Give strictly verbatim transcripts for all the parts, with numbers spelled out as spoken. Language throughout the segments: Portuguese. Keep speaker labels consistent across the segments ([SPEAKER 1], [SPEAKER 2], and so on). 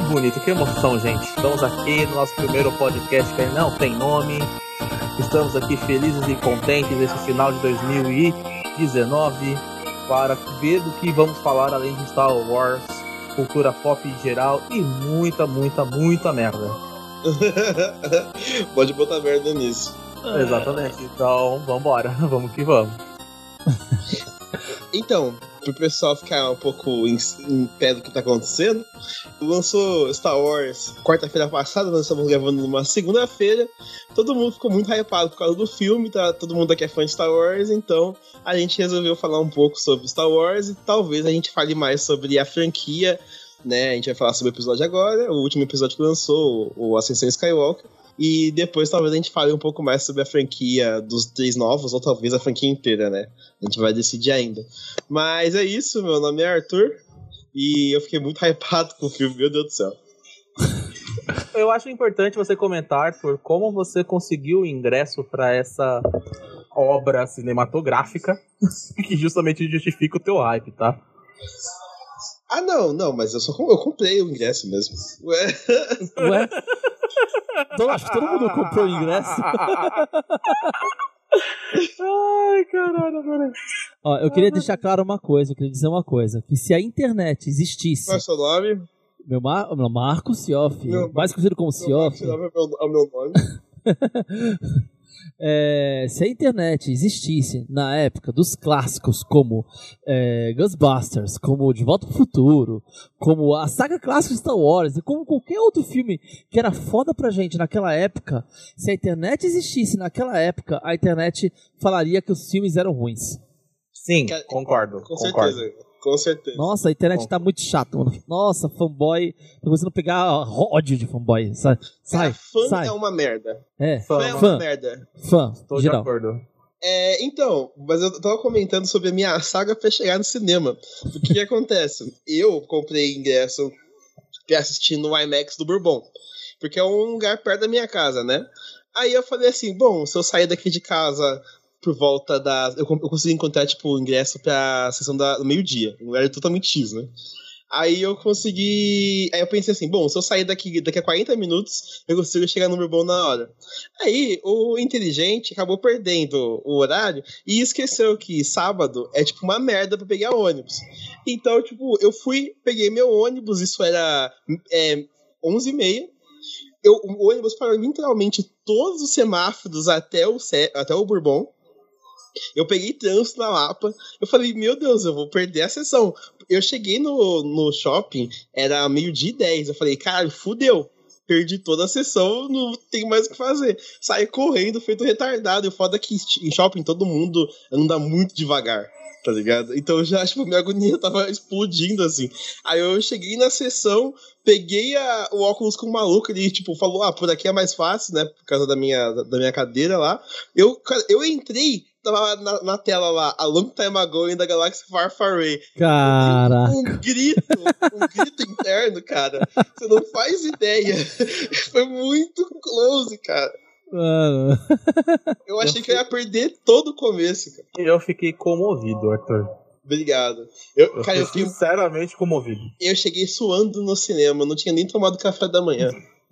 [SPEAKER 1] bonito, que emoção, gente. Estamos aqui no nosso primeiro podcast que não tem nome. Estamos aqui felizes e contentes nesse final de dois mil e dezenove para ver do que vamos falar além de Star Wars, cultura pop em geral e muita, muita, muita merda.
[SPEAKER 2] Pode botar merda nisso.
[SPEAKER 1] Exatamente. Então, vambora. Vamos que vamos.
[SPEAKER 2] Então, pro pessoal ficar um pouco em, em pé do que tá acontecendo, lançou Star Wars quarta-feira passada, nós estamos gravando numa segunda-feira. Todo mundo ficou muito hypado por causa do filme, tá? Todo mundo aqui é fã de Star Wars, então a gente resolveu falar um pouco sobre Star Wars e talvez a gente fale mais sobre a franquia, né? A gente vai falar sobre o episódio agora, o último episódio que lançou, o Ascensão Skywalker. E depois talvez a gente fale um pouco mais sobre a franquia dos três novos, ou talvez a franquia inteira, né? A gente vai decidir ainda. Mas é isso, meu nome é Arthur. E eu fiquei muito hypado com o filme, meu Deus do céu.
[SPEAKER 1] Eu acho importante você comentar, Arthur, como você conseguiu o ingresso para essa obra cinematográfica que justamente justifica o teu hype, tá?
[SPEAKER 2] Ah, não, não, mas eu só eu comprei o ingresso mesmo. Ué?
[SPEAKER 3] Ué? Então, acho que todo mundo comprou o ingresso.
[SPEAKER 1] Ai, caralho, caralho.
[SPEAKER 3] Ó, eu queria deixar claro uma coisa, eu queria dizer uma coisa, que se a internet existisse...
[SPEAKER 2] Qual é o seu nome?
[SPEAKER 3] Meu, Mar... meu Marco Sioff,
[SPEAKER 2] Meu...
[SPEAKER 3] mais conhecido como Sioff.
[SPEAKER 2] Meu Marco Sioff é o meu nome.
[SPEAKER 3] É, se a internet existisse na época dos clássicos como é, Ghostbusters, como De Volta ao Futuro, como a saga clássica de Star Wars e como qualquer outro filme que era foda pra gente naquela época, se a internet existisse naquela época, a internet falaria que os filmes eram ruins.
[SPEAKER 1] Sim, concordo.
[SPEAKER 2] Com
[SPEAKER 1] concordo.
[SPEAKER 2] certeza. Com certeza.
[SPEAKER 3] Nossa, a internet tá muito chata, mano. Nossa, fanboy. Tô começando a pegar ódio de fanboy. Sai, sai.
[SPEAKER 2] Cara, fã
[SPEAKER 3] sai.
[SPEAKER 2] é uma merda.
[SPEAKER 3] É,
[SPEAKER 2] Fã,
[SPEAKER 3] fã.
[SPEAKER 2] é uma
[SPEAKER 3] Fã.
[SPEAKER 2] merda.
[SPEAKER 3] Fã.
[SPEAKER 1] Tô
[SPEAKER 3] Geral.
[SPEAKER 1] de acordo.
[SPEAKER 2] É, então, mas eu tava comentando sobre a minha saga pra chegar no cinema. O que que acontece? Eu comprei ingresso pra assistir no IMAX do Bourbon, porque é um lugar perto da minha casa, né? Aí eu falei assim, bom, se eu sair daqui de casa por volta da... Eu, eu consegui encontrar, tipo, o ingresso pra sessão da, do meio-dia, um lugar totalmente X, né? Aí eu consegui... Aí eu pensei assim, bom, se eu sair daqui, daqui a quarenta minutos, eu consigo chegar no Bourbon na hora. Aí o inteligente acabou perdendo o horário e esqueceu que sábado é tipo uma merda pra pegar ônibus. Então, tipo, eu fui, peguei meu ônibus, isso era é, onze e meia. Eu, o ônibus parou literalmente todos os semáforos até o, até o Bourbon. Eu peguei trânsito na Lapa. Eu falei, meu Deus, eu vou perder a sessão. Eu cheguei no, no shopping, era meio-dia e dez. Eu falei, caralho, fudeu. Perdi toda a sessão, não tem mais o que fazer. Saí correndo, feito retardado. E o foda é que em shopping todo mundo anda muito devagar, tá ligado? Então já, tipo, minha agonia tava explodindo, assim. Aí eu cheguei na sessão, peguei a, o óculos com o maluco, ele, tipo, falou, ah, por aqui é mais fácil, né, por causa da minha, da minha cadeira lá. Eu, cara, eu entrei, tava na, na tela lá, A Long Time Ago in the Galaxy Far Far Away.
[SPEAKER 3] Caraca.
[SPEAKER 2] Um grito, um grito interno, cara. Você não faz ideia. Foi muito close, cara.
[SPEAKER 3] Mano.
[SPEAKER 2] Eu achei que eu ia perder todo o começo, cara.
[SPEAKER 1] Eu fiquei comovido, Arthur.
[SPEAKER 2] Obrigado. Eu,
[SPEAKER 1] Eu
[SPEAKER 2] cara, eu
[SPEAKER 1] fiquei
[SPEAKER 2] fiquei,
[SPEAKER 1] sinceramente comovido.
[SPEAKER 2] eu cheguei suando no cinema, não tinha nem tomado café da manhã.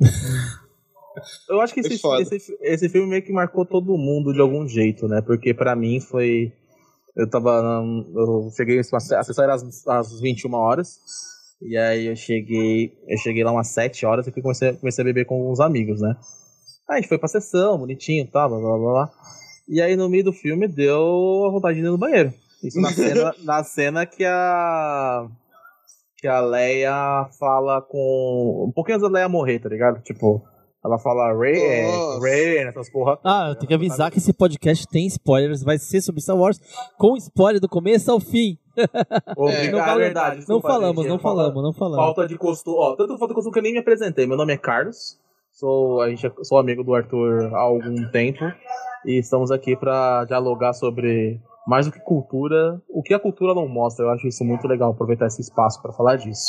[SPEAKER 1] Eu acho que
[SPEAKER 2] Foi
[SPEAKER 1] esse,
[SPEAKER 2] foda.
[SPEAKER 1] esse, esse filme meio que marcou todo mundo de algum jeito, né? Porque pra mim foi... Eu tava... Eu cheguei... A sessão era às, às vinte e uma horas. E aí eu cheguei... Eu cheguei lá umas sete horas e comecei, comecei a beber com uns amigos, né? Aí a gente foi pra sessão, bonitinho e tal, blá, blá, blá, blá. E aí no meio do filme deu a vontade de ir no banheiro. Isso na cena, na cena que a... Que a Leia fala com... Um pouquinho antes da Leia morrer, tá ligado? Tipo... Ela fala Ray,
[SPEAKER 2] Nossa.
[SPEAKER 1] Ray, essas porra.
[SPEAKER 3] Ah, eu tenho que avisar que esse podcast tem spoilers, vai ser sobre Star Wars, com spoiler do começo ao fim.
[SPEAKER 1] Obrigado,
[SPEAKER 3] não,
[SPEAKER 1] é
[SPEAKER 3] fala-
[SPEAKER 1] verdade.
[SPEAKER 3] não
[SPEAKER 1] Desculpa,
[SPEAKER 3] falamos,
[SPEAKER 1] gente,
[SPEAKER 3] não
[SPEAKER 1] falta-
[SPEAKER 3] falamos, não falamos.
[SPEAKER 1] Falta de costume. Ó, tanto falta de costume que eu nem me apresentei. Meu nome é Carlos. Sou, a gente, é- sou amigo do Arthur há algum tempo. E estamos aqui pra dialogar sobre mais do que cultura, o que a cultura não mostra. Eu acho isso muito legal, aproveitar esse espaço pra falar disso.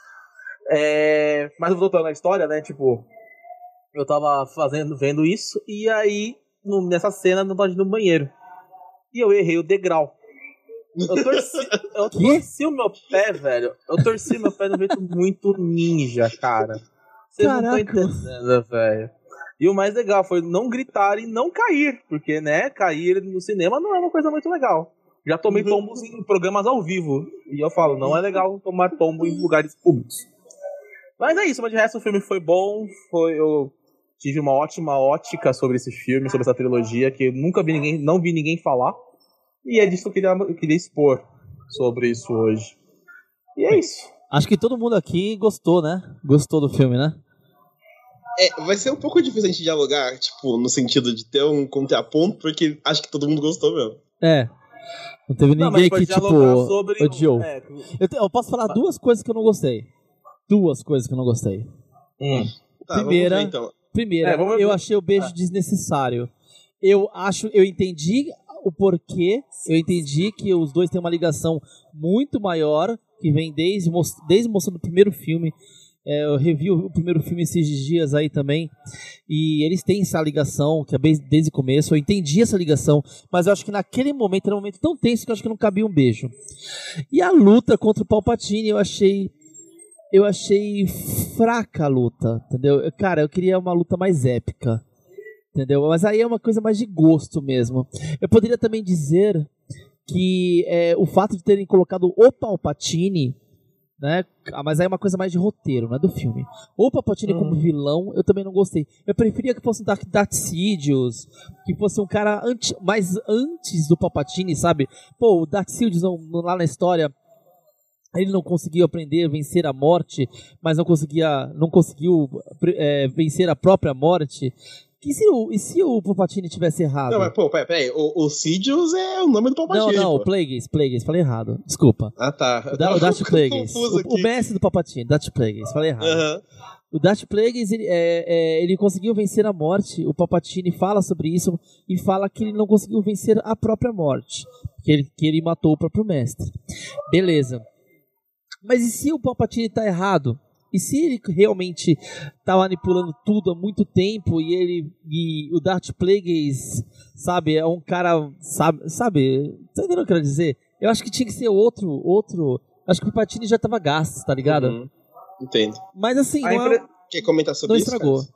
[SPEAKER 1] É, mas voltando à história, né? Tipo, eu tava fazendo, vendo isso, e aí, no- nessa cena, eu tava indo no banheiro. E eu errei o degrau. Eu torci, eu torci o meu pé, velho. Eu torci meu pé de um jeito muito ninja, cara. Vocês não estão entendendo, velho. E o mais legal foi não gritar e não cair. Porque, né, cair no cinema não é uma coisa muito legal. Já tomei tombos em programas ao vivo. E eu falo, não é legal tomar tombo em lugares públicos. Mas é isso, mas de resto o filme foi bom. Foi, eu tive uma ótima ótica sobre esse filme, sobre essa trilogia, que eu nunca vi ninguém, não vi ninguém falar. E é disso que eu queria, eu queria expor sobre isso hoje. E é isso.
[SPEAKER 3] Acho que todo mundo aqui gostou, né? Gostou do filme, né?
[SPEAKER 2] É, vai ser um pouco difícil a gente dialogar, tipo, no sentido de ter um contraponto, porque acho que todo mundo gostou mesmo.
[SPEAKER 3] É. Não teve
[SPEAKER 1] Não,
[SPEAKER 3] ninguém
[SPEAKER 1] mas
[SPEAKER 3] que, tipo,
[SPEAKER 1] sobre
[SPEAKER 3] odiou.
[SPEAKER 1] o... é.
[SPEAKER 3] eu, te, eu posso falar duas coisas que eu não gostei. Duas coisas que eu não gostei.
[SPEAKER 1] Hum.
[SPEAKER 2] Tá,
[SPEAKER 3] primeira,
[SPEAKER 2] vamos ver, então.
[SPEAKER 3] primeira
[SPEAKER 1] É, vamos ver.
[SPEAKER 3] eu achei o beijo
[SPEAKER 1] Ah.
[SPEAKER 3] desnecessário. Eu acho, eu entendi o porquê, eu entendi que os dois têm uma ligação muito maior, que vem desde, desde mostrando o primeiro filme. É, eu revi o, o primeiro filme esses dias aí também, e eles têm essa ligação, que é bem, desde o começo, eu entendi essa ligação, mas eu acho que naquele momento, era um momento tão tenso que eu acho que não cabia um beijo. E a luta contra o Palpatine, eu achei... Eu achei fraca a luta, entendeu? Cara, eu queria uma luta mais épica, entendeu? Mas aí é uma coisa mais de gosto mesmo. Eu poderia também dizer que é, o fato de terem colocado o Palpatine, né? Mas aí é uma coisa mais de roteiro, não é do filme. O Palpatine uhum. como vilão, eu também não gostei. Eu preferia que fosse um Darth, Darth Sidious, que fosse um cara anti, mais antes do Palpatine, sabe? Pô, o Darth Sidious não, não, lá na história... Ele não conseguiu aprender a vencer a morte, mas não conseguia, não conseguiu é, vencer a própria morte. E se o, e se o Palpatine tivesse errado?
[SPEAKER 2] Não, mas pô, peraí, peraí. O, o Sidious é o nome do Palpatine.
[SPEAKER 3] Não, não,
[SPEAKER 2] pô.
[SPEAKER 3] o Plagueis, Plagueis, falei errado. Desculpa.
[SPEAKER 2] Ah, tá.
[SPEAKER 3] O, da, o Darth Plagueis. O, o mestre do Palpatine, Darth Plagueis, falei errado.
[SPEAKER 2] Uhum.
[SPEAKER 3] O Darth Plagueis, ele, é, é, ele conseguiu vencer a morte. O Palpatine fala sobre isso e fala que ele não conseguiu vencer a própria morte. Que ele, que ele matou o próprio mestre. Beleza. Mas e se o Palpatine tá errado? E se ele realmente tá manipulando tudo há muito tempo e ele e o Darth Plagueis, sabe, é um cara, sabe, sabe, tá entendendo o que eu quero dizer? Eu acho que tinha que ser outro, outro, acho que o Palpatine já tava gasto, tá ligado?
[SPEAKER 2] Uhum. Entendo.
[SPEAKER 3] Mas assim, não,
[SPEAKER 1] impre...
[SPEAKER 3] é,
[SPEAKER 2] Quer comentar sobre
[SPEAKER 3] não
[SPEAKER 2] isso?
[SPEAKER 3] estragou.
[SPEAKER 2] Cara?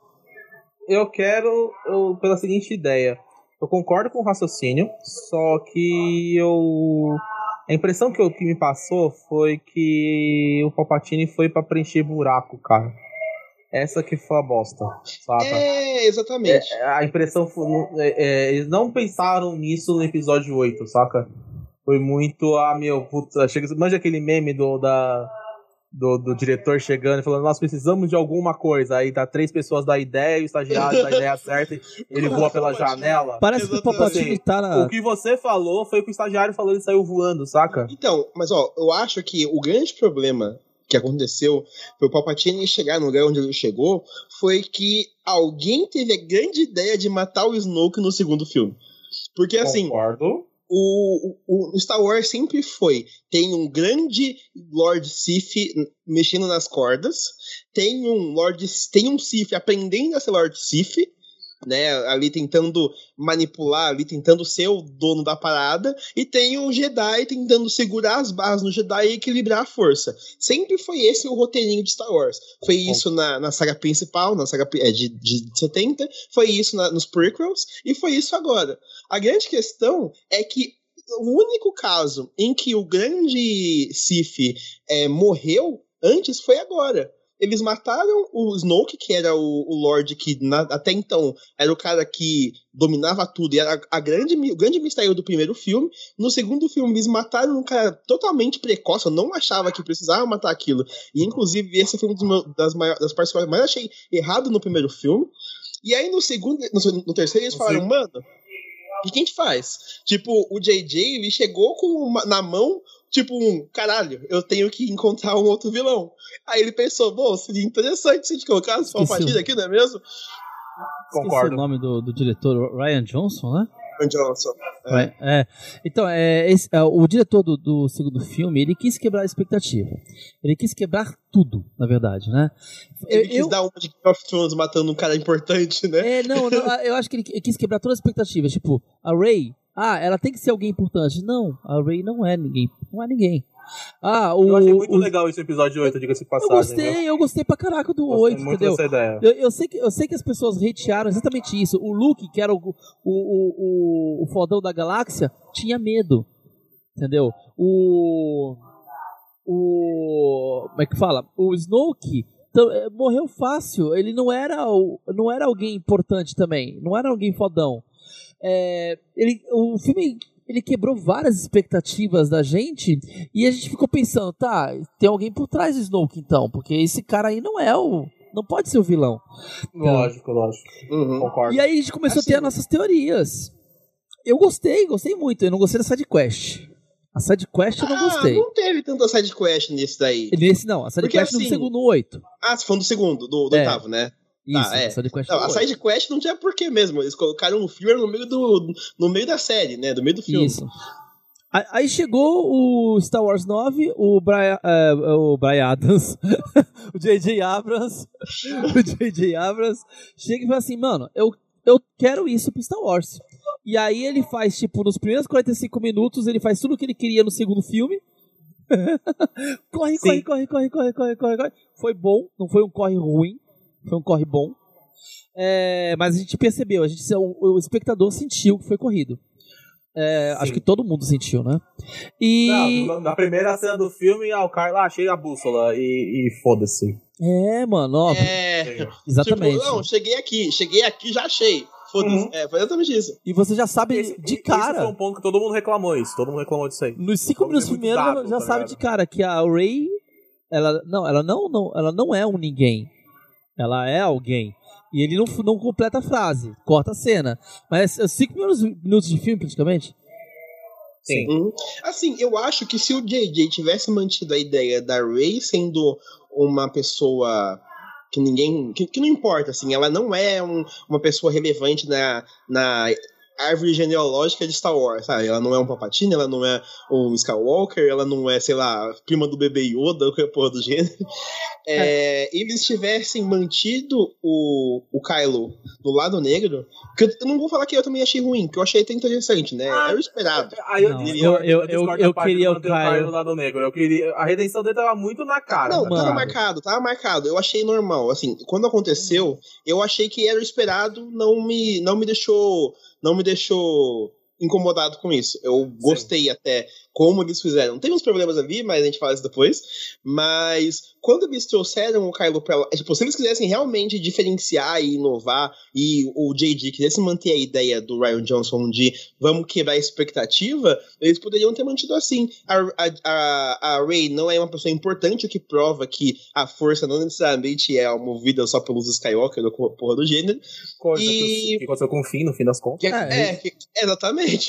[SPEAKER 1] Eu quero, eu, pela seguinte ideia, eu concordo com o raciocínio, só que eu... A impressão que, eu, que me passou foi que o Palpatine foi pra preencher buraco, cara. Essa que foi a bosta, saca?
[SPEAKER 2] É, exatamente.
[SPEAKER 1] É, a impressão foi... É, é, eles não pensaram nisso no episódio oito, saca? Foi muito... Ah, meu, puta... Chega, manja aquele meme do, da, do, do diretor chegando e falando, nós precisamos de alguma coisa. Aí tá três pessoas da ideia, o estagiário da ideia certa, ele voa pela janela.
[SPEAKER 3] Parece que o Palpatine tá na...
[SPEAKER 1] O que você falou foi o que o estagiário falou, ele saiu voando, saca?
[SPEAKER 2] Então, mas ó, eu acho que o grande problema que aconteceu foi o Palpatine chegar no lugar onde ele chegou, foi que alguém teve a grande ideia de matar o Snoke no segundo filme. Porque assim...
[SPEAKER 1] Concordo.
[SPEAKER 2] O, o, o Star Wars sempre foi, tem um grande Lord Sith mexendo nas cordas, tem um Lord, tem um Sith aprendendo a ser Lord Sith, né, ali tentando manipular, ali tentando ser o dono da parada, e tem um Jedi tentando segurar as barras no Jedi e equilibrar a força. Sempre foi esse o roteirinho de Star Wars. Foi isso na, na saga principal, na saga é, de, de setenta, foi isso na, nos prequels, e foi isso agora. A grande questão é que o único caso em que o grande Sith é, morreu antes foi agora. Eles mataram o Snoke, que era o, o Lorde que na, até então era o cara que dominava tudo e era a grande, o grande mistério do primeiro filme. No segundo filme eles mataram um cara totalmente precoce, eu não achava que precisava matar aquilo. E inclusive esse foi uma das, maiores, das partes que eu mais achei errado no primeiro filme. E aí no segundo, no, no terceiro eles falaram, Sim. mano, o que a gente faz? Tipo, o J J, ele chegou com uma, na mão, tipo um, caralho, eu tenho que encontrar um outro vilão. Aí ele pensou, bom, seria interessante se a gente colocasse uma partida aqui, não é mesmo?
[SPEAKER 3] Concordo. Esqueci o nome do, do diretor, Rian Johnson, né?
[SPEAKER 2] Rian Johnson.
[SPEAKER 3] É. É. Então, é, esse, é, o diretor do, do segundo filme, ele quis quebrar a expectativa. Ele quis quebrar tudo, na verdade, né?
[SPEAKER 2] Ele
[SPEAKER 3] eu,
[SPEAKER 2] quis
[SPEAKER 3] eu...
[SPEAKER 2] dar uma de Game of Thrones matando um cara importante, né?
[SPEAKER 3] É, não, não, eu acho que ele quis quebrar todas as expectativas. Tipo, a Rey, Ah, ela tem que ser alguém importante. Não, a Rey não é ninguém. Não é ninguém. Ah, o,
[SPEAKER 1] eu achei muito
[SPEAKER 3] o...
[SPEAKER 1] legal esse episódio oito, diga-se de
[SPEAKER 3] Eu
[SPEAKER 1] passagem.
[SPEAKER 3] gostei,
[SPEAKER 1] viu?
[SPEAKER 3] eu gostei pra caraca do
[SPEAKER 1] Gostei
[SPEAKER 3] oito,
[SPEAKER 1] muito
[SPEAKER 3] entendeu?
[SPEAKER 1] dessa ideia.
[SPEAKER 3] Eu, eu, sei que, eu sei que as pessoas hatearam exatamente isso. O Luke, que era o, o, o, o, o fodão da galáxia, tinha medo. Entendeu? O... O... Como é que fala? O Snoke morreu fácil. Ele não era, o, não era alguém importante também. Não era alguém fodão. É, ele, o filme... Ele quebrou várias expectativas da gente e a gente ficou pensando, tá, tem alguém por trás do Snoke então, porque esse cara aí não é o... não pode ser o vilão.
[SPEAKER 1] Lógico, lógico. Uhum. Concordo.
[SPEAKER 3] E aí a gente começou assim, a ter as nossas teorias. Eu gostei, gostei muito. Eu não gostei da sidequest. A sidequest eu não
[SPEAKER 2] ah,
[SPEAKER 3] gostei.
[SPEAKER 2] Não teve tanta sidequest nesse daí.
[SPEAKER 3] Nesse não, a sidequest no
[SPEAKER 2] assim,
[SPEAKER 3] segundo oito.
[SPEAKER 2] Ah, você falou do segundo, do, do
[SPEAKER 3] é.
[SPEAKER 2] oitavo, né?
[SPEAKER 3] Isso,
[SPEAKER 2] ah, é.
[SPEAKER 3] a sidequest
[SPEAKER 2] não, a sidequest não tinha porquê mesmo. Eles colocaram um filler no meio do, no meio da série, né? Do meio do filme.
[SPEAKER 3] Isso. Aí chegou o Star Wars nove, o Brian, uh, o Brian Adams, o J J Abrams, o J J Abrams chega e fala assim, mano, eu, eu quero isso pro Star Wars. E aí ele faz, tipo, nos primeiros quarenta e cinco minutos, ele faz tudo o que ele queria no segundo filme. corre, corre, corre, corre, corre, corre, corre, corre. Foi bom, não foi um corre ruim, foi um corre bom. É, mas a gente percebeu, a gente, o, o espectador sentiu que foi corrido. É, acho que todo mundo sentiu, né? E...
[SPEAKER 1] Não, na primeira cena do filme, ah, o Kylo ah, achei a bússola e, e foda-se.
[SPEAKER 3] É, mano, ó.
[SPEAKER 2] É,
[SPEAKER 3] exatamente.
[SPEAKER 2] Tipo, não, cheguei aqui, cheguei aqui, já achei. Foda-se. Uhum. É, foi exatamente isso.
[SPEAKER 3] E você já sabe
[SPEAKER 1] esse,
[SPEAKER 3] de cara.
[SPEAKER 1] Esse foi um ponto que todo mundo reclamou isso. Todo mundo reclamou disso aí.
[SPEAKER 3] Nos cinco minutos primeiro já, já tá sabe ligado? De cara que a Rey, ela não, ela não, não, ela não é um ninguém. Ela é alguém. E ele não, não completa a frase, corta a cena. Mas cinco minutos de filme, praticamente.
[SPEAKER 1] Sim.
[SPEAKER 2] Uhum. Assim, eu acho que se o J J tivesse mantido a ideia da Rey sendo uma pessoa que ninguém... Que, que não importa, assim, ela não é um, uma pessoa relevante na, na árvore genealógica de Star Wars, sabe? Ela não é um Palpatine, ela não é um Skywalker, ela não é, sei lá, prima do bebê Yoda, ou qualquer porra do gênero. É, é. Eles tivessem mantido o, o Kylo no lado negro, que eu não vou falar que eu também achei ruim, que eu achei até interessante, né? Ah, era o esperado.
[SPEAKER 1] Aí eu,
[SPEAKER 3] não,
[SPEAKER 1] eu,
[SPEAKER 3] eu, eu, eu, eu queria o Kylo
[SPEAKER 1] no lado negro. Eu queria, a redenção dele tava muito na cara.
[SPEAKER 2] Não,
[SPEAKER 1] tá
[SPEAKER 2] tava marcado, tava marcado. Eu achei normal. Assim, quando aconteceu, eu achei que era o esperado, não me, não me deixou, não me deixou incomodado com isso. Eu gostei Sim. até como eles fizeram. Tem uns problemas ali, mas a gente fala isso depois. Mas quando eles trouxeram o Kylo pra lá, tipo, se eles quisessem realmente diferenciar e inovar, e o J J quisesse manter a ideia do Rian Johnson de vamos quebrar a expectativa, eles poderiam ter mantido assim. A, a, a, a Rey não é uma pessoa importante, o que prova que a força não necessariamente é movida só pelos Skywalker ou porra do gênero.
[SPEAKER 1] Coisa e... que aconteceu com o Finn, no fim das contas.
[SPEAKER 2] Que, é, é que, exatamente.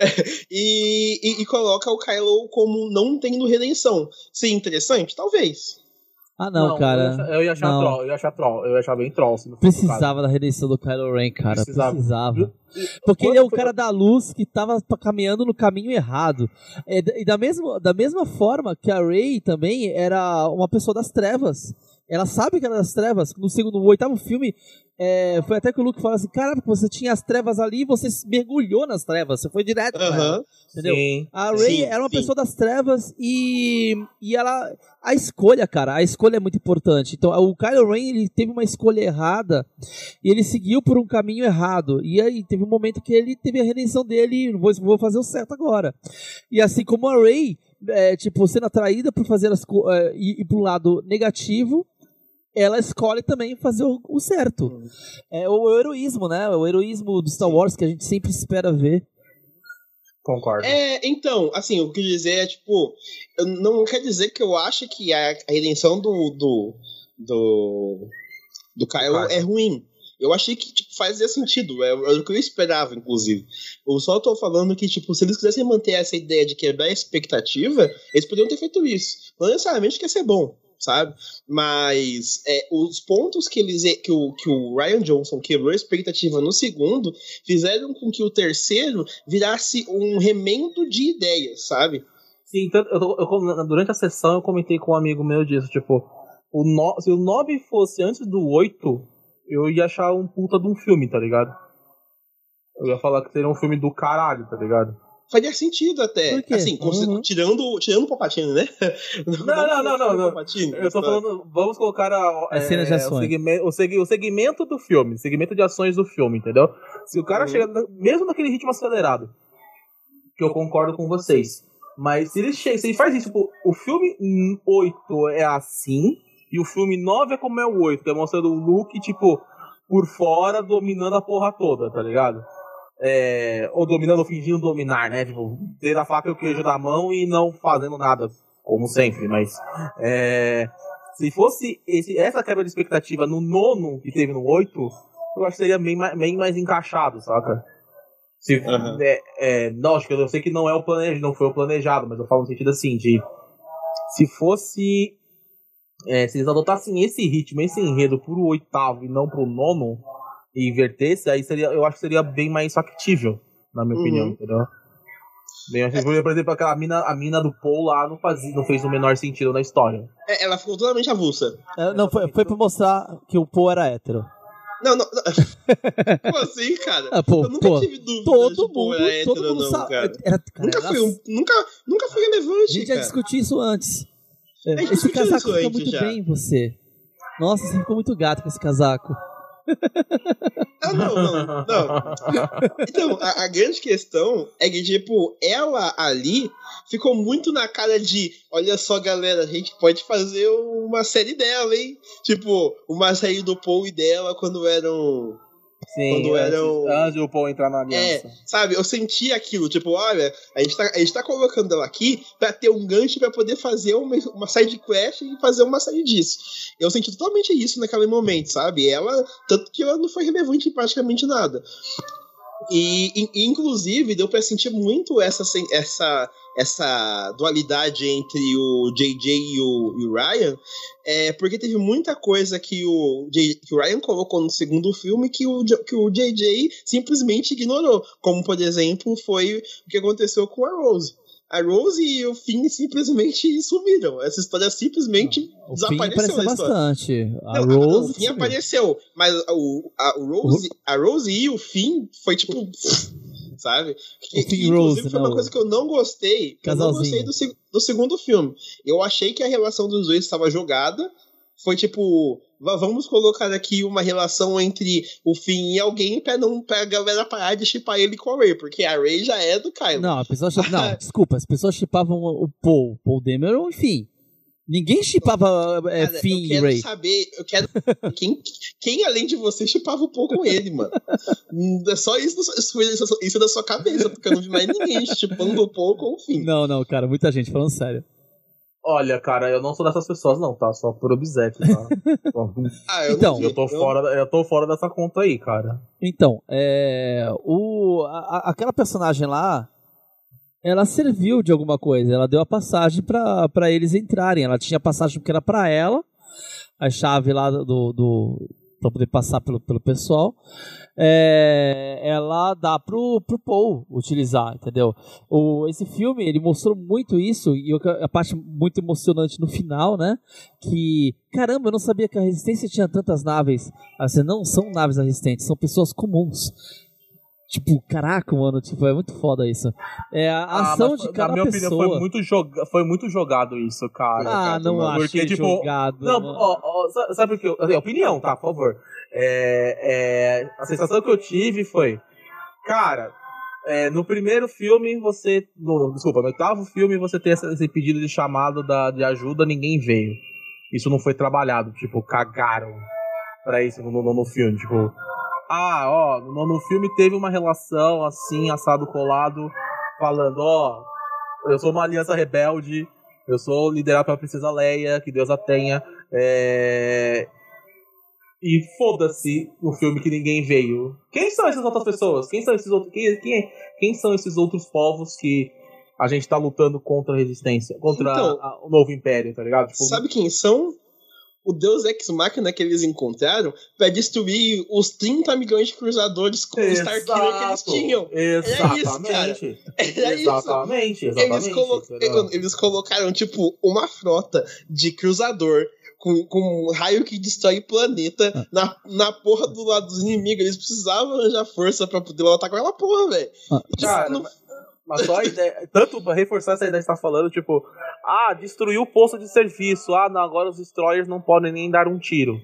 [SPEAKER 2] e, e, e coloca o Kylo como não tendo redenção. Seria interessante? Talvez.
[SPEAKER 3] Ah, não, não cara.
[SPEAKER 1] Eu ia achar
[SPEAKER 3] não.
[SPEAKER 1] troll, eu ia achar troll, eu ia achar bem troll.
[SPEAKER 3] Precisava da redenção do Kylo Ren, cara. Precisava. Precisava. Porque
[SPEAKER 1] Quando
[SPEAKER 3] ele é o
[SPEAKER 1] foi...
[SPEAKER 3] cara da luz que tava caminhando no caminho errado. E da mesma, da mesma forma que a Rey também era uma pessoa das trevas. Ela sabe que era das trevas. No segundo, no oitavo filme, é, foi até que o Luke fala assim, caraca, você tinha as trevas ali e você mergulhou nas trevas. Você foi direto pra
[SPEAKER 2] uhum.
[SPEAKER 3] ela. Entendeu?
[SPEAKER 1] Sim.
[SPEAKER 3] A Rey
[SPEAKER 2] sim,
[SPEAKER 3] era uma
[SPEAKER 2] sim.
[SPEAKER 3] pessoa das trevas e, e ela... A escolha, cara, a escolha é muito importante. Então, o Kylo Ren, ele teve uma escolha errada e ele seguiu por um caminho errado. E aí, teve um momento que ele teve a redenção dele, vou, vou fazer o certo agora. E assim como a Rey, é, tipo, sendo atraída por fazer as é, ir, ir para um lado negativo, ela escolhe também fazer o, o certo. Hum. É o, o heroísmo, né? O heroísmo do Star Wars que a gente sempre espera ver.
[SPEAKER 1] Concordo.
[SPEAKER 2] É, então, assim, o que eu quis dizer é, tipo, não quer dizer que eu acho que a, a redenção do do, do, do Kylo é ruim. Eu achei que, tipo, fazia sentido, é, é o que eu esperava, inclusive. Eu só tô falando que, tipo, se eles quisessem manter essa ideia de quebrar a expectativa, eles poderiam ter feito isso. Não necessariamente que ia ser bom, sabe? Mas é, os pontos que, eles, que, o, que o Rian Johnson quebrou a expectativa no segundo fizeram com que o terceiro virasse um remendo de ideias, sabe?
[SPEAKER 1] Sim, tanto, eu, eu, durante a sessão eu comentei com um amigo meu disso, tipo, o no, se o nove fosse antes do oito, eu ia achar um puta de um filme, tá ligado? Eu ia falar que seria um filme do caralho, tá ligado?
[SPEAKER 2] Faria sentido até.
[SPEAKER 3] Por quê?
[SPEAKER 2] Assim,
[SPEAKER 3] Uhum.
[SPEAKER 2] tirando, tirando o Palpatine, né?
[SPEAKER 1] Não, não, não, não. não.
[SPEAKER 2] Palpatine,
[SPEAKER 1] Eu tô
[SPEAKER 2] tá?
[SPEAKER 1] falando, vamos colocar a,
[SPEAKER 3] As
[SPEAKER 1] é,
[SPEAKER 3] cenas de
[SPEAKER 1] o,
[SPEAKER 3] ações.
[SPEAKER 1] segmento, o, seg, o segmento do filme, o segmento de ações do filme, entendeu? Se o cara
[SPEAKER 2] Uhum.
[SPEAKER 1] chega, mesmo naquele ritmo acelerado, que eu concordo com vocês, mas se ele, chega, se ele faz isso, tipo, o filme oito é assim, e o filme nove é como é o oito, que é mostrando o Luke, tipo, por fora, dominando a porra toda, tá ligado? É, ou dominando, fingindo dominar, né? Tipo, ter a faca e o queijo da mão e não fazendo nada, como sempre, mas é, se fosse esse, essa quebra de expectativa no nono que teve no oito, eu acho que seria bem, bem mais encaixado, saca? Se,
[SPEAKER 2] Uhum.
[SPEAKER 1] é, é, lógico, eu sei que não é o planejado, não foi o planejado, mas eu falo no sentido assim, de se fosse é, se eles adotassem esse ritmo, esse enredo pro oitavo e não pro nono, e invertesse, aí seria, eu acho que seria bem mais factível, na minha
[SPEAKER 2] Uhum.
[SPEAKER 1] opinião, entendeu? Bem, é. Por exemplo, aquela mina, a mina do Paul lá não, fazia, não fez o menor sentido na história.
[SPEAKER 2] É, ela ficou totalmente avulsa.
[SPEAKER 3] É, não, foi, foi pra mostrar que o Paul era hétero.
[SPEAKER 2] Não, não. não. Como assim, cara?
[SPEAKER 3] Ah, pô,
[SPEAKER 2] eu nunca
[SPEAKER 3] pô,
[SPEAKER 2] tive dúvida
[SPEAKER 3] todo
[SPEAKER 2] de Paul
[SPEAKER 3] mundo,
[SPEAKER 2] era hétero
[SPEAKER 3] todo
[SPEAKER 2] ou
[SPEAKER 3] mundo
[SPEAKER 2] não,
[SPEAKER 3] sabe.
[SPEAKER 2] cara.
[SPEAKER 3] Era, cara,
[SPEAKER 2] Nunca,
[SPEAKER 3] era-
[SPEAKER 2] foi um, nunca, nunca foi
[SPEAKER 3] A
[SPEAKER 2] relevante,
[SPEAKER 3] gente já
[SPEAKER 2] cara.
[SPEAKER 3] discutiu isso antes. É,
[SPEAKER 2] A gente
[SPEAKER 3] esse
[SPEAKER 2] discutiu
[SPEAKER 3] casaco
[SPEAKER 2] isso
[SPEAKER 3] fica
[SPEAKER 2] antes
[SPEAKER 3] muito
[SPEAKER 2] já.
[SPEAKER 3] bem em você. Nossa, você ficou muito gato com esse casaco.
[SPEAKER 2] Ah, não, não, não. Então, a, a grande questão é que, tipo, ela ali ficou muito na cara de, olha só, galera, a gente pode fazer uma série dela, hein? Tipo, uma série do Paul e dela quando eram...
[SPEAKER 1] Sim,
[SPEAKER 2] Quando
[SPEAKER 1] antes,
[SPEAKER 2] eram-
[SPEAKER 1] antes do Paul entrar na
[SPEAKER 2] É,
[SPEAKER 1] aliança.
[SPEAKER 2] sabe, eu senti aquilo, tipo, olha, a gente tá, a gente tá colocando ela aqui pra ter um gancho pra poder fazer uma, uma side quest e fazer uma série disso. Eu senti totalmente isso naquele momento, sabe? Ela, tanto que ela não foi relevante em praticamente nada. E, e, inclusive, deu pra sentir muito essa, essa, essa dualidade entre o J J e o, e o Ryan, é, porque teve muita coisa que o, J, que o Ryan colocou no segundo filme que o, que o J J simplesmente ignorou, como, por exemplo, foi o que aconteceu com a Rose. A Rose e o Finn simplesmente sumiram. Essa história simplesmente
[SPEAKER 3] O Finn
[SPEAKER 2] desapareceu
[SPEAKER 3] apareceu
[SPEAKER 2] na história.
[SPEAKER 3] bastante. A
[SPEAKER 2] Não,
[SPEAKER 3] Rose.
[SPEAKER 2] não, o Finn
[SPEAKER 3] sumiu.
[SPEAKER 2] apareceu, mas o, a, o Rose, a Rose e o Finn foi tipo. Sabe? Que,
[SPEAKER 3] O Finn
[SPEAKER 2] que, inclusive
[SPEAKER 3] Rose,
[SPEAKER 2] foi uma
[SPEAKER 3] não.
[SPEAKER 2] coisa que eu não gostei. Que eu não
[SPEAKER 3] Casalzinho.
[SPEAKER 2] gostei do, seg- do segundo filme. Eu achei que a relação dos dois estava jogada. Foi tipo, va- vamos colocar aqui uma relação entre o Finn e alguém pra, não, pra galera parar de chipar ele com a Rey, porque a Rey já é do Kylo.
[SPEAKER 3] Não, as pessoas chip- não, desculpa, as pessoas chipavam o o Paul, Paul Dameron, enfim. Ninguém chipava é,
[SPEAKER 2] Cara,
[SPEAKER 3] Finn
[SPEAKER 2] eu
[SPEAKER 3] e
[SPEAKER 2] quero
[SPEAKER 3] Rey.
[SPEAKER 2] saber, eu quero quem, quem além de você chipava um pouco com ele, mano. Hum, É só isso, isso, isso, isso é da sua cabeça, porque eu não vi mais ninguém chipando o Paul com o Finn.
[SPEAKER 3] Não, não, cara, muita gente falando sério.
[SPEAKER 1] Olha, cara, eu não sou dessas pessoas, não, tá? Só por obséquio, tá?
[SPEAKER 2] Ah, eu
[SPEAKER 3] Então,
[SPEAKER 2] não vi.
[SPEAKER 1] eu, tô fora, eu tô fora dessa conta aí, cara.
[SPEAKER 3] Então, é, o, a- a- aquela personagem lá, ela serviu de alguma coisa. Ela deu a passagem pra pra eles entrarem. Ela tinha a passagem que era pra ela, a chave lá do, do pra poder passar pelo, pelo pessoal. É, ela dá pro, pro Paul utilizar, entendeu? O, esse filme, ele mostrou muito isso, e o- a parte muito emocionante no final, né? Que, caramba, eu não sabia que a Resistência tinha tantas naves. Assim, não são naves da Resistência, são pessoas comuns. Tipo, caraca, mano, tipo, é muito foda isso. É a
[SPEAKER 1] Ah,
[SPEAKER 3] ação
[SPEAKER 1] mas
[SPEAKER 3] de
[SPEAKER 1] na
[SPEAKER 3] cada
[SPEAKER 1] minha
[SPEAKER 3] pessoa.
[SPEAKER 1] opinião, foi muito, joga foi muito jogado isso, cara.
[SPEAKER 3] Ah, não
[SPEAKER 2] mano.
[SPEAKER 3] achei
[SPEAKER 1] Porque, tipo,
[SPEAKER 3] jogado.
[SPEAKER 1] Não,
[SPEAKER 3] mano.
[SPEAKER 1] ó, ó, sa- sabe o que eu. Assim, opinião, tá, por favor. É, é, a sensação que eu tive foi. Cara, é, no primeiro filme você. No, desculpa, no oitavo filme você tem esse, esse pedido de chamado da, de ajuda, ninguém veio. Isso não foi trabalhado, tipo, cagaram pra isso no, no, no filme. Tipo, ah, ó, no, no filme teve uma relação assim, assado colado, falando, ó, eu sou uma aliança rebelde. Eu sou liderado pela Princesa Leia, que Deus a tenha. É... E foda-se o filme que ninguém veio. Quem são essas outras pessoas? Quem são esses outros? Quem, quem, quem são esses outros povos que a gente tá lutando contra a resistência? Contra
[SPEAKER 2] Então,
[SPEAKER 1] a- o novo império, tá ligado? Tipo,
[SPEAKER 2] Sabe quem são? o Deus Ex Machina que eles encontraram pra destruir os trinta milhões de cruzadores com o Starkiller que eles tinham.
[SPEAKER 1] Exatamente.
[SPEAKER 2] Era isso,
[SPEAKER 1] exatamente,
[SPEAKER 2] Eles,
[SPEAKER 1] exatamente.
[SPEAKER 2] colo- eles colocaram, tipo, uma frota de cruzador com, com um raio que destrói planeta na, na porra do lado dos inimigos. Eles precisavam arranjar força pra poder lutar com aquela porra, velho.
[SPEAKER 3] Ah.
[SPEAKER 2] Tipo,
[SPEAKER 1] Cara,
[SPEAKER 2] não-
[SPEAKER 1] mas só a ideia, tanto pra reforçar essa ideia que você tá falando, tipo, ah, destruiu o posto de serviço, ah, não, agora os destroyers não podem nem dar um tiro.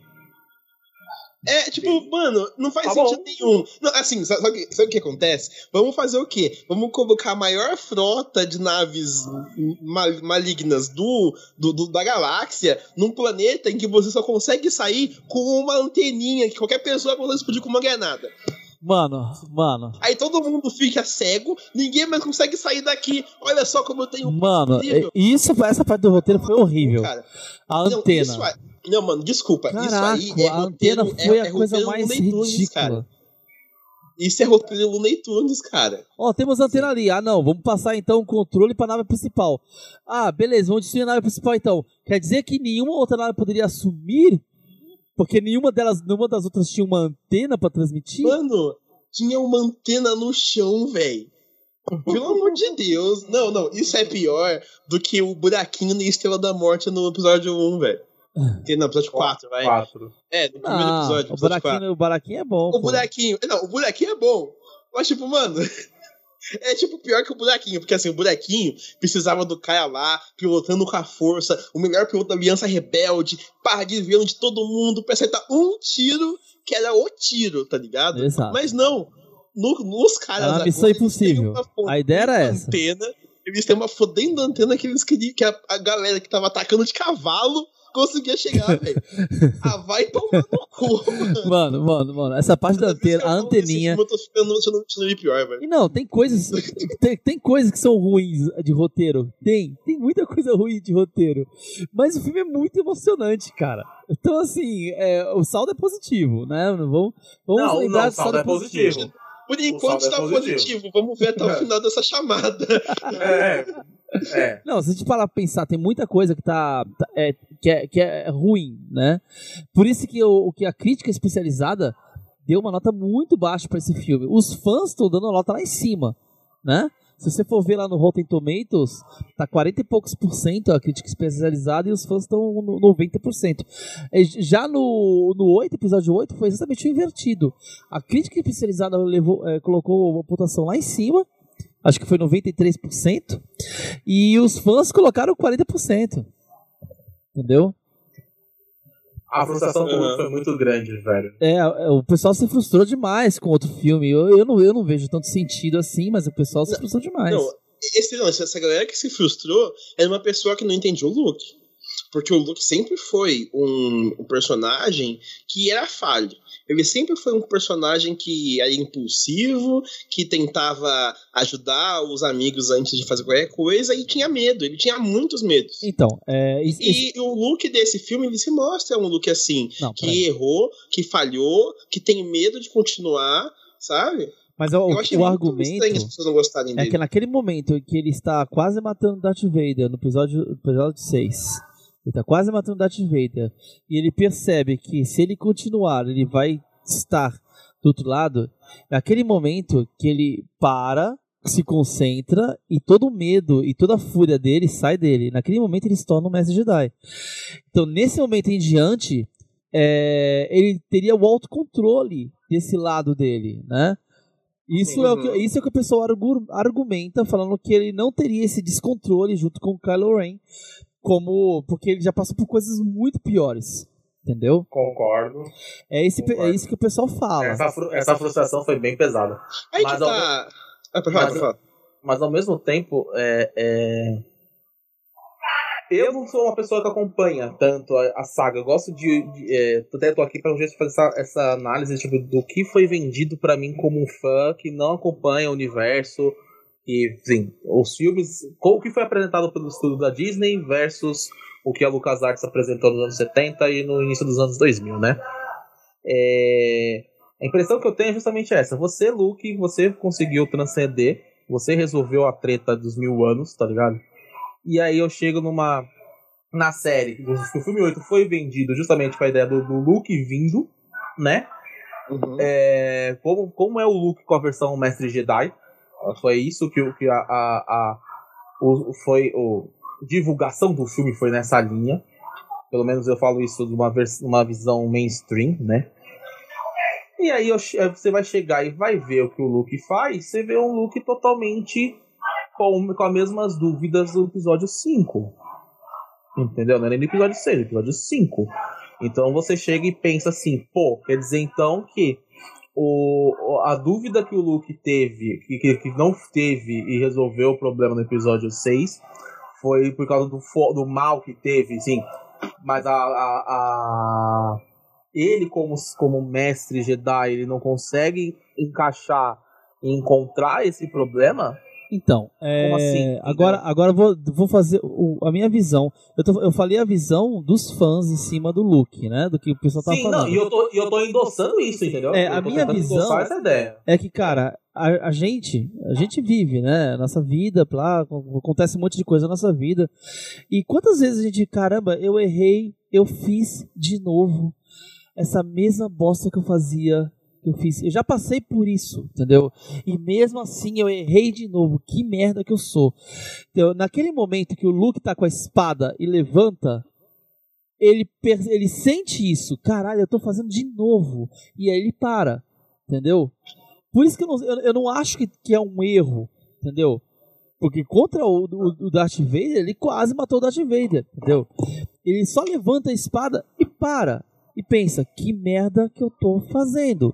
[SPEAKER 2] É, tipo, mano, não faz
[SPEAKER 1] Tá
[SPEAKER 2] sentido
[SPEAKER 1] bom.
[SPEAKER 2] nenhum. Não, assim, sabe, sabe, sabe o que acontece? Vamos fazer o quê? Vamos colocar a maior frota de naves ma- malignas do, do, do- da galáxia num planeta em que você só consegue sair com uma anteninha que qualquer pessoa consegue explodir com uma granada.
[SPEAKER 3] Mano, mano.
[SPEAKER 2] Aí todo mundo fica cego, ninguém mais consegue sair daqui. Olha só como eu tenho.
[SPEAKER 3] Mano,
[SPEAKER 2] incrível.
[SPEAKER 3] é- isso, essa parte do roteiro foi horrível.
[SPEAKER 2] Cara,
[SPEAKER 3] A
[SPEAKER 2] não,
[SPEAKER 3] antena.
[SPEAKER 2] isso aí- não, mano, desculpa. isso
[SPEAKER 3] Caraca,
[SPEAKER 2] aí é
[SPEAKER 3] a
[SPEAKER 2] roteiro,
[SPEAKER 3] antena foi
[SPEAKER 2] é,
[SPEAKER 3] a
[SPEAKER 2] é
[SPEAKER 3] coisa
[SPEAKER 2] roteiro
[SPEAKER 3] mais
[SPEAKER 2] Looney Tunes,
[SPEAKER 3] ridícula.
[SPEAKER 2] cara. Isso é roteiro Looney Tunes, cara.
[SPEAKER 3] Ó, temos a antena ali. Ah, não, vamos passar então o controle pra nave principal. Ah, beleza, vamos destruir a nave principal então. Quer dizer que nenhuma outra nave poderia assumir? Porque nenhuma delas, nenhuma das outras tinha uma antena pra transmitir?
[SPEAKER 2] Mano, tinha uma antena no chão, velho. Pelo amor de Deus. Não, não, isso é pior do que o buraquinho na Estrela da Morte no episódio um, velho. Que- Não, episódio quatro, vai.
[SPEAKER 1] Quatro.
[SPEAKER 2] É, no primeiro
[SPEAKER 3] Não,
[SPEAKER 2] episódio.
[SPEAKER 3] o
[SPEAKER 2] episódio
[SPEAKER 3] buraquinho,
[SPEAKER 2] quatro.
[SPEAKER 3] o buraquinho é bom.
[SPEAKER 2] O
[SPEAKER 3] pô.
[SPEAKER 2] buraquinho. Não, o buraquinho é bom. Mas, tipo, mano. É tipo pior que o buraquinho, porque assim, o buraquinho precisava do cara lá, pilotando com a força, o melhor piloto da Aliança Rebelde, pá, desviando de todo mundo pra acertar um tiro, que era o tiro, tá ligado?
[SPEAKER 3] Exato.
[SPEAKER 2] Mas não, no, nos caras
[SPEAKER 3] Era uma
[SPEAKER 2] agora,
[SPEAKER 3] missão
[SPEAKER 2] eles têm
[SPEAKER 3] impossível.
[SPEAKER 2] uma fodenda
[SPEAKER 3] A ideia era essa.
[SPEAKER 2] antena, eles têm uma fodenda antena que eles queriam, que a, a galera que tava atacando de cavalo conseguia chegar, velho. Ah, vai tomar no cu, mano.
[SPEAKER 3] Mano, mano, mano, essa parte da
[SPEAKER 2] Cada vez
[SPEAKER 3] antena,
[SPEAKER 2] que eu
[SPEAKER 3] a
[SPEAKER 2] falo desse
[SPEAKER 3] anteninha.
[SPEAKER 2] filme, eu tô ficando achando achando ele pior, velho.
[SPEAKER 3] E não, tem coisas. Tem, tem coisas que são ruins de roteiro. Tem, tem muita coisa ruim de roteiro. Mas o filme é muito emocionante, cara. Então, assim, é, o saldo é positivo, né? Vamos, vamos
[SPEAKER 1] Não,
[SPEAKER 3] lembrar
[SPEAKER 1] não,
[SPEAKER 3] do
[SPEAKER 1] o saldo é positivo.
[SPEAKER 2] Por
[SPEAKER 1] O
[SPEAKER 2] enquanto
[SPEAKER 1] saldo é
[SPEAKER 2] tá
[SPEAKER 1] positivo.
[SPEAKER 2] positivo. Vamos ver até o final dessa chamada.
[SPEAKER 1] É, é.
[SPEAKER 3] Não, se a gente parar pra pensar, tem muita coisa que tá, tá- é, que, é, que é ruim, né? Por isso que, o, que a crítica especializada deu uma nota muito baixa pra esse filme. Os fãs estão dando uma nota lá em cima, né? Se você for ver lá no Rotten Tomatoes, tá quarenta e poucos por cento a crítica especializada e os fãs estão no noventa por cento. É, Já no, no oito, episódio oito, foi exatamente o invertido. A crítica especializada levou, é, colocou a pontuação lá em cima, acho que foi noventa e três por cento, e os fãs colocaram quarenta por cento. Entendeu?
[SPEAKER 1] A frustração do público foi muito grande, velho.
[SPEAKER 3] É, é, o pessoal se frustrou demais com outro filme. Eu, eu, não, eu não vejo tanto sentido assim, mas o pessoal se
[SPEAKER 2] Não,
[SPEAKER 3] frustrou demais.
[SPEAKER 2] Não, esse, não, essa galera que se frustrou era uma pessoa que não entendia o Luke. Porque o Luke sempre foi um, um personagem que era falho. Ele sempre foi um personagem que era impulsivo, que tentava ajudar os amigos antes de fazer qualquer coisa e tinha medo. Ele tinha muitos medos.
[SPEAKER 3] Então, é, is- is-
[SPEAKER 2] E o Luke desse filme, ele se mostra um Luke assim,
[SPEAKER 3] Não,
[SPEAKER 2] que
[SPEAKER 3] peraí.
[SPEAKER 2] errou, que falhou, que tem medo de continuar, sabe?
[SPEAKER 3] mas ó,
[SPEAKER 2] Eu
[SPEAKER 3] o,
[SPEAKER 2] achei
[SPEAKER 3] o
[SPEAKER 2] muito
[SPEAKER 3] argumento
[SPEAKER 2] estranho as pessoas não gostarem
[SPEAKER 3] é
[SPEAKER 2] dele.
[SPEAKER 3] que naquele momento em que ele está quase matando Darth Vader, no episódio, episódio seis, ele está quase matando Darth Vader, e ele percebe que se ele continuar, ele vai estar do outro lado, é aquele momento que ele para, se concentra, e todo o medo e toda a fúria dele sai dele. Naquele momento ele se torna um mestre Jedi. Então, nesse momento em diante, é, ele teria o autocontrole desse lado dele, né? Isso,
[SPEAKER 2] Sim.
[SPEAKER 3] é o que, isso é o que o pessoal argu- argumenta, falando que ele não teria esse descontrole junto com o Kylo Ren, como, porque ele já passou por coisas muito piores, entendeu?
[SPEAKER 1] Concordo.
[SPEAKER 3] É, esse, pe- é
[SPEAKER 1] Concordo.
[SPEAKER 3] isso que o pessoal fala.
[SPEAKER 1] Essa, fru- essa frustração foi bem pesada.
[SPEAKER 2] Aí
[SPEAKER 1] Mas
[SPEAKER 2] que
[SPEAKER 1] ao
[SPEAKER 2] tá. Ah, pode falar,
[SPEAKER 1] mas-
[SPEAKER 2] pode falar.
[SPEAKER 1] Mas ao mesmo tempo, é, é, eu não sou uma pessoa que acompanha tanto a, a saga. Eu gosto de. de é, até tô aqui pra um jeito de fazer essa, essa análise tipo, do que foi vendido pra mim como um fã que não acompanha o universo. E, sim, os filmes. O que foi apresentado pelo estúdio da Disney versus o que a LucasArts apresentou nos anos setenta e no início dos anos dois mil, né? É, a impressão que eu tenho é justamente essa. Você, Luke, você conseguiu transcender. Você resolveu a treta dos mil anos, tá ligado? E aí eu chego numa, na série, o filme oito foi vendido justamente com a ideia do, do Luke vindo, né? Uhum. É, como, como é o Luke com a versão Mestre Jedi. Foi isso que, que a, a, a o, foi o divulgação do filme foi nessa linha. Pelo menos eu falo isso de uma, vers- uma visão mainstream, né? E aí eu, você vai chegar e vai ver o que o Luke faz. Você vê um Luke totalmente com, com as mesmas dúvidas do episódio cinco. Entendeu? Não é nem do episódio seis, é do episódio cinco. Então você chega e pensa assim, pô, quer dizer então que o, a dúvida que o Luke teve, que, que não teve e resolveu o problema no episódio seis, foi por causa do, do mal que teve, sim. Mas a, a, a ele como, como mestre Jedi, ele não consegue encaixar e encontrar esse problema?
[SPEAKER 3] Então, é, Como assim? agora, agora eu vou, vou fazer o, a minha visão. Eu, tô, eu falei a visão dos fãs em cima do Luke, né? Do que o pessoal tá
[SPEAKER 1] Sim,
[SPEAKER 3] falando.
[SPEAKER 1] Sim, e eu tô, eu tô endossando isso, entendeu?
[SPEAKER 3] É,
[SPEAKER 1] eu
[SPEAKER 3] a minha visão
[SPEAKER 1] essa ideia.
[SPEAKER 3] é que, cara, a, a gente a gente vive, né? A nossa vida, lá, acontece um monte de coisa na nossa vida. E quantas vezes a gente, caramba, eu errei, eu fiz de novo essa mesma bosta que eu fazia... Eu fiz, eu já passei por isso, entendeu? E mesmo assim eu errei de novo. Que merda que eu sou. Então, naquele momento que o Luke tá com a espada e levanta, ele, ele sente isso. Caralho, eu tô fazendo de novo. E aí ele para, entendeu? Por isso que eu não, eu, eu não acho que, que é um erro, entendeu? Porque contra o, o, o Darth Vader, ele quase matou o Darth Vader, entendeu? Ele só levanta a espada e para. E pensa, que merda que eu tô fazendo.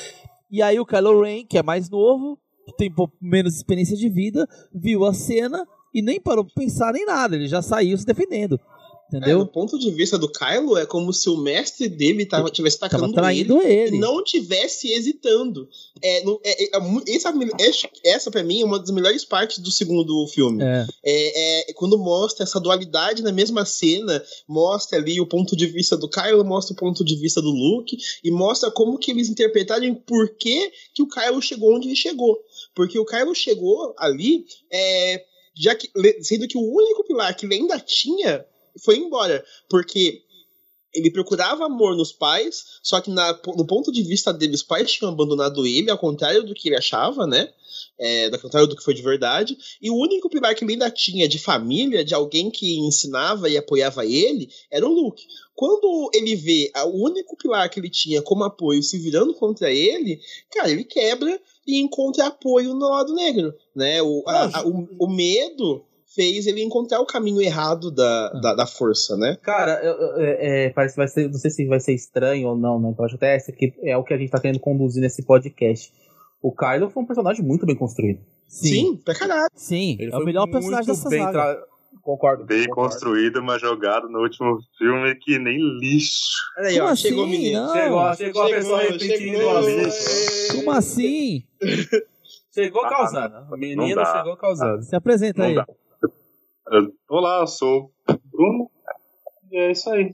[SPEAKER 3] E aí o Kylo Ren, que é mais novo, que tem menos experiência de vida, viu a cena e nem parou pra pensar nem nada. Ele já saiu se defendendo. Entendeu?
[SPEAKER 2] É, do ponto de vista do Kylo, é como se o mestre dele tava, tivesse atacando
[SPEAKER 3] tava traindo ele, ele
[SPEAKER 2] e não tivesse hesitando. É, no, é, é, é, essa, essa, pra mim, é uma das melhores partes do segundo filme.
[SPEAKER 3] É.
[SPEAKER 2] É, é, quando mostra essa dualidade na mesma cena, mostra ali o ponto de vista do Kylo, mostra o ponto de vista do Luke, e mostra como que eles interpretaram e por que, que o Kylo chegou onde ele chegou. Porque o Kylo chegou ali, é, já que, sendo que o único pilar que ele ainda tinha foi embora, porque ele procurava amor nos pais, só que na, no ponto de vista dele, os pais tinham abandonado ele, ao contrário do que ele achava, né? É, ao contrário do que foi de verdade. E o único pilar que ele ainda tinha de família, de alguém que ensinava e apoiava ele, era o Luke. Quando ele vê o único pilar que ele tinha como apoio se virando contra ele, cara, ele quebra e encontra apoio no lado negro, né? O, a, a, o, o medo fez ele encontrar o caminho errado da, da, da força, né?
[SPEAKER 1] Cara, eu, eu, é, parece que vai ser, não sei se vai ser estranho ou não, né? Então acho até essa que é o que a gente tá querendo conduzir nesse podcast. O Kylo foi um personagem muito bem construído.
[SPEAKER 2] Sim, Sim pra caralho.
[SPEAKER 3] Sim, ele é o melhor personagem dessa saga. Tra...
[SPEAKER 1] Concordo.
[SPEAKER 4] Bem
[SPEAKER 1] concordo.
[SPEAKER 4] construído, mas jogado no último filme que nem lixo.
[SPEAKER 2] Olha aí, ó,
[SPEAKER 3] assim?
[SPEAKER 2] chegou o menino.
[SPEAKER 3] Não.
[SPEAKER 1] Chegou, chegou a pessoa repetindo a lixo.
[SPEAKER 3] Como assim?
[SPEAKER 1] Chegou causando. O menino chegou causando.
[SPEAKER 3] Se apresenta
[SPEAKER 4] não
[SPEAKER 3] aí.
[SPEAKER 4] Dá. Olá, eu sou o Bruno. E é isso aí.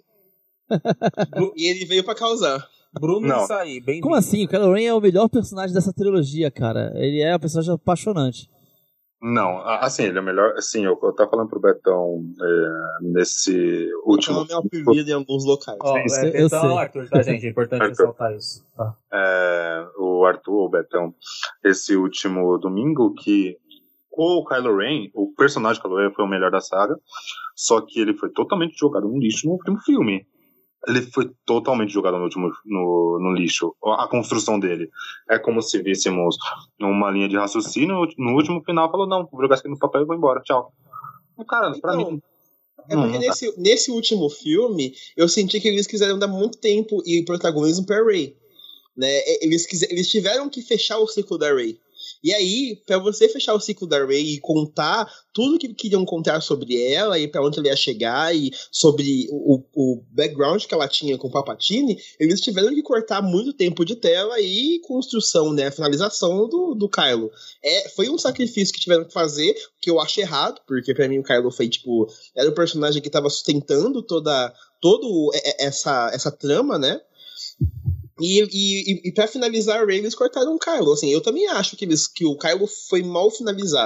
[SPEAKER 2] E ele veio pra causar.
[SPEAKER 1] Bruno
[SPEAKER 4] Não.
[SPEAKER 1] Isso aí, bem
[SPEAKER 3] Como assim? O Kylo Ren é o melhor personagem dessa trilogia, cara. Ele é um personagem apaixonante.
[SPEAKER 4] Não, assim, ele é melhor. Assim, eu, eu tava falando pro Betão é, nesse último.
[SPEAKER 2] Então, é meu apelido em alguns locais.
[SPEAKER 1] Ó,
[SPEAKER 3] Sim,
[SPEAKER 1] é,
[SPEAKER 3] eu
[SPEAKER 1] então,
[SPEAKER 3] sei.
[SPEAKER 1] Arthur, tá, gente? É importante
[SPEAKER 4] Arthur.
[SPEAKER 1] ressaltar isso. Tá.
[SPEAKER 4] É, o Arthur, o Betão, esse último domingo, que o Kylo Ren, o personagem Kylo Ren foi o melhor da saga, só que ele foi totalmente jogado no lixo no último filme. Ele foi totalmente jogado no, último, no, no lixo. A construção dele. É como se víssemos uma linha de raciocínio. No último final, falou: não, vou jogar isso aqui no papel e vou embora. Tchau. Cara,
[SPEAKER 2] então,
[SPEAKER 4] pra mim.
[SPEAKER 2] É porque nesse, nesse último filme, eu senti que eles quiseram dar muito tempo e protagonismo pra Rey. Né? Eles, quiser, eles tiveram que fechar o ciclo da Rey. E aí, pra você fechar o ciclo da Rey e contar tudo que queriam contar sobre ela e pra onde ela ia chegar e sobre o, o background que ela tinha com o Palpatine, eles tiveram que cortar muito tempo de tela e construção, né, finalização do, do Kylo. É, foi um sacrifício que tiveram que fazer, que eu acho errado, porque pra mim o Kylo foi, tipo, era o personagem que tava sustentando toda, todo essa, essa trama, né? E, e, e pra finalizar a Rey, eles cortaram o Kylo. Assim, eu também acho que, eles, que o Kylo foi mal finalizado.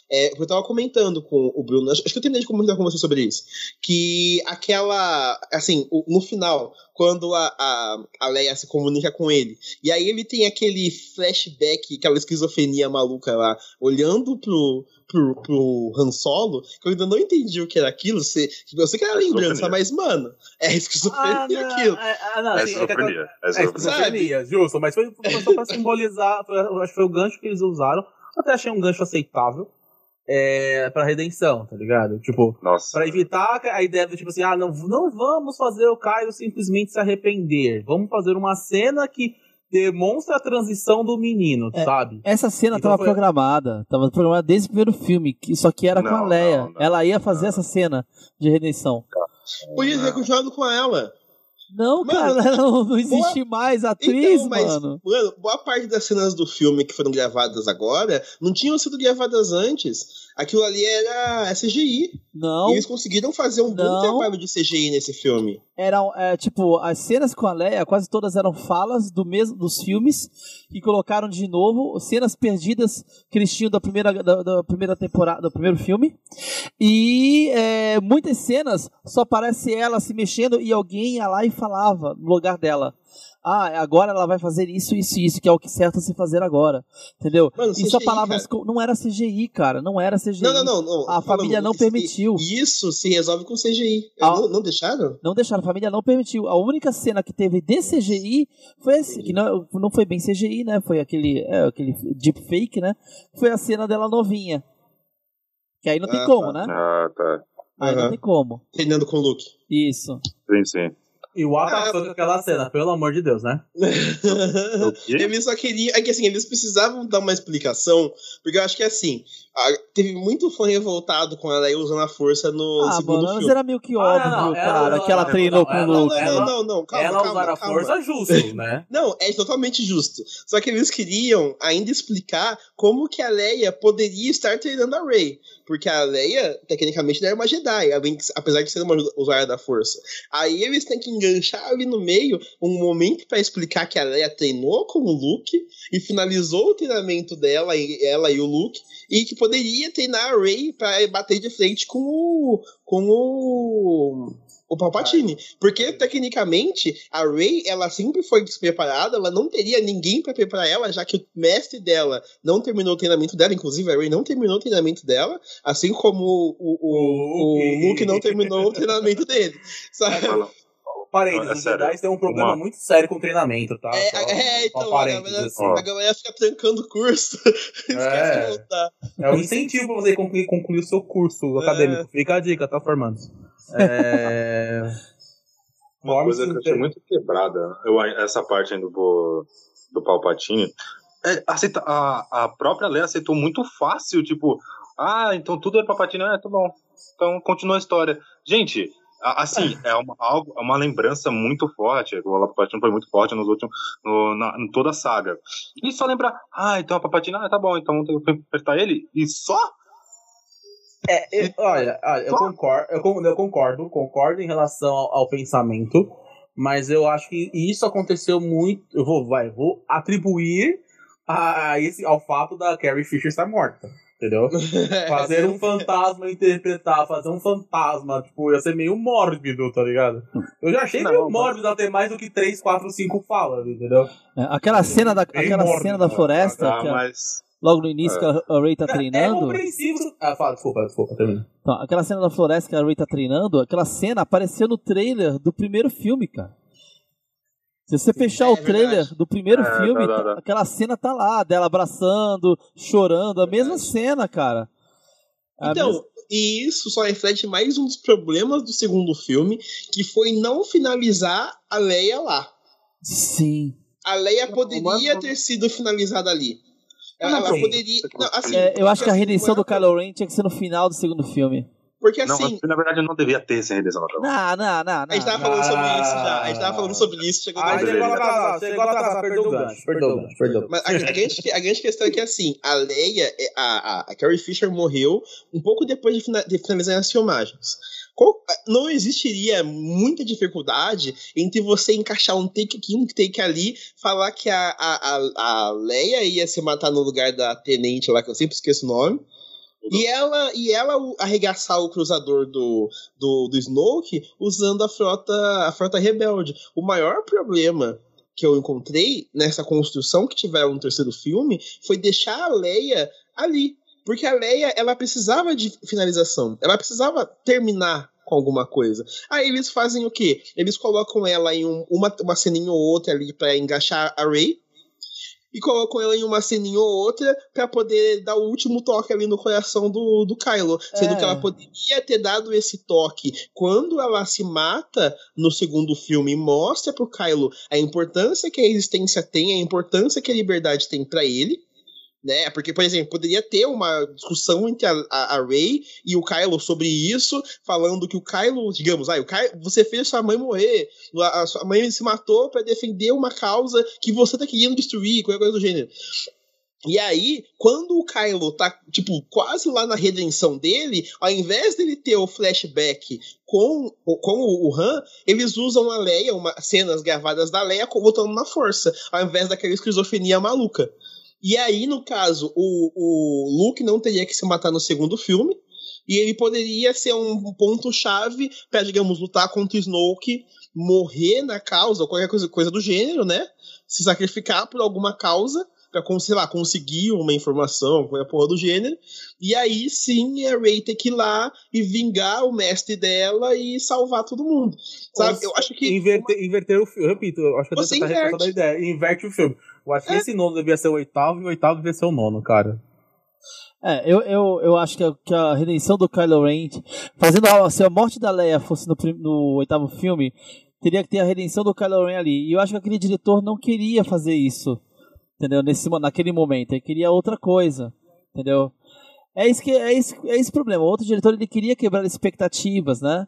[SPEAKER 2] É, eu tava comentando com o Bruno, acho que eu terminei de comentar com você sobre isso, que aquela, assim, no final, quando a, a, a Leia se comunica com ele, e aí ele tem aquele flashback, aquela esquizofrenia maluca lá, olhando pro, pro, pro Han Solo, que eu ainda não entendi o que era aquilo, você, eu sei que era lembrança, mas, mano, é esquizofrenia
[SPEAKER 1] Ah, não,
[SPEAKER 2] aquilo.
[SPEAKER 1] é, ah, não,
[SPEAKER 4] É
[SPEAKER 1] assim, é que-
[SPEAKER 4] esquizofrenia. É
[SPEAKER 1] É
[SPEAKER 4] esquizofrenia.
[SPEAKER 1] esquizofrenia, justo, mas foi, foi só pra simbolizar, foi- eu acho que foi o gancho que eles usaram, até achei um gancho aceitável, é, pra redenção, tá ligado? Tipo,
[SPEAKER 4] Nossa.
[SPEAKER 1] pra evitar a ideia do tipo assim, ah, não, não vamos fazer o Kylo simplesmente se arrepender, vamos fazer uma cena que demonstra a transição do menino,
[SPEAKER 3] É.
[SPEAKER 1] sabe?
[SPEAKER 3] Essa cena
[SPEAKER 1] Então
[SPEAKER 3] tava
[SPEAKER 1] foi-
[SPEAKER 3] programada, tava programada desde o primeiro filme, que, só que era com a
[SPEAKER 4] Não,
[SPEAKER 3] Leia.
[SPEAKER 4] não, não,
[SPEAKER 3] ela ia fazer
[SPEAKER 4] não.
[SPEAKER 3] essa cena de redenção.
[SPEAKER 2] Podia ter continuado com ela.
[SPEAKER 3] Não,
[SPEAKER 2] Mano,
[SPEAKER 3] cara, não, não existe mais atriz,
[SPEAKER 2] Então, mas,
[SPEAKER 3] mano.
[SPEAKER 2] mano, boa parte das cenas do filme que foram gravadas agora não tinham sido gravadas antes. Aquilo ali era C G I.
[SPEAKER 3] Não,
[SPEAKER 2] E eles conseguiram fazer um bom
[SPEAKER 3] Não.
[SPEAKER 2] trabalho de C G I nesse filme.
[SPEAKER 3] eram, é, tipo, as cenas com a Leia, quase todas eram falas do mesmo, dos filmes, que colocaram de novo, cenas perdidas que eles tinham da primeira, da, da primeira temporada, do primeiro filme. E é, muitas cenas só aparece ela se mexendo e alguém ia lá e falava no lugar dela. Ah, agora ela vai fazer isso, isso e isso, que é o que certo a se fazer agora. Entendeu?
[SPEAKER 2] Mano,
[SPEAKER 3] E
[SPEAKER 2] C G I,
[SPEAKER 3] só palavras.
[SPEAKER 2] cara.
[SPEAKER 3] com- Não era C G I, cara. Não era C G I.
[SPEAKER 2] Não, não, não. não
[SPEAKER 3] A
[SPEAKER 2] Falando,
[SPEAKER 3] família não
[SPEAKER 2] isso-
[SPEAKER 3] permitiu.
[SPEAKER 2] Isso se resolve com C G I.
[SPEAKER 3] Ah.
[SPEAKER 2] Não, não deixaram?
[SPEAKER 3] Não deixaram, a família não permitiu. A única cena que teve de C G I foi assim, que não, não foi bem C G I, né? Foi aquele, é, aquele deepfake, né? Foi a cena dela novinha. Que aí não tem
[SPEAKER 2] Ah,
[SPEAKER 3] como,
[SPEAKER 2] tá.
[SPEAKER 3] né?
[SPEAKER 4] Ah, tá.
[SPEAKER 3] Aí não
[SPEAKER 2] Aham.
[SPEAKER 3] tem como.
[SPEAKER 2] Treinando com o Luke.
[SPEAKER 3] Isso.
[SPEAKER 4] Sim, sim.
[SPEAKER 1] E o Ata foi com aquela cena, pelo amor de Deus, né?
[SPEAKER 4] O quê?
[SPEAKER 2] Eles só queriam. É que assim, eles precisavam dar uma explicação, porque eu acho que assim, a- teve muito fã revoltado com ela aí usando a força no
[SPEAKER 3] Ah,
[SPEAKER 2] segundo
[SPEAKER 3] mano, mas
[SPEAKER 2] filme.
[SPEAKER 3] era meio que
[SPEAKER 1] Ah,
[SPEAKER 3] óbvio,
[SPEAKER 1] não, ela-
[SPEAKER 3] cara,
[SPEAKER 1] ela-
[SPEAKER 3] que ela
[SPEAKER 1] não,
[SPEAKER 3] treinou
[SPEAKER 1] não,
[SPEAKER 3] com o
[SPEAKER 1] ela-
[SPEAKER 2] Não,
[SPEAKER 3] Luke.
[SPEAKER 2] não,
[SPEAKER 1] ela-
[SPEAKER 2] não, não, não, calma,
[SPEAKER 1] Ela
[SPEAKER 2] calma,
[SPEAKER 1] usar a
[SPEAKER 2] calma.
[SPEAKER 1] força justo, né?
[SPEAKER 2] Não, é totalmente justo. Só que eles queriam ainda explicar como que a Leia poderia estar treinando a Rey. Porque a Leia, tecnicamente, não é uma Jedi, além de- apesar de ser uma usuária da força. Aí eles têm que enganchar ali no meio um momento pra explicar que a Leia treinou com o Luke e finalizou o treinamento dela, e- ela e o Luke, e que poderia treinar a Rey pra bater de frente com o. com o. o Palpatine. Porque, tecnicamente, a Rey, ela sempre foi despreparada, ela não teria ninguém pra preparar ela, já que o mestre dela não terminou o treinamento dela, inclusive a Rey não terminou o treinamento dela, assim como o, o, o, o Luke não terminou o treinamento dele. Sabe?
[SPEAKER 4] Fala.
[SPEAKER 1] Parênteses,
[SPEAKER 4] Não, é
[SPEAKER 1] os
[SPEAKER 4] sério.
[SPEAKER 1] Jedi têm um problema
[SPEAKER 4] Uma-
[SPEAKER 1] muito sério com treinamento, tá?
[SPEAKER 2] É,
[SPEAKER 1] Só-
[SPEAKER 2] é,
[SPEAKER 1] só
[SPEAKER 2] então, a
[SPEAKER 1] parênteses,
[SPEAKER 2] galera,
[SPEAKER 1] assim.
[SPEAKER 2] a galera fica trancando o curso. Esquece de voltar.
[SPEAKER 1] É um incentivo pra você concluir, concluir o seu curso
[SPEAKER 2] É.
[SPEAKER 1] acadêmico. Fica a dica, tá formando. É...
[SPEAKER 4] Uma coisa que eu achei muito quebrada, eu, essa parte ainda do, do Palpatine, é, aceita, a, a própria Leia aceitou muito fácil, tipo, ah, então tudo é Palpatine, ah, tá bom, então continua a história. Gente, a- assim, é uma, algo, é uma lembrança muito forte, o Palpatine foi muito forte nos últimos, no, na, em toda a saga. E só lembrar, ah, então a Palpatine, ah, tá bom, então vamos ter que apertar ele, e só?
[SPEAKER 1] É, eu- olha, olha, eu concordo, eu, con- eu concordo, concordo em relação ao, ao pensamento, mas eu acho que isso aconteceu muito. Eu vou, vai, vou atribuir a, a esse, ao fato da Carrie Fisher estar morta, entendeu? Fazer um fantasma interpretar, fazer um fantasma, tipo, ia ser meio mórbido, tá ligado? Eu já achei
[SPEAKER 4] Não,
[SPEAKER 1] meio
[SPEAKER 4] mas-
[SPEAKER 1] mórbido ela ter mais do que três, quatro, cinco falas, entendeu?
[SPEAKER 3] É, aquela cena da,
[SPEAKER 1] Bem
[SPEAKER 3] aquela
[SPEAKER 1] mórbido,
[SPEAKER 3] cena da
[SPEAKER 1] né?
[SPEAKER 3] floresta,
[SPEAKER 4] Ah,
[SPEAKER 3] que a-
[SPEAKER 4] mas...
[SPEAKER 3] logo no início
[SPEAKER 4] É.
[SPEAKER 3] que a a Rey tá
[SPEAKER 1] É
[SPEAKER 3] treinando.
[SPEAKER 1] compreensível. Ah, fala, desculpa, desculpa, termina.
[SPEAKER 3] Então, aquela cena da floresta que a Rey tá treinando, aquela cena apareceu no trailer do primeiro filme, cara. Se você fechar
[SPEAKER 2] é
[SPEAKER 3] o trailer
[SPEAKER 2] verdade.
[SPEAKER 3] do primeiro
[SPEAKER 4] É,
[SPEAKER 3] filme,
[SPEAKER 4] tá, tá, tá.
[SPEAKER 3] aquela cena tá lá, dela abraçando, chorando, a mesma cena, cara. A
[SPEAKER 2] Então,
[SPEAKER 3] mesma-
[SPEAKER 2] e isso só reflete mais um dos problemas do segundo filme, que foi não finalizar a Leia lá.
[SPEAKER 3] Sim.
[SPEAKER 2] A Leia
[SPEAKER 4] Não,
[SPEAKER 2] poderia
[SPEAKER 4] mas-
[SPEAKER 2] ter sido finalizada ali. Ela,
[SPEAKER 4] Não,
[SPEAKER 2] ela
[SPEAKER 4] sim.
[SPEAKER 2] poderia. Não, assim,
[SPEAKER 3] É, eu acho que a
[SPEAKER 2] assim,
[SPEAKER 3] redenção do
[SPEAKER 2] não é-
[SPEAKER 3] Kylo Ren tinha que ser no final do segundo filme.
[SPEAKER 2] Porque
[SPEAKER 4] Não,
[SPEAKER 2] assim,
[SPEAKER 4] mas, na verdade não devia ter essa redenção. Não.
[SPEAKER 3] Não, não, não,
[SPEAKER 2] a gente
[SPEAKER 3] não.
[SPEAKER 2] tava falando sobre
[SPEAKER 1] Ah.
[SPEAKER 2] isso já. A gente tava falando sobre isso, chegando
[SPEAKER 1] Ah,
[SPEAKER 2] no
[SPEAKER 1] chegou
[SPEAKER 4] deveria.
[SPEAKER 1] atrasado, chegou atrasado, perdeu o gancho, perdeu o gancho, perdeu.
[SPEAKER 2] Mas a, a, grande, a grande questão é que, assim, a Leia, é- a, a, a Carrie Fisher morreu um pouco depois de, fina, de finalizar as filmagens. Qual- não existiria muita dificuldade entre você encaixar um take aqui, um take ali, falar que a, a, a, a Leia ia se matar no lugar da tenente lá, que eu sempre esqueço o nome, E ela, e ela arregaçar o cruzador do, do, do Snoke usando a frota, a frota rebelde. O maior problema que eu encontrei nessa construção que tiveram no terceiro filme foi deixar a Leia ali. Porque a Leia, ela precisava de finalização. Ela precisava terminar com alguma coisa. Aí eles fazem o quê? Eles colocam ela em um, uma, uma ceninha ou outra ali pra engaixar a Rey. E colocam ela em uma ceninha ou outra pra poder dar o último toque ali no coração do, do Kylo. Sendo
[SPEAKER 3] É.
[SPEAKER 2] que ela poderia ter dado esse toque quando ela se mata no segundo filme e mostra pro Kylo a importância que a existência tem, a importância que a liberdade tem pra ele. Né? Porque, por exemplo, poderia ter uma discussão entre a, a, a Rey e o Kylo sobre isso, falando que o Kylo, digamos, ah, o Kylo, você fez sua mãe morrer, a, a sua mãe se matou pra defender uma causa que você tá querendo destruir, qualquer coisa do gênero. E aí, quando o Kylo tá, tipo, quase lá na redenção dele, ao invés dele ter o flashback com, com o Han, eles usam a Leia, uma, cenas gravadas da Leia voltando na força, ao invés daquela esquizofrenia maluca. E aí, no caso, o, o Luke não teria que se matar no segundo filme, e ele poderia ser um ponto-chave pra, digamos, lutar contra o Snoke, morrer na causa, ou qualquer coisa, coisa do gênero, né? Se sacrificar por alguma causa, pra, sei lá, conseguir uma informação, qualquer porra do gênero, e aí sim a Rey ter que ir lá e vingar o mestre dela e salvar todo mundo. Sabe?
[SPEAKER 1] Nossa,
[SPEAKER 2] eu acho que.
[SPEAKER 1] Inverter, uma... inverter o filme, eu repito, eu acho que
[SPEAKER 2] Você
[SPEAKER 1] você tá reforçando a ideia. Inverte o filme. Eu acho que é. esse nono devia ser o oitavo e o oitavo devia ser o nono, cara.
[SPEAKER 3] É, eu, eu, eu acho que a, que a redenção do Kylo Ren, fazendo a, se a morte da Leia fosse no, no oitavo filme, teria que ter a redenção do Kylo Ren ali. E eu acho que aquele diretor não queria fazer isso, entendeu? Nesse, naquele momento, ele queria outra coisa, entendeu? É isso que é esse, é esse problema. O outro diretor, ele queria quebrar expectativas, né?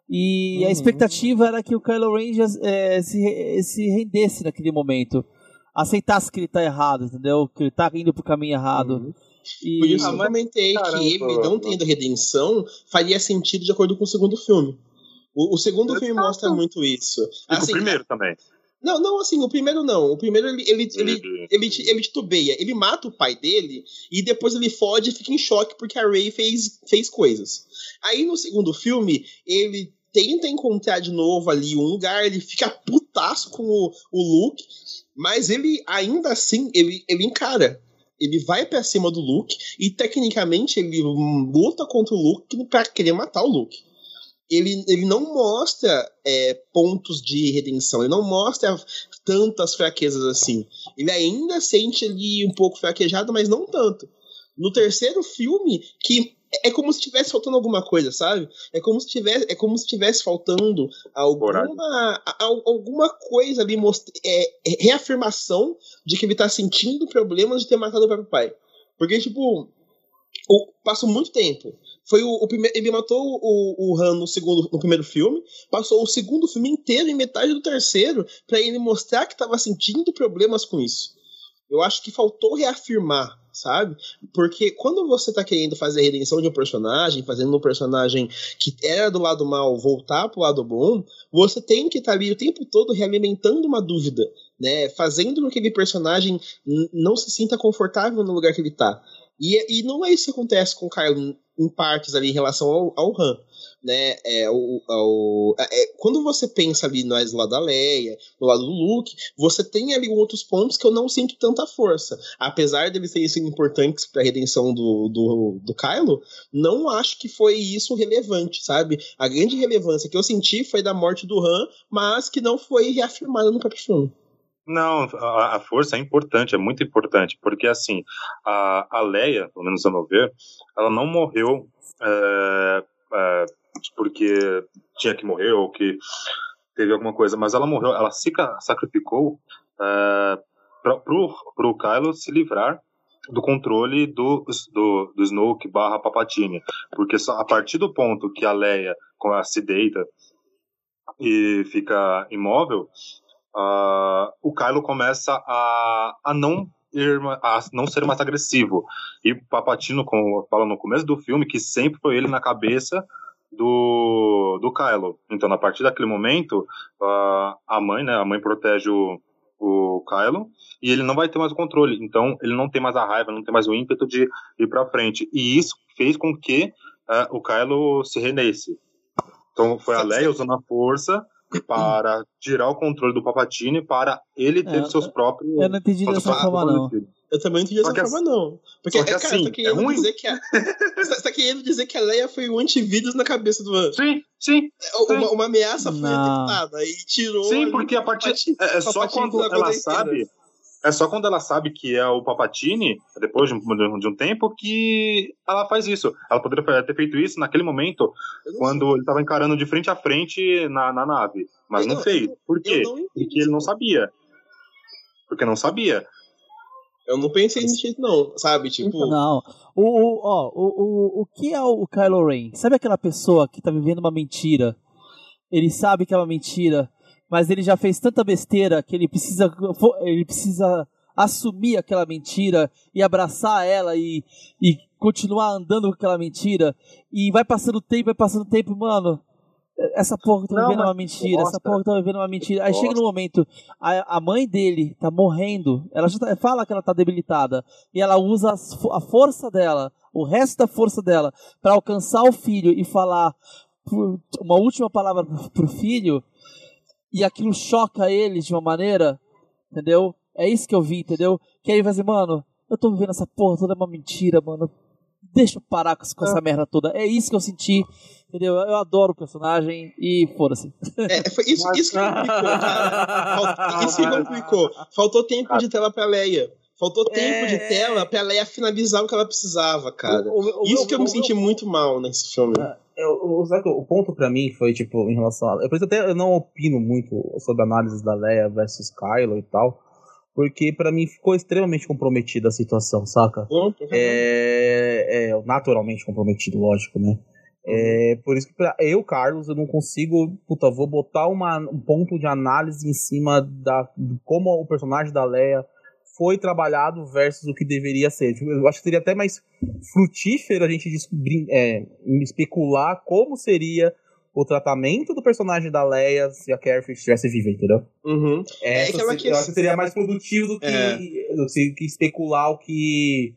[SPEAKER 3] E uhum. a expectativa era que o Kylo Ren já, é, se, se rendesse naquele momento, aceitasse que ele tá errado, entendeu? Que ele tá indo pro caminho errado.
[SPEAKER 2] Uhum. E... Por isso ah, eu comentei caramba, que ele não tendo redenção faria sentido de acordo com o segundo filme. O, o segundo eu filme mostra muito isso.
[SPEAKER 4] E assim, o primeiro também.
[SPEAKER 2] Não, não, assim, o primeiro não. O primeiro ele, ele, ele, ele, ele titubeia. Ele mata o pai dele e depois ele foge e fica em choque porque a Rey fez, fez coisas. Aí no segundo filme, ele tenta encontrar de novo ali um lugar, ele fica putaço com o, o Luke, mas ele ainda assim, ele, ele encara. Ele vai pra cima do Luke e tecnicamente ele luta contra o Luke pra querer matar o Luke. Ele, ele não mostra é, pontos de redenção, ele não mostra tantas fraquezas assim. Ele ainda sente ali um pouco fraquejado, mas não tanto. No terceiro filme, que é como se estivesse faltando alguma coisa, sabe? É como se tivesse, é como se estivesse faltando alguma, a, alguma coisa ali, most, é, reafirmação de que ele tá sentindo problemas de ter matado o próprio pai. Porque, tipo, o, passou muito tempo. Foi o, o primeiro, ele matou o, o Han no, segundo, no primeiro filme, passou o segundo filme inteiro e metade do terceiro pra ele mostrar que tava sentindo problemas com isso. Eu acho que faltou reafirmar, sabe? Porque quando você tá querendo fazer a redenção de um personagem, fazendo um personagem que era do lado mal voltar pro lado bom, você tem que estar tá ali o tempo todo realimentando uma dúvida, né? Fazendo com que aquele personagem n- não se sinta confortável no lugar que ele tá. E, e não é isso que acontece com o Kylo em partes ali em relação ao, ao Han, né? É, o, ao, é, quando você pensa ali no lado da Leia, no lado do Luke, você tem ali outros pontos que eu não sinto tanta força. Apesar deles serem sido importantes para a redenção do, do, do Kylo, não acho que foi isso relevante, sabe? A grande relevância que eu senti foi da morte do Han, mas que não foi reafirmada no próprio filme.
[SPEAKER 4] Não, a, a força é importante, é muito importante, porque assim, a, a Leia, pelo menos a meu ver, ela não morreu é, é, porque tinha que morrer ou que teve alguma coisa, mas ela morreu, ela se sacrificou é, para pro, pro Kylo se livrar do controle do, do, do Snoke barra Palpatine, porque só a partir do ponto que a Leia se deita e fica imóvel, Uh, o Kylo começa a, a, não ir, a não ser mais agressivo. E o Palpatine, como fala no começo do filme, que sempre foi ele na cabeça do, do Kylo. Então, a partir daquele momento, uh, a mãe, né, a mãe protege o, o, o Kylo e ele não vai ter mais o controle. Então, ele não tem mais a raiva, não tem mais o ímpeto de ir pra frente. E isso fez com que uh, o Kylo se rendesse. Então, foi a Leia usando a força para tirar o controle do Palpatine para ele ter
[SPEAKER 3] É,
[SPEAKER 4] seus próprios...
[SPEAKER 3] Eu não entendi
[SPEAKER 4] suas
[SPEAKER 3] dessa
[SPEAKER 4] próprias
[SPEAKER 3] forma, não.
[SPEAKER 4] poderes.
[SPEAKER 2] Eu também não entendi
[SPEAKER 4] Só
[SPEAKER 2] dessa
[SPEAKER 4] que
[SPEAKER 2] forma, não. Porque,
[SPEAKER 4] só que
[SPEAKER 2] é, cara,
[SPEAKER 4] assim,
[SPEAKER 2] tá querendo
[SPEAKER 4] é ruim.
[SPEAKER 2] dizer que a. Você tá querendo dizer que a Leia foi o antivírus na cabeça do Han.
[SPEAKER 4] Sim, sim.
[SPEAKER 2] Uma, uma ameaça foi
[SPEAKER 3] Não.
[SPEAKER 2] detectada e tirou.
[SPEAKER 4] Sim,
[SPEAKER 2] ali
[SPEAKER 4] porque a
[SPEAKER 2] o
[SPEAKER 4] partir...
[SPEAKER 2] Palpatine-
[SPEAKER 4] É, é só
[SPEAKER 2] Palpatine
[SPEAKER 4] quando
[SPEAKER 2] da
[SPEAKER 4] ela
[SPEAKER 2] coisa
[SPEAKER 4] sabe...
[SPEAKER 2] inteira.
[SPEAKER 4] É só quando ela sabe que é o Palpatine, depois de um, de um tempo, que ela faz isso. Ela poderia ter feito isso naquele momento,
[SPEAKER 2] Eu não
[SPEAKER 4] quando
[SPEAKER 2] sei.
[SPEAKER 4] ele estava encarando de frente a frente na, na nave. Mas
[SPEAKER 2] Eu
[SPEAKER 4] não
[SPEAKER 2] não-
[SPEAKER 4] fez.
[SPEAKER 2] eu-
[SPEAKER 4] Por
[SPEAKER 2] eu
[SPEAKER 4] quê?
[SPEAKER 2] não entendi
[SPEAKER 4] Porque ele não
[SPEAKER 2] isso.
[SPEAKER 4] sabia. Porque não sabia.
[SPEAKER 2] Eu não pensei nesse jeito, não. Sabe? Tipo.
[SPEAKER 3] Não. O, o, ó, o, o, o que é o Kylo Ren? Sabe aquela pessoa que tá vivendo uma mentira? Ele sabe que é uma mentira, mas ele já fez tanta besteira que ele precisa, ele precisa assumir aquela mentira e abraçar ela e, e continuar andando com aquela mentira. E vai passando tempo, vai passando tempo, mano. Essa porra que eu tô
[SPEAKER 4] Não,
[SPEAKER 3] vivendo é
[SPEAKER 4] mas
[SPEAKER 3] uma mentira, essa
[SPEAKER 4] bosta.
[SPEAKER 3] porra que eu tô vivendo é uma mentira. Aí
[SPEAKER 4] Bosta.
[SPEAKER 3] chega no momento, a, a mãe dele tá morrendo, ela já tá- fala que ela tá debilitada, e ela usa as fo- a força dela, o resto da força dela, pra alcançar o filho e falar pro- uma última palavra pro, pro filho, e aquilo choca ele de uma maneira, entendeu? É isso que eu vi, entendeu? Que aí ele vai dizer, mano, eu tô vivendo essa porra toda, é uma mentira, mano. Deixa eu parar com, com essa merda toda. É isso que eu senti, entendeu? Eu adoro o personagem e foda-se.
[SPEAKER 2] É, foi isso, isso que complicou, cara. Falt- Isso que complicou. Faltou tempo de tela pra Leia. Faltou tempo de tela pra Leia finalizar o que ela precisava, cara.
[SPEAKER 1] O- o- o-
[SPEAKER 2] Isso que eu
[SPEAKER 1] o-
[SPEAKER 2] me
[SPEAKER 1] o-
[SPEAKER 2] senti muito mal nesse filme.
[SPEAKER 1] Eu, o, sabe que o ponto pra mim foi, tipo, em relação a... Por isso até eu não opino muito sobre a análise da Leia versus Kylo e tal, porque pra mim ficou extremamente comprometida a situação, saca?
[SPEAKER 2] Ponto.
[SPEAKER 1] É, é naturalmente comprometido, lógico, né? É, por isso que pra eu, Carlos, eu não consigo, puta, vou botar uma, um ponto de análise em cima da, de como o personagem da Leia foi trabalhado versus o que deveria ser. Eu acho que seria até mais frutífero a gente descobrir, é, especular como seria o tratamento do personagem da Leia se a Carrie Fisher estivesse viva, entendeu?
[SPEAKER 2] Uhum. É
[SPEAKER 1] Essa
[SPEAKER 2] aquela
[SPEAKER 1] se-
[SPEAKER 2] que-
[SPEAKER 1] Eu acho que seria mais produtivo do que,
[SPEAKER 2] É.
[SPEAKER 1] do que- que especular o que...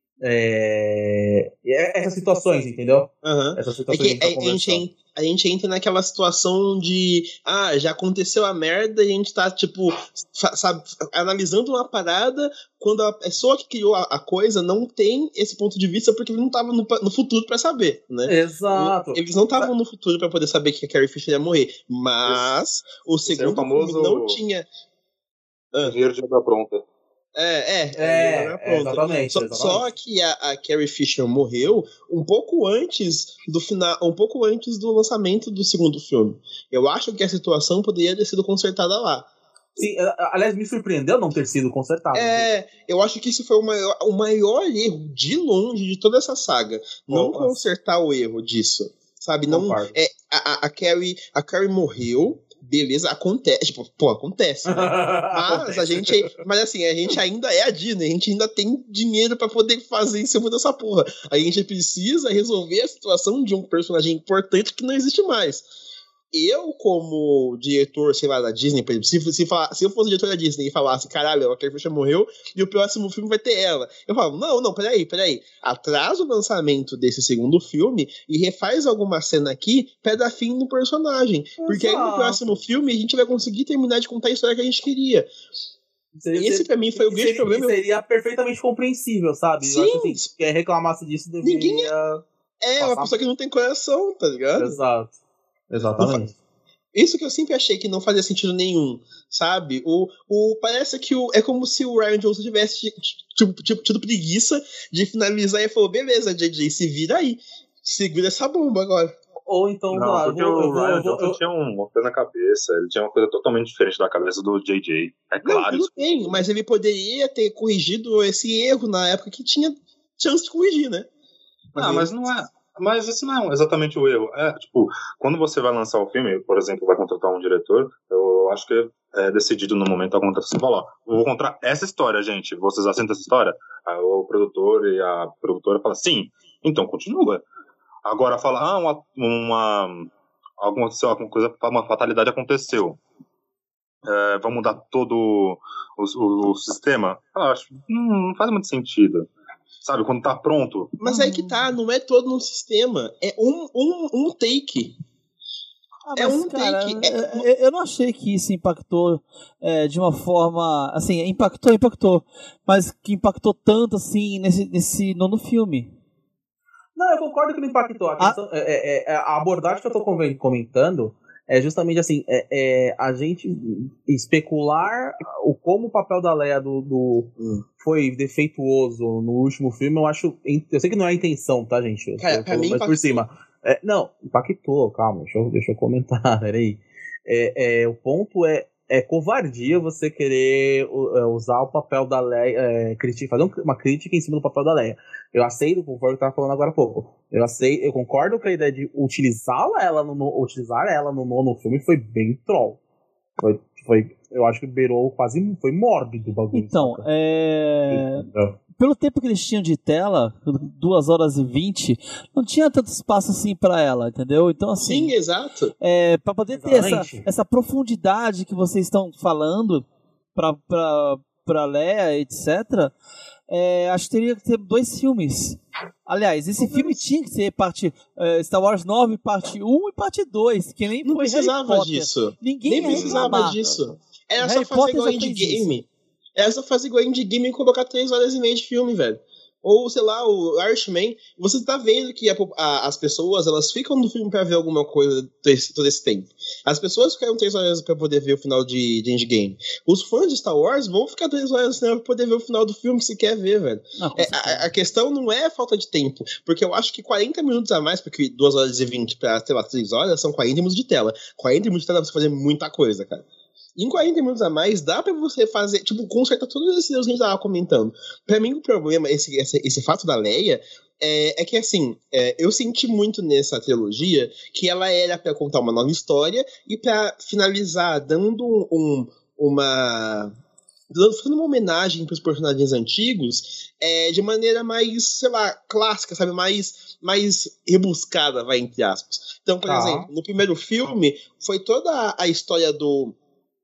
[SPEAKER 1] É, essas situações, entendeu?
[SPEAKER 2] Aham.
[SPEAKER 1] Essas
[SPEAKER 2] É
[SPEAKER 1] situações
[SPEAKER 2] que
[SPEAKER 1] que a gente
[SPEAKER 2] a,
[SPEAKER 1] tá
[SPEAKER 2] a gente,
[SPEAKER 1] conversando.
[SPEAKER 2] en- a gente entra naquela situação de ah, já aconteceu a merda e a gente tá, tipo, fa- sabe, analisando uma parada quando a pessoa que criou a, a coisa não tem esse ponto de vista porque ele não tava no, pa- no futuro pra saber, né?
[SPEAKER 1] Exato.
[SPEAKER 2] Eles não estavam no futuro pra poder saber que a Carrie Fisher ia morrer, mas o
[SPEAKER 4] Esse é o
[SPEAKER 2] segundo
[SPEAKER 4] famoso-
[SPEAKER 2] filme não tinha.
[SPEAKER 4] Dinheiro de obra pronta.
[SPEAKER 2] É, é,
[SPEAKER 1] É,
[SPEAKER 2] já
[SPEAKER 1] é,
[SPEAKER 2] pronta.
[SPEAKER 1] exatamente,
[SPEAKER 2] Só,
[SPEAKER 1] exatamente.
[SPEAKER 2] só que a, a Carrie Fisher morreu um pouco antes do final, um pouco antes do lançamento do segundo filme. Eu acho que a situação poderia ter sido consertada lá.
[SPEAKER 1] Sim, a- a- aliás, me surpreendeu não ter sido consertado.
[SPEAKER 2] É, eu acho que isso foi o maior, o maior erro de longe de toda essa saga. Não
[SPEAKER 1] Nossa.
[SPEAKER 2] consertar o erro disso. Sabe, não.
[SPEAKER 1] Concordo.
[SPEAKER 2] É, a, a, a, Carrie, a Carrie morreu, beleza, acontece. Tipo, pô, acontece. Né? Mas a gente. Mas assim, a gente ainda é a Disney, a gente ainda tem dinheiro pra poder fazer em cima dessa porra. A gente precisa resolver a situação de um personagem importante que não existe mais. Eu, como diretor, sei lá, da Disney, por exemplo, se, se, falar, se eu fosse diretor da Disney e falasse, caralho, a Carrie Fisher morreu e o próximo filme vai ter ela. Eu falo, não, não, peraí, peraí. Atrasa o lançamento desse segundo filme e refaz alguma cena aqui pra dar fim no personagem. Porque aí no
[SPEAKER 1] Exato.
[SPEAKER 2] próximo filme a gente vai conseguir terminar de contar a história que a gente queria.
[SPEAKER 1] Seria-
[SPEAKER 2] Esse pra mim foi o
[SPEAKER 1] seria-
[SPEAKER 2] grande problema.
[SPEAKER 1] Seria perfeitamente compreensível, sabe?
[SPEAKER 2] Sim.
[SPEAKER 1] Eu acho assim, quem reclamasse disso deveria...
[SPEAKER 2] Ninguém É, uma
[SPEAKER 1] Passar-
[SPEAKER 2] pessoa que não tem coração, tá ligado?
[SPEAKER 1] Exato. Exatamente.
[SPEAKER 2] Isso que eu sempre achei que não fazia sentido nenhum, sabe? O, o, parece que o, é como se o Ryan Johnson tivesse tipo, tipo, tido preguiça de finalizar e falou, beleza, J J, se vira aí. Segura essa bomba agora.
[SPEAKER 1] Ou então,
[SPEAKER 4] Não,
[SPEAKER 1] lá, eu
[SPEAKER 4] porque
[SPEAKER 1] vou, eu
[SPEAKER 4] o
[SPEAKER 1] vou,
[SPEAKER 4] Ryan
[SPEAKER 1] eu vou-
[SPEAKER 4] Johnson
[SPEAKER 1] eu-
[SPEAKER 4] tinha uma coisa na cabeça, ele tinha uma coisa totalmente diferente da cabeça do J J. É
[SPEAKER 2] Não,
[SPEAKER 4] claro
[SPEAKER 2] tudo
[SPEAKER 4] isso.
[SPEAKER 2] bem, mas ele poderia ter corrigido esse erro na época que tinha chance de corrigir, né?
[SPEAKER 4] Ah,
[SPEAKER 2] ele-
[SPEAKER 4] mas não é. Mas esse não é exatamente o erro. É, tipo, quando você vai lançar o filme, por exemplo, vai contratar um diretor, eu acho que é decidido no momento da contratação. Fala, ó, eu vou contar essa história, gente. Vocês aceitam essa história? Aí o produtor e a produtora falam, sim, então continua. Agora fala, ah, uma, uma alguma, sei lá, alguma coisa, uma fatalidade aconteceu. é, vão mudar todo o, o, o sistema? Eu acho que hum, não faz muito sentido. Sabe, quando tá pronto.
[SPEAKER 2] Mas aí que tá, não é todo um sistema, é um, um, um take.
[SPEAKER 3] Ah,
[SPEAKER 2] é
[SPEAKER 3] mas,
[SPEAKER 2] um
[SPEAKER 3] cara,
[SPEAKER 2] take. É...
[SPEAKER 3] eu, eu não achei que isso impactou é, de uma forma. Assim, impactou, impactou. Mas que impactou tanto assim nesse, nesse nono filme.
[SPEAKER 1] Não, eu concordo que não impactou. A, questão, ah. é, é, a abordagem que eu tô comentando é justamente assim: é, é a gente especular o, como o papel da Leia do, do, hum. foi defeituoso no último filme. Eu acho. Eu sei que não é a intenção, tá, gente?
[SPEAKER 2] Cara, eu, pra mim,
[SPEAKER 1] mas por cima. É, não, impactou, calma, deixa eu, deixa eu comentar, peraí. É, é, o ponto é, é covardia você querer é, usar o papel da Leia, é, criticar, fazer uma crítica em cima do papel da Leia. Eu aceito, conforme eu estava falando agora há pouco. Eu aceito, eu concordo com a ideia de utilizá-la ela no, no, utilizar ela no nono filme foi bem troll. Foi, foi, eu acho que beirou quase, foi mórbido o bagulho.
[SPEAKER 3] Então, saca? é... Pelo tempo que eles tinham de tela, duas horas e vinte, não tinha tanto espaço assim pra ela, entendeu? Então, assim...
[SPEAKER 2] Sim, exato.
[SPEAKER 3] É, pra poder ter essa, essa profundidade que vocês estão falando pra, pra, pra Leia, etcétera, é, acho que teria que ter dois filmes. Aliás, esse filme tinha que ser parte uh, Star Wars nove, parte um e parte dois, que nem
[SPEAKER 2] não
[SPEAKER 3] foi
[SPEAKER 2] precisava disso.
[SPEAKER 3] Ninguém
[SPEAKER 2] nem precisava
[SPEAKER 3] reclamar.
[SPEAKER 2] disso. Era
[SPEAKER 3] Harry
[SPEAKER 2] só fazer
[SPEAKER 3] Potter
[SPEAKER 2] igual Endgame. Era só fazer igual Endgame e colocar três horas e meia de filme, velho. Ou, sei lá, o Irishman, você tá vendo que a, a, as pessoas, elas ficam no filme pra ver alguma coisa desse, todo esse tempo. As pessoas ficaram três horas pra poder ver o final de, de Endgame. Os fãs de Star Wars vão ficar três horas pra poder ver o final do filme que você quer ver, velho. Não, é, a, a questão não é falta de tempo, porque eu acho que quarenta minutos a mais, porque duas horas e vinte pra, sei lá, três horas, são quarenta minutos de tela. quarenta minutos de tela pra você fazer muita coisa, cara. Em quarenta minutos a mais, dá pra você fazer, tipo, consertar todos esses erros que a gente tava comentando. Pra mim, o problema, esse, esse, esse fato da Leia, é, é que, assim, é, eu senti muito nessa trilogia que ela era pra contar uma nova história e pra finalizar dando um, uma... fazendo uma homenagem pros personagens antigos é, de maneira mais, sei lá, clássica, sabe? Mais, mais rebuscada, vai, entre aspas. Então, por ah. exemplo, no primeiro filme, foi toda a história do...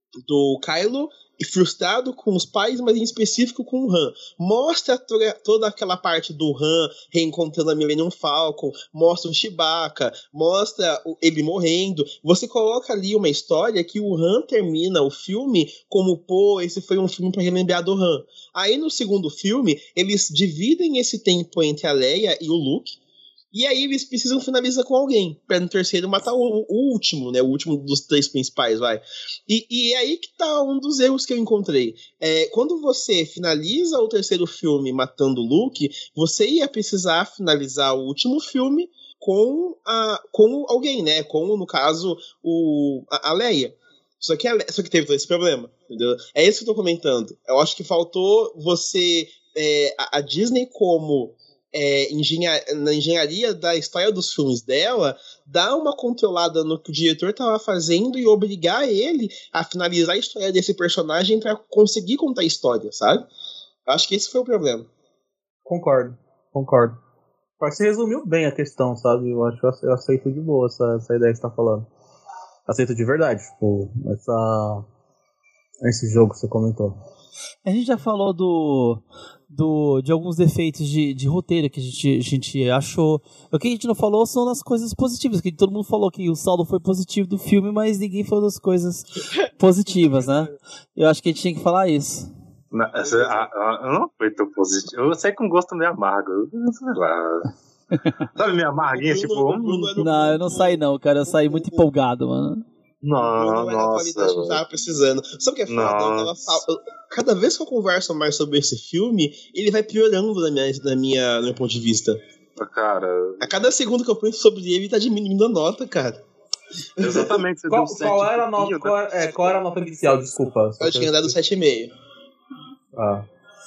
[SPEAKER 2] do Kylo frustrado com os pais, mas em específico com o Han. Mostra toda, toda aquela parte do Han reencontrando a Millennium Falcon, mostra o Chewbacca, mostra ele morrendo. Você coloca ali uma história que o Han termina o filme como, pô, esse foi um filme para relembrar do Han. Aí no segundo filme, eles dividem esse tempo entre a Leia e o Luke, e aí eles precisam finalizar com alguém, pra no terceiro matar o, o último, né? O último dos três principais, vai. E, e é aí que tá um dos erros que eu encontrei. É, quando você finaliza o terceiro filme matando o Luke, você ia precisar finalizar o último filme com, a, com alguém, né? Com, no caso, o, a, a Leia. Só que, a, só que teve todo esse problema, entendeu? É isso que eu tô comentando. Eu acho que faltou você... É, a, a Disney como... É, engenha- na engenharia da história dos filmes dela, dar uma controlada no que o diretor estava fazendo e obrigar ele a finalizar a história desse personagem para conseguir contar a história, sabe? Acho que esse foi o problema.
[SPEAKER 1] Concordo, concordo. Você resumiu bem a questão, sabe? Eu acho que eu aceito de boa essa, essa ideia que você tá falando. Aceito de verdade, tipo, essa, esse jogo que você comentou.
[SPEAKER 3] A gente já falou do... Do, de alguns defeitos de, de roteiro que a gente, a gente achou. O que a gente não falou são as coisas positivas, que todo mundo falou que o saldo foi positivo do filme, mas ninguém falou das coisas positivas, né? Eu acho que a gente tinha que falar isso.
[SPEAKER 4] Não, essa, a, a, não foi tão positivo. Eu saí com gosto meio amargo. Sei lá. Sabe, meio amarguinha, tipo. Hum...
[SPEAKER 3] Não, eu não saí não, cara. Eu saí muito empolgado, mano.
[SPEAKER 4] Não, não era a
[SPEAKER 2] qualidade que eu tava precisando. Sabe o que é foda? Eu tava fal... Cada vez que eu converso mais sobre esse filme, ele vai piorando na minha, na minha, no meu ponto de vista.
[SPEAKER 4] Cara.
[SPEAKER 2] A cada segundo que eu penso sobre ele, ele tá diminuindo a nota, cara.
[SPEAKER 4] Exatamente. Você
[SPEAKER 1] qual,
[SPEAKER 4] deu
[SPEAKER 1] qual, era a nota, qual, é, qual era a nota inicial? Desculpa.
[SPEAKER 2] Eu tinha dado sete vírgula cinco.
[SPEAKER 1] Ah.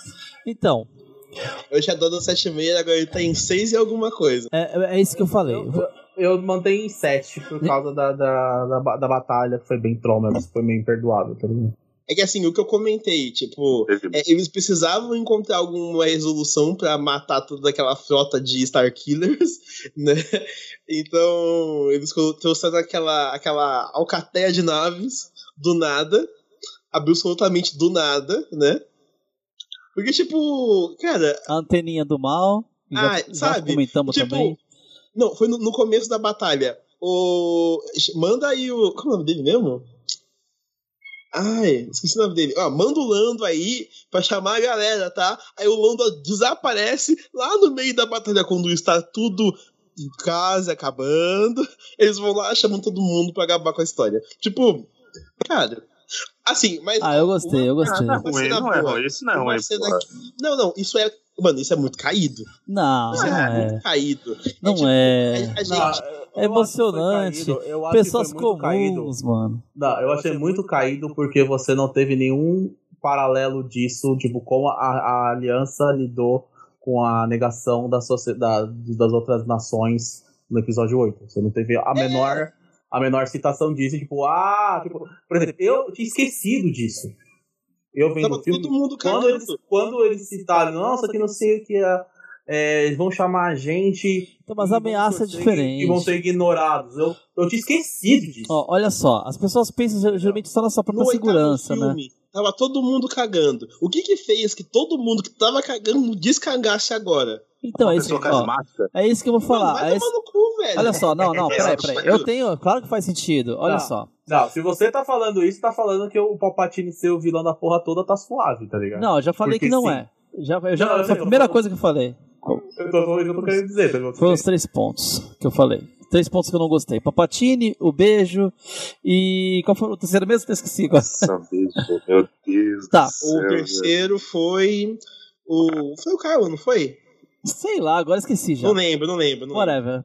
[SPEAKER 3] Então.
[SPEAKER 2] Eu tinha dado sete vírgula cinco, agora ele tá em seis e alguma coisa.
[SPEAKER 3] É, é isso que eu falei.
[SPEAKER 1] Eu, eu, eu mantenho em sete por causa da, da, da, da batalha, que foi bem troll, mas foi meio imperdoável, tá ligado?
[SPEAKER 2] É que assim, o que eu comentei, tipo, é, eles precisavam encontrar alguma resolução pra matar toda aquela frota de Starkillers, né? Então, eles trouxeram aquela, aquela alcateia de naves do nada absolutamente do nada, né? Porque, tipo, cara...
[SPEAKER 3] A anteninha do mal, já,
[SPEAKER 2] ah,
[SPEAKER 3] já
[SPEAKER 2] sabe?
[SPEAKER 3] comentamos
[SPEAKER 2] tipo,
[SPEAKER 3] também.
[SPEAKER 2] Não, foi no, no começo da batalha. O... Manda aí o... Qual é o nome dele mesmo? Ai, esqueci o nome dele. Ó, manda o Lando aí pra chamar a galera, tá? Aí o Lando desaparece lá no meio da batalha quando está tudo quase acabando. Eles vão lá chamando todo mundo pra acabar com a história. Tipo, cara... Assim, mas...
[SPEAKER 3] Ah, eu gostei, eu gostei.
[SPEAKER 4] Não é ruim, não é ruim. Isso não é ruim, porra.
[SPEAKER 2] Não, não, isso é... Mano, isso é muito caído.
[SPEAKER 3] Não,
[SPEAKER 2] Isso
[SPEAKER 3] não
[SPEAKER 2] é,
[SPEAKER 3] é.
[SPEAKER 2] muito caído.
[SPEAKER 3] Não
[SPEAKER 2] tipo,
[SPEAKER 3] é.
[SPEAKER 2] A, a
[SPEAKER 1] Não,
[SPEAKER 2] gente...
[SPEAKER 3] É emocionante.
[SPEAKER 1] Eu acho que foi caído, eu acho
[SPEAKER 3] Pessoas
[SPEAKER 1] que foi muito caído.
[SPEAKER 3] comuns, mano.
[SPEAKER 1] Não, eu achei muito caído porque você não teve nenhum paralelo disso, tipo, como a, a aliança lidou com a negação da sociedade, das outras nações no episódio oito. Você não teve a menor, a menor citação disso, tipo, ah, tipo, por exemplo, eu tinha esquecido disso. Eu vendo o filme,
[SPEAKER 2] todo mundo
[SPEAKER 1] quando eles, quando eles citaram, nossa, que não sei o que é, é, eles vão chamar a gente.
[SPEAKER 3] Então, mas a ameaça é diferente.
[SPEAKER 1] E vão ser ignorados. Eu, eu tinha esquecido disso.
[SPEAKER 3] Ó, olha só, as pessoas pensam geralmente só na sua própria
[SPEAKER 2] no
[SPEAKER 3] segurança,
[SPEAKER 2] filme,
[SPEAKER 3] né?
[SPEAKER 2] Tava todo mundo cagando. O que que fez que todo mundo que tava cagando descagasse agora?
[SPEAKER 3] Então,
[SPEAKER 4] Uma
[SPEAKER 3] é isso,
[SPEAKER 4] pessoa
[SPEAKER 3] ó,
[SPEAKER 4] carismática.
[SPEAKER 3] é isso que eu vou falar.
[SPEAKER 2] Mano, vai
[SPEAKER 3] É
[SPEAKER 2] tomar
[SPEAKER 3] esse-
[SPEAKER 2] no cu, velho.
[SPEAKER 3] Olha só, não, não, peraí, peraí. Eu
[SPEAKER 2] Não.
[SPEAKER 3] tenho, claro que faz sentido. Olha
[SPEAKER 1] Não.
[SPEAKER 3] só.
[SPEAKER 1] Não, se você tá falando isso, tá falando que o Palpatine ser o vilão da porra toda tá suave, tá ligado?
[SPEAKER 3] Não, eu já falei
[SPEAKER 1] Porque
[SPEAKER 3] que não
[SPEAKER 1] sim.
[SPEAKER 3] é. Já, eu já,
[SPEAKER 1] Não, eu
[SPEAKER 3] foi a
[SPEAKER 1] sei,
[SPEAKER 3] primeira
[SPEAKER 1] eu tô-
[SPEAKER 3] coisa que eu falei.
[SPEAKER 1] Eu tô falando o que eu tô querendo dizer. Tá ligado?
[SPEAKER 3] Foram os três pontos que eu falei. Três pontos que eu não gostei. Palpatine, o beijo e... Qual foi o terceiro mesmo? Eu esqueci agora.
[SPEAKER 4] Nossa, bicho, meu Deus
[SPEAKER 3] Tá.
[SPEAKER 4] do céu.
[SPEAKER 2] O terceiro foi o... Foi o Kylo, não foi?
[SPEAKER 3] Sei lá, agora esqueci já.
[SPEAKER 2] Não lembro, não lembro. Não lembro.
[SPEAKER 3] Whatever.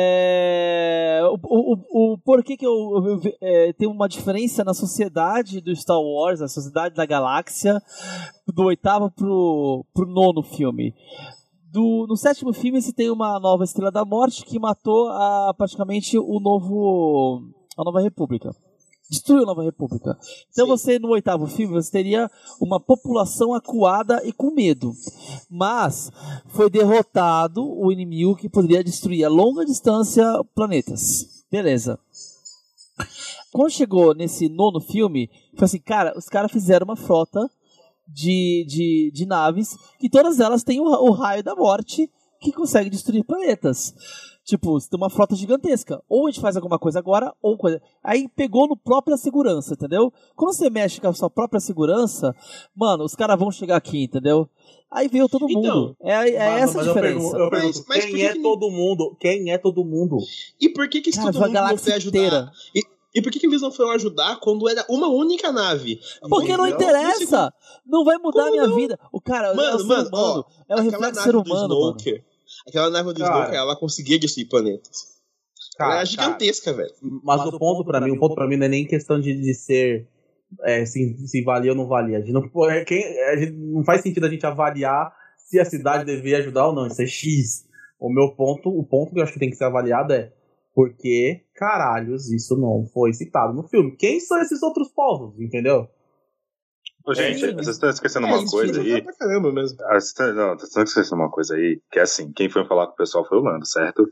[SPEAKER 3] É, o, o, o, o porquê que eu, eu, eu é, tem uma diferença na sociedade do Star Wars, a sociedade da galáxia, do oitavo pro, pro nono filme. Do, no sétimo filme você tem uma nova Estrela da Morte que matou a, praticamente o novo a Nova República. Destruiu a Nova República. Então
[SPEAKER 2] Sim.
[SPEAKER 3] você, no oitavo filme, você teria uma população acuada e com medo. Mas foi derrotado o inimigo que poderia destruir a longa distância planetas. Beleza. Quando chegou nesse nono filme, foi assim, cara, os caras fizeram uma frota de, de, de naves que todas elas têm o, o raio da morte que consegue destruir planetas. Tipo, você tem uma frota gigantesca. Ou a gente faz alguma coisa agora, ou coisa. Aí pegou no própria segurança, entendeu? Quando você mexe com a sua própria segurança, mano, os caras vão chegar aqui, entendeu? Aí veio todo mundo.
[SPEAKER 2] Então,
[SPEAKER 3] é é
[SPEAKER 1] Mas-
[SPEAKER 3] essa a
[SPEAKER 1] mas eu
[SPEAKER 3] diferença.
[SPEAKER 1] pergunto, eu pergunto,
[SPEAKER 2] Mas- mas por
[SPEAKER 1] quem
[SPEAKER 2] que
[SPEAKER 1] é
[SPEAKER 2] que-
[SPEAKER 1] todo mundo? Quem é todo mundo?
[SPEAKER 2] E por que que
[SPEAKER 3] Cara,
[SPEAKER 2] todo
[SPEAKER 3] foi a
[SPEAKER 2] mundo não
[SPEAKER 3] galáxia
[SPEAKER 2] foi ajudar?
[SPEAKER 3] inteira.
[SPEAKER 2] E, e por que que eles não foram ajudar quando era uma única nave?
[SPEAKER 3] Porque não
[SPEAKER 2] Entendeu?
[SPEAKER 3] interessa! Não vai mudar
[SPEAKER 2] Como
[SPEAKER 3] a minha
[SPEAKER 2] não?
[SPEAKER 3] vida. O cara é
[SPEAKER 2] Mano,
[SPEAKER 3] o ser
[SPEAKER 2] mano,
[SPEAKER 3] humano.
[SPEAKER 2] ó,
[SPEAKER 3] é o
[SPEAKER 2] aquela
[SPEAKER 3] reflexo do
[SPEAKER 2] nave
[SPEAKER 3] ser
[SPEAKER 2] do
[SPEAKER 3] humano, mano.
[SPEAKER 2] Snoker, aquela nave do
[SPEAKER 1] Cara.
[SPEAKER 2] Snoker, ela conseguia destruir planetas. Ela era gigantesca, velho.
[SPEAKER 1] Mas, o ponto pra mim, o ponto para mim não é nem questão de, de ser é, se, se valia ou não valia. A gente não, pô, é, quem, a gente, não faz sentido a gente avaliar se a cidade deveria ajudar ou não. Isso é X. O meu ponto, o ponto que eu acho que tem que ser avaliado é por que caralhos isso não foi citado no filme? Quem são esses outros povos, entendeu?
[SPEAKER 4] Ô, gente,
[SPEAKER 2] É,
[SPEAKER 4] vocês estão esquecendo
[SPEAKER 2] É,
[SPEAKER 4] uma
[SPEAKER 2] eles
[SPEAKER 4] coisa
[SPEAKER 2] fizeram
[SPEAKER 4] aí.
[SPEAKER 2] pra caramba mesmo.
[SPEAKER 4] Ah, vocês tão- Não, vocês estão esquecendo uma coisa aí, que é assim, quem foi falar com o pessoal foi o Lando, certo?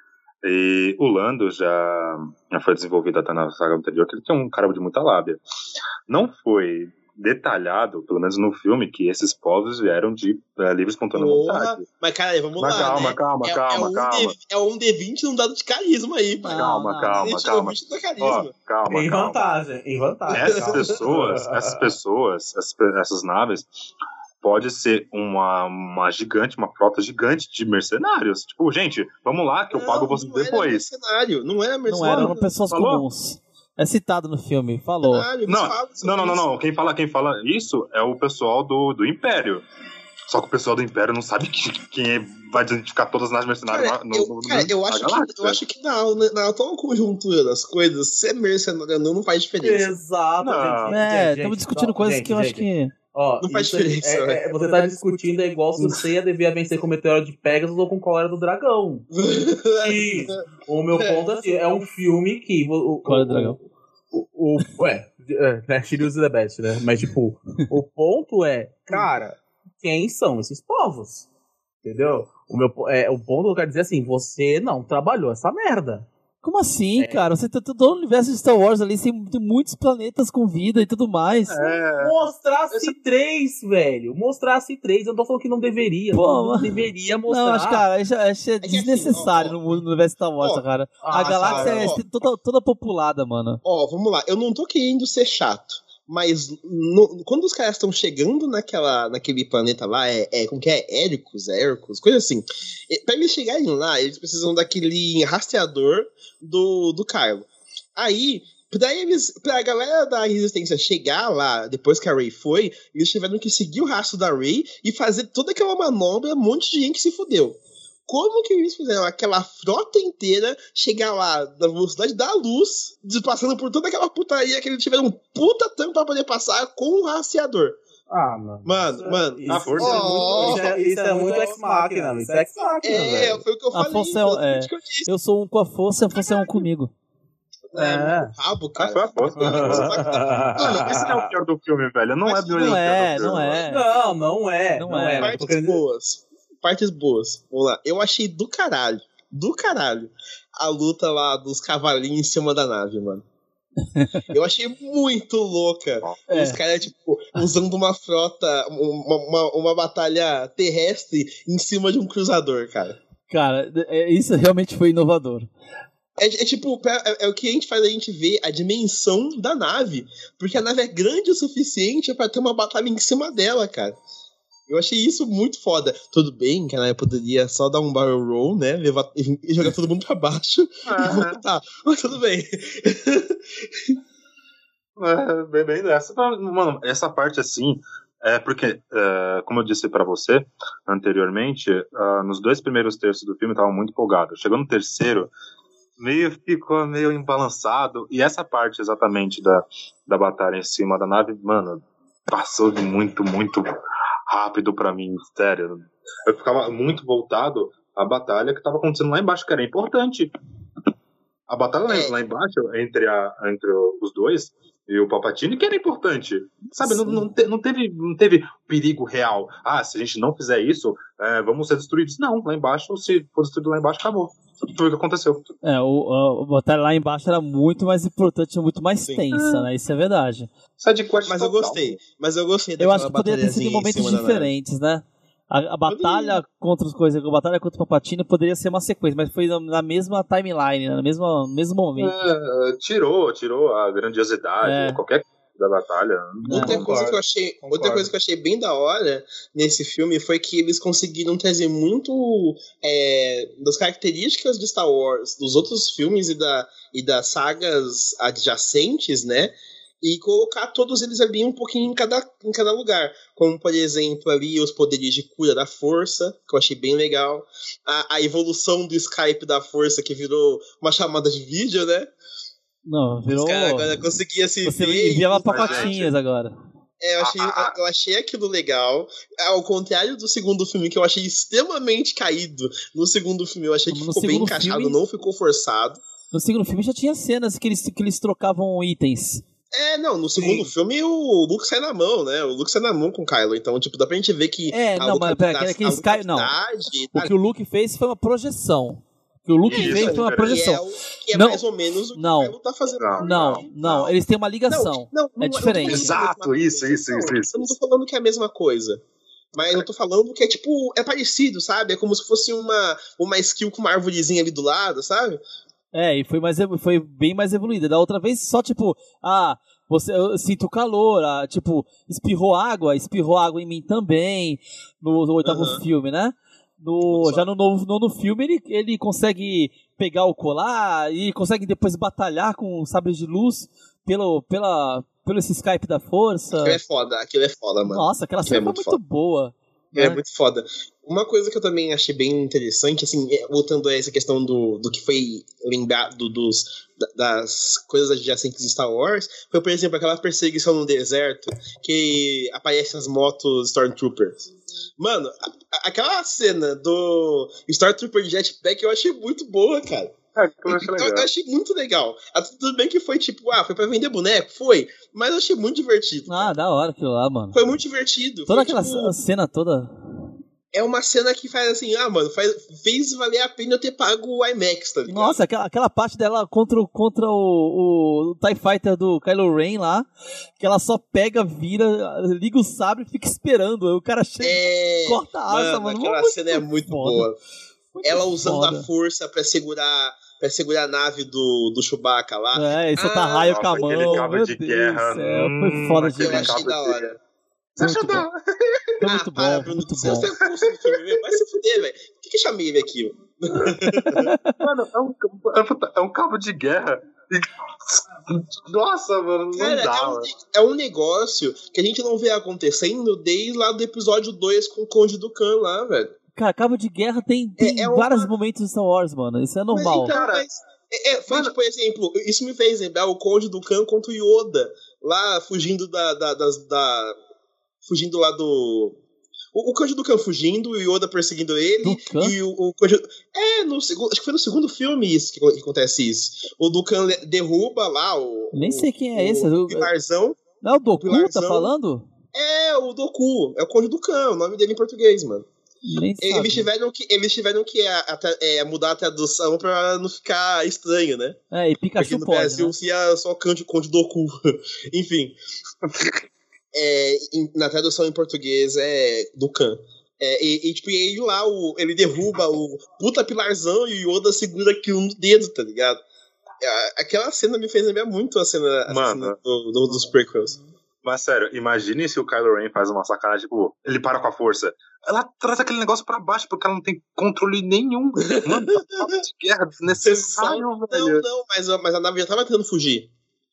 [SPEAKER 4] E o Lando já, já foi desenvolvido até na saga anterior, que ele tem um cara de muita lábia. Não foi detalhado, pelo menos no filme, que esses povos vieram de é, livre e espontânea
[SPEAKER 2] Porra,
[SPEAKER 4] vontade.
[SPEAKER 2] mas cara, vamos
[SPEAKER 4] Mas
[SPEAKER 2] lá,
[SPEAKER 4] calma,
[SPEAKER 2] né?
[SPEAKER 4] calma,
[SPEAKER 2] é,
[SPEAKER 4] calma,
[SPEAKER 2] é um
[SPEAKER 4] calma.
[SPEAKER 2] D, é um D vinte num dado de carisma aí, pai.
[SPEAKER 4] Calma,
[SPEAKER 3] não,
[SPEAKER 4] calma,
[SPEAKER 2] Ele tirou
[SPEAKER 4] calma.
[SPEAKER 2] vinte da
[SPEAKER 4] Ó,
[SPEAKER 2] carisma.
[SPEAKER 4] calma,
[SPEAKER 1] em
[SPEAKER 4] calma.
[SPEAKER 1] vantagem, em vantagem.
[SPEAKER 4] Essas
[SPEAKER 1] calma.
[SPEAKER 4] pessoas, essas pessoas, essas, pe- essas naves, pode ser uma, uma gigante, uma frota gigante de mercenários. Tipo, gente, vamos lá que eu pago vocês
[SPEAKER 2] não era
[SPEAKER 4] depois.
[SPEAKER 2] mercenário, não era
[SPEAKER 3] Não
[SPEAKER 2] mercenário.
[SPEAKER 3] eram pessoas
[SPEAKER 4] Falou?
[SPEAKER 3] comuns. É citado no filme, falou.
[SPEAKER 2] Mercenário, eles
[SPEAKER 4] Não,
[SPEAKER 2] falam sobre
[SPEAKER 4] não, não, não,
[SPEAKER 2] isso.
[SPEAKER 4] não. Quem fala, quem fala isso é o pessoal do, do Império. Só que o pessoal do Império não sabe que, quem é, vai identificar todas as mercenários
[SPEAKER 2] Cara,
[SPEAKER 4] no,
[SPEAKER 2] eu,
[SPEAKER 4] no,
[SPEAKER 2] cara, eu
[SPEAKER 4] na
[SPEAKER 2] acho que,
[SPEAKER 4] galáxia.
[SPEAKER 2] eu acho que na, na atual conjuntura das coisas, ser mercenário não, não faz diferença.
[SPEAKER 1] Exato,
[SPEAKER 4] Não.
[SPEAKER 1] gente.
[SPEAKER 3] É,
[SPEAKER 1] gente,
[SPEAKER 3] estamos
[SPEAKER 1] gente,
[SPEAKER 3] discutindo
[SPEAKER 1] não,
[SPEAKER 3] coisas
[SPEAKER 1] gente,
[SPEAKER 3] que eu acho
[SPEAKER 1] gente.
[SPEAKER 3] que.
[SPEAKER 1] Ó,
[SPEAKER 2] Não faz
[SPEAKER 1] isso é-
[SPEAKER 2] diferença,
[SPEAKER 1] é-
[SPEAKER 2] né?
[SPEAKER 1] é- você tá discutindo é igual se o Seiya devia vencer com o meteoro de Pegasus ou com cólera do dragão. E o meu ponto é assim, é um filme que... O, o,
[SPEAKER 3] Cólera do dragão.
[SPEAKER 1] O, o, o, ué, é, né, Shiryu the best, né? Mas, tipo, o ponto é, cara, quem são esses povos? Entendeu? O, meu, é, o ponto que eu quero dizer é assim, você não trabalhou essa merda.
[SPEAKER 3] Como assim, é. cara? Você tem todo o universo de Star Wars ali, tem, tem muitos planetas com vida e tudo mais.
[SPEAKER 1] É. Mostrasse Esse... três, velho. Mostrasse três. Eu não tô falando que não deveria. Pô, não mas... deveria mostrar. Não,
[SPEAKER 3] acho, cara, acho, acho é desnecessário assim, ó, ó, no universo de Star Wars, ó, cara. A ah, galáxia cara, é ó, toda, toda populada, mano.
[SPEAKER 2] Ó, vamos lá. Eu não tô querendo ser chato. Mas no, quando os caras estão chegando naquela, naquele planeta lá, é, é como que é? Éricos, Éricos, coisa assim. E, pra eles chegarem lá, eles precisam daquele rastreador do, do Kylo. Aí, pra eles, pra galera da Resistência chegar lá, depois que a Rey foi, eles tiveram que seguir o rastro da Rey e fazer toda aquela manobra, um monte de gente se fudeu. Como que eles fizeram aquela frota inteira chegar lá na velocidade da luz, passando por toda aquela putaria que eles tiveram um puta tanto pra poder passar com o rastreador?
[SPEAKER 1] Ah, mano.
[SPEAKER 2] Mano, isso, mano.
[SPEAKER 1] Isso, força oh, é muito, isso, é, isso é muito ex-máquina, isso é ex-máquina.
[SPEAKER 2] É, velho. Foi o que eu falei.
[SPEAKER 3] Afonso é, é, que eu, eu sou um com a força, Afonso é um comigo.
[SPEAKER 2] É, é. Rabo, cara.
[SPEAKER 4] Ah, foi a força. Mano, esse não é o pior do filme, velho. Não
[SPEAKER 3] Mas
[SPEAKER 4] é
[SPEAKER 3] não é, não é.
[SPEAKER 1] Não, não é. Não, não é.
[SPEAKER 2] é. Partes boas. Partes boas. Vamos lá. Eu achei do caralho. Do caralho. A luta lá dos cavalinhos em cima da nave, mano. Eu achei muito louca. É. Os caras, tipo, usando uma frota, uma, uma, uma batalha terrestre em cima de um cruzador, cara.
[SPEAKER 3] Cara, isso realmente foi inovador.
[SPEAKER 2] É, é tipo, é, é o que a gente faz a gente ver a dimensão da nave. Porque a nave é grande o suficiente pra ter uma batalha em cima dela, cara. Eu achei isso muito foda. Tudo bem que ela poderia só dar um barrel roll, né? Levar, e jogar todo mundo pra baixo ah, e voltar. Mas tudo bem.
[SPEAKER 4] É, bem, bem dessa. Mano, essa parte assim, é porque, é, como eu disse pra você anteriormente, uh, nos dois primeiros terços do filme eu tava muito empolgado. Chegou no terceiro, meio ficou meio embalançado. E essa parte exatamente da, da batalha em cima da nave, mano, passou de muito, muito rápido pra mim, sério. Eu ficava muito voltado à batalha que tava acontecendo lá embaixo, que era importante. A batalha lá, lá embaixo, entre, a, entre os dois e o Palpatine, que era importante. Sabe, não, não, te, não, teve, não teve perigo real. Ah, se a gente não fizer isso, é, vamos ser destruídos. Não, lá embaixo, se for destruído lá embaixo, acabou. Foi o que aconteceu.
[SPEAKER 3] É, o, a batalha lá embaixo era muito mais importante, muito mais Sim. tensa, é. né? Isso é verdade.
[SPEAKER 2] Mas total. eu gostei. Mas eu gostei
[SPEAKER 3] Eu acho que poderia ter sido em momentos diferentes, né? A, a batalha contra as coisas, a batalha contra o Palpatine poderia ser uma sequência, mas foi na, na mesma timeline, né? no, mesmo, no mesmo momento.
[SPEAKER 4] É, tirou, tirou a grandiosidade, é. qualquer da batalha.
[SPEAKER 2] Outra, é, coisa que eu achei, outra coisa que eu achei bem da hora nesse filme foi que eles conseguiram trazer muito é, das características de Star Wars, dos outros filmes e, da, e das sagas adjacentes, né? E colocar todos eles ali um pouquinho em cada, em cada lugar. Como, por exemplo, ali os poderes de cura da força, que eu achei bem legal. A, a evolução do Skype da força, que virou uma chamada de vídeo, né?
[SPEAKER 3] Não, virou...
[SPEAKER 2] Os caras agora conseguiam se
[SPEAKER 3] Você
[SPEAKER 2] ver...
[SPEAKER 3] enviava pacotinhas agora.
[SPEAKER 2] É, eu achei, eu achei aquilo legal. Ao contrário do segundo filme, que eu achei extremamente caído. No segundo filme, eu achei que
[SPEAKER 3] no
[SPEAKER 2] ficou bem encaixado,
[SPEAKER 3] filme...
[SPEAKER 2] não ficou forçado.
[SPEAKER 3] No segundo filme já tinha cenas que eles, que eles trocavam itens.
[SPEAKER 2] É, não, no segundo Sim. filme o Luke sai na mão, né? O Luke sai na mão com o Kylo, então, tipo, dá pra gente ver que...
[SPEAKER 3] É, não, mas pera,
[SPEAKER 2] da,
[SPEAKER 3] aquele Sky, não. O que o Luke fez foi uma projeção. O que o Luke Isso, fez foi uma projeção.
[SPEAKER 2] Que é, o, que é não, mais ou menos o que
[SPEAKER 3] não,
[SPEAKER 2] o Kylo tá fazendo.
[SPEAKER 3] Não, não, não, não, eles têm uma ligação. Não, não, é diferente.
[SPEAKER 4] Exato, isso, isso, isso, isso.
[SPEAKER 2] Eu não tô falando que é a mesma coisa. Mas eu tô falando que é, tipo, é parecido, sabe? É como se fosse uma, uma skill com uma arvorezinha ali do lado, sabe?
[SPEAKER 3] É, e foi, mais, foi bem mais evoluída. Da outra vez, só tipo, ah... Você, eu sinto calor, ah, tipo, espirrou água, espirrou água em mim também, no, no oitavo uhum. filme, né? No, já no novo, nono filme ele, ele consegue pegar o colar e consegue depois batalhar com sabres de luz pelo, pela, pelo esse Skype da força.
[SPEAKER 2] Aquilo é foda, aquilo é foda, mano.
[SPEAKER 3] Nossa, aquela cena é muito, muito boa.
[SPEAKER 2] É, é muito foda. Uma coisa que eu também achei bem interessante, assim, voltando a essa questão do, do que foi lembrado dos, das coisas adjacentes de Star Wars, foi, por exemplo, aquela perseguição no deserto que aparecem as motos Stormtroopers. Mano, a, aquela cena do Stormtrooper Jetpack eu achei muito boa, cara.
[SPEAKER 4] Ah, eu, achei
[SPEAKER 2] eu, eu achei muito legal. Tudo bem que foi tipo, ah, foi pra vender boneco? Foi. Mas eu achei muito divertido.
[SPEAKER 3] Ah, cara. Da hora aquilo lá, mano.
[SPEAKER 2] Foi muito divertido.
[SPEAKER 3] Toda
[SPEAKER 2] foi,
[SPEAKER 3] aquela
[SPEAKER 2] tipo...
[SPEAKER 3] cena toda.
[SPEAKER 2] é uma cena que faz assim, ah, mano, faz, fez valer a pena eu ter pago o IMAX, tá ligado?
[SPEAKER 3] Nossa, aquela, aquela parte dela contra, o- contra o, o TIE Fighter do Kylo Ren lá, que ela só pega, vira, liga o sabre e fica esperando. Aí o cara chega
[SPEAKER 2] É,
[SPEAKER 3] e corta a asa,
[SPEAKER 2] mano,
[SPEAKER 3] mano.
[SPEAKER 2] aquela
[SPEAKER 3] Muito
[SPEAKER 2] cena é muito
[SPEAKER 3] foda.
[SPEAKER 2] boa.
[SPEAKER 3] Muito
[SPEAKER 2] Ela usando
[SPEAKER 3] foda.
[SPEAKER 2] a força pra segurar, pra segurar a nave do, do Chewbacca lá.
[SPEAKER 3] É, e soltar
[SPEAKER 2] Ah,
[SPEAKER 3] raio com a
[SPEAKER 4] nossa, aquele
[SPEAKER 3] mão.
[SPEAKER 4] cabo
[SPEAKER 3] Meu
[SPEAKER 4] de
[SPEAKER 3] Deus
[SPEAKER 4] guerra,
[SPEAKER 3] do céu,
[SPEAKER 4] hum,
[SPEAKER 3] foi foda
[SPEAKER 4] aquele
[SPEAKER 2] Eu
[SPEAKER 3] demais.
[SPEAKER 2] achei
[SPEAKER 4] cabo
[SPEAKER 2] da
[SPEAKER 4] de-
[SPEAKER 2] hora.
[SPEAKER 3] Foi muito bom. Foi
[SPEAKER 2] Ah,
[SPEAKER 3] muito
[SPEAKER 2] para,
[SPEAKER 3] bom,
[SPEAKER 2] Bruno.
[SPEAKER 3] muito
[SPEAKER 2] Se
[SPEAKER 3] bom.
[SPEAKER 2] você fosse no filme mesmo, vai se fuder, velho. Por que, que eu chamei ele aqui?
[SPEAKER 4] Mano, é um, é um cabo de guerra. E- Nossa, mano, não
[SPEAKER 2] Cara,
[SPEAKER 4] dá.
[SPEAKER 2] é um,
[SPEAKER 4] mano.
[SPEAKER 2] é um negócio que a gente não vê acontecendo desde lá do episódio dois com o Conde do Khan lá, velho.
[SPEAKER 3] Cara, cabo de guerra tem, tem
[SPEAKER 2] É- é uma-
[SPEAKER 3] vários momentos em Star Wars, mano. Isso é normal.
[SPEAKER 2] Mas, então,
[SPEAKER 4] Cara,
[SPEAKER 2] mas, é, é, foi,
[SPEAKER 4] mano-
[SPEAKER 2] tipo, por exemplo, isso me fez lembrar o Conde do Khan contra o Yoda, lá fugindo da. da, das- da fugindo lá do. O, o Conde do Khan fugindo, o Yoda perseguindo ele.
[SPEAKER 3] Do Khan?
[SPEAKER 2] E o, o Conde. É, no segundo. Acho que foi no segundo filme isso que, que acontece isso. O do Khan le- derruba lá o.
[SPEAKER 3] Nem
[SPEAKER 2] o-
[SPEAKER 3] sei quem é
[SPEAKER 2] o
[SPEAKER 3] esse. Eu-
[SPEAKER 2] Pilarzão.
[SPEAKER 3] Não é o Doku, tá
[SPEAKER 2] Pilarzão.
[SPEAKER 3] falando?
[SPEAKER 2] É, o Doku. É o Conde do Khan, o nome dele em português, mano.
[SPEAKER 3] Nem sabe.
[SPEAKER 2] Eles tiveram que, eles tiveram que a- a- é, mudar a tradução pra não ficar estranho, né?
[SPEAKER 3] É, e
[SPEAKER 2] Porque
[SPEAKER 3] Pikachu
[SPEAKER 2] no
[SPEAKER 3] pode,
[SPEAKER 2] Brasil
[SPEAKER 3] né?
[SPEAKER 2] seria só Conde, Conde Doku. Enfim. É, em- na tradução em português é do Khan. É, e, e, tipo, ele lá, o, ele derruba o puta pilarzão e o Yoda segura aquilo no dedo, tá ligado? É, aquela cena me fez lembrar muito a cena, a
[SPEAKER 4] Mano.
[SPEAKER 2] cena do, do- dos prequels.
[SPEAKER 4] Mas sério, imagine se o Kylo Ren faz uma sacada, tipo, ele para com a força. Ela traz aquele negócio pra baixo, porque ela não tem controle nenhum. Mano, cabo de guerra desnecessário,
[SPEAKER 2] Não,
[SPEAKER 4] velho.
[SPEAKER 2] não, mas, a- mas a nave já tava tentando fugir.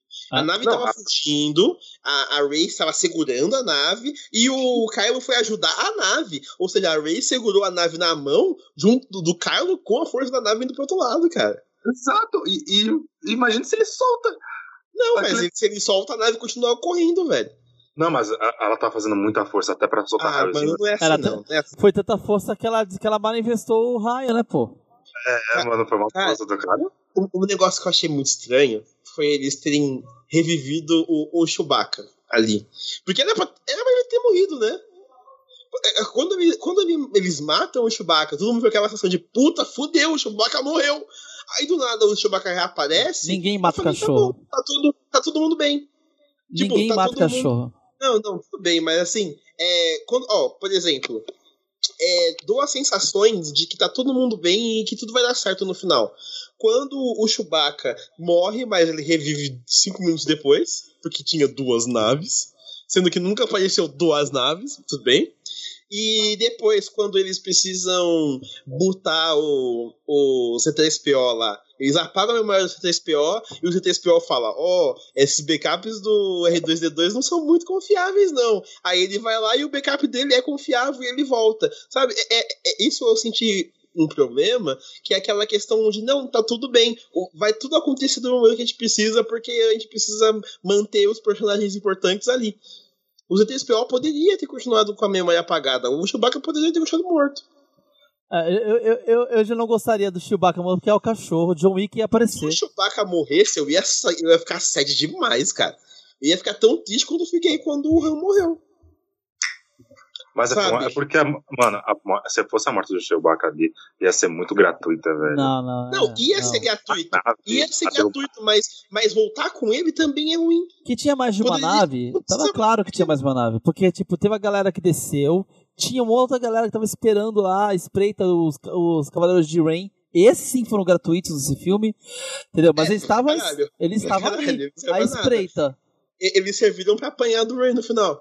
[SPEAKER 2] A
[SPEAKER 3] Ah,
[SPEAKER 2] nave
[SPEAKER 4] não,
[SPEAKER 2] tava
[SPEAKER 4] a-
[SPEAKER 2] fugindo, a, a Rey estava segurando a nave e o Kylo foi ajudar a nave. Ou seja, a Rey segurou a nave na mão junto do, do Kylo com a força da nave indo pro outro lado, cara.
[SPEAKER 4] Exato, e, e imagine se ele solta.
[SPEAKER 2] Não,
[SPEAKER 4] Aquele-
[SPEAKER 2] mas ele- se ele solta a nave continua correndo, velho.
[SPEAKER 4] Não, mas a- ela tá fazendo muita força até pra soltar
[SPEAKER 2] Ah,
[SPEAKER 4] raiozinho.
[SPEAKER 2] mano, não é assim,
[SPEAKER 3] Ela
[SPEAKER 2] não. não é assim.
[SPEAKER 3] Foi tanta força que ela, que ela manifestou o raio, né, pô?
[SPEAKER 4] É, mano, foi uma
[SPEAKER 2] Cara,
[SPEAKER 4] força do cara.
[SPEAKER 2] Um, um negócio que eu achei muito estranho foi eles terem revivido o, o Chewbacca ali. Porque era pra, era pra ele ter morrido, né? É, é, Quando, ele- quando ele- eles matam o Chewbacca, todo mundo fica aquela sensação de puta, fudeu, o Chewbacca morreu. Aí do nada o Chewbacca reaparece.
[SPEAKER 3] Ninguém mata
[SPEAKER 2] eu
[SPEAKER 3] o
[SPEAKER 2] falei,
[SPEAKER 3] cachorro.
[SPEAKER 2] Tá, bom, tá, tudo, tá todo mundo bem. Tipo,
[SPEAKER 3] Ninguém
[SPEAKER 2] tá
[SPEAKER 3] mata o
[SPEAKER 2] todo mundo-
[SPEAKER 3] cachorro.
[SPEAKER 2] Não, não, tudo bem, mas assim, é, quando, ó, por exemplo, é, dou as sensações de que tá todo mundo bem e que tudo vai dar certo no final. Quando o Chewbacca morre, mas ele revive cinco minutos depois, porque tinha duas naves, sendo que nunca apareceu duas naves, tudo bem. E depois, quando eles precisam botar o, o C três P O lá, eles apagam a memória do C três P O e o C três P O fala: ó, oh, esses backups do R dois D dois não são muito confiáveis, não. Aí ele vai lá e o backup dele é confiável e ele volta. Sabe? É, é, é- isso eu senti um problema, que é aquela questão de não, tá tudo bem, o- vai tudo acontecer do momento que a gente precisa, porque a gente precisa manter os personagens importantes ali. O Z três P O poderia ter continuado com a memória apagada. O Chewbacca poderia ter continuado morto.
[SPEAKER 3] É, eu, eu, eu, eu já não gostaria do Chewbacca, mano, porque é o cachorro. John Wick ia
[SPEAKER 2] Se
[SPEAKER 3] aparecer.
[SPEAKER 2] o Chewbacca morresse, eu ia, sa- eu ia ficar sad demais, cara. Eu ia ficar tão triste quanto eu fiquei quando o Han morreu.
[SPEAKER 4] Mas é,
[SPEAKER 2] Sabe?
[SPEAKER 4] é porque, a- mano, a mo- se fosse a morte do Chewbacca ali, ia ser muito gratuita, velho.
[SPEAKER 3] Não, não.
[SPEAKER 2] Não,
[SPEAKER 3] é,
[SPEAKER 2] ia
[SPEAKER 3] não.
[SPEAKER 2] ser gratuito.
[SPEAKER 4] A nave,
[SPEAKER 2] Ia ser
[SPEAKER 4] a derru-
[SPEAKER 2] gratuito, mas, mas voltar com ele também é ruim.
[SPEAKER 3] Que tinha mais de uma
[SPEAKER 2] Poderia-
[SPEAKER 3] nave,
[SPEAKER 2] não
[SPEAKER 3] tava
[SPEAKER 2] precisa-
[SPEAKER 3] claro que tinha mais de uma nave. Porque, tipo, teve a galera que desceu, tinha uma outra galera que tava esperando lá, espreita os, os Cavaleiros de Rain. Esses sim foram gratuitos nesse filme, entendeu? Mas
[SPEAKER 2] É,
[SPEAKER 3] eles estavam
[SPEAKER 2] caralho.
[SPEAKER 3] eles estavam
[SPEAKER 2] Caralho,
[SPEAKER 3] ali,
[SPEAKER 2] não serve
[SPEAKER 3] a
[SPEAKER 2] pra nada.
[SPEAKER 3] espreita.
[SPEAKER 2] E- Eles serviram pra apanhar do Rey no final.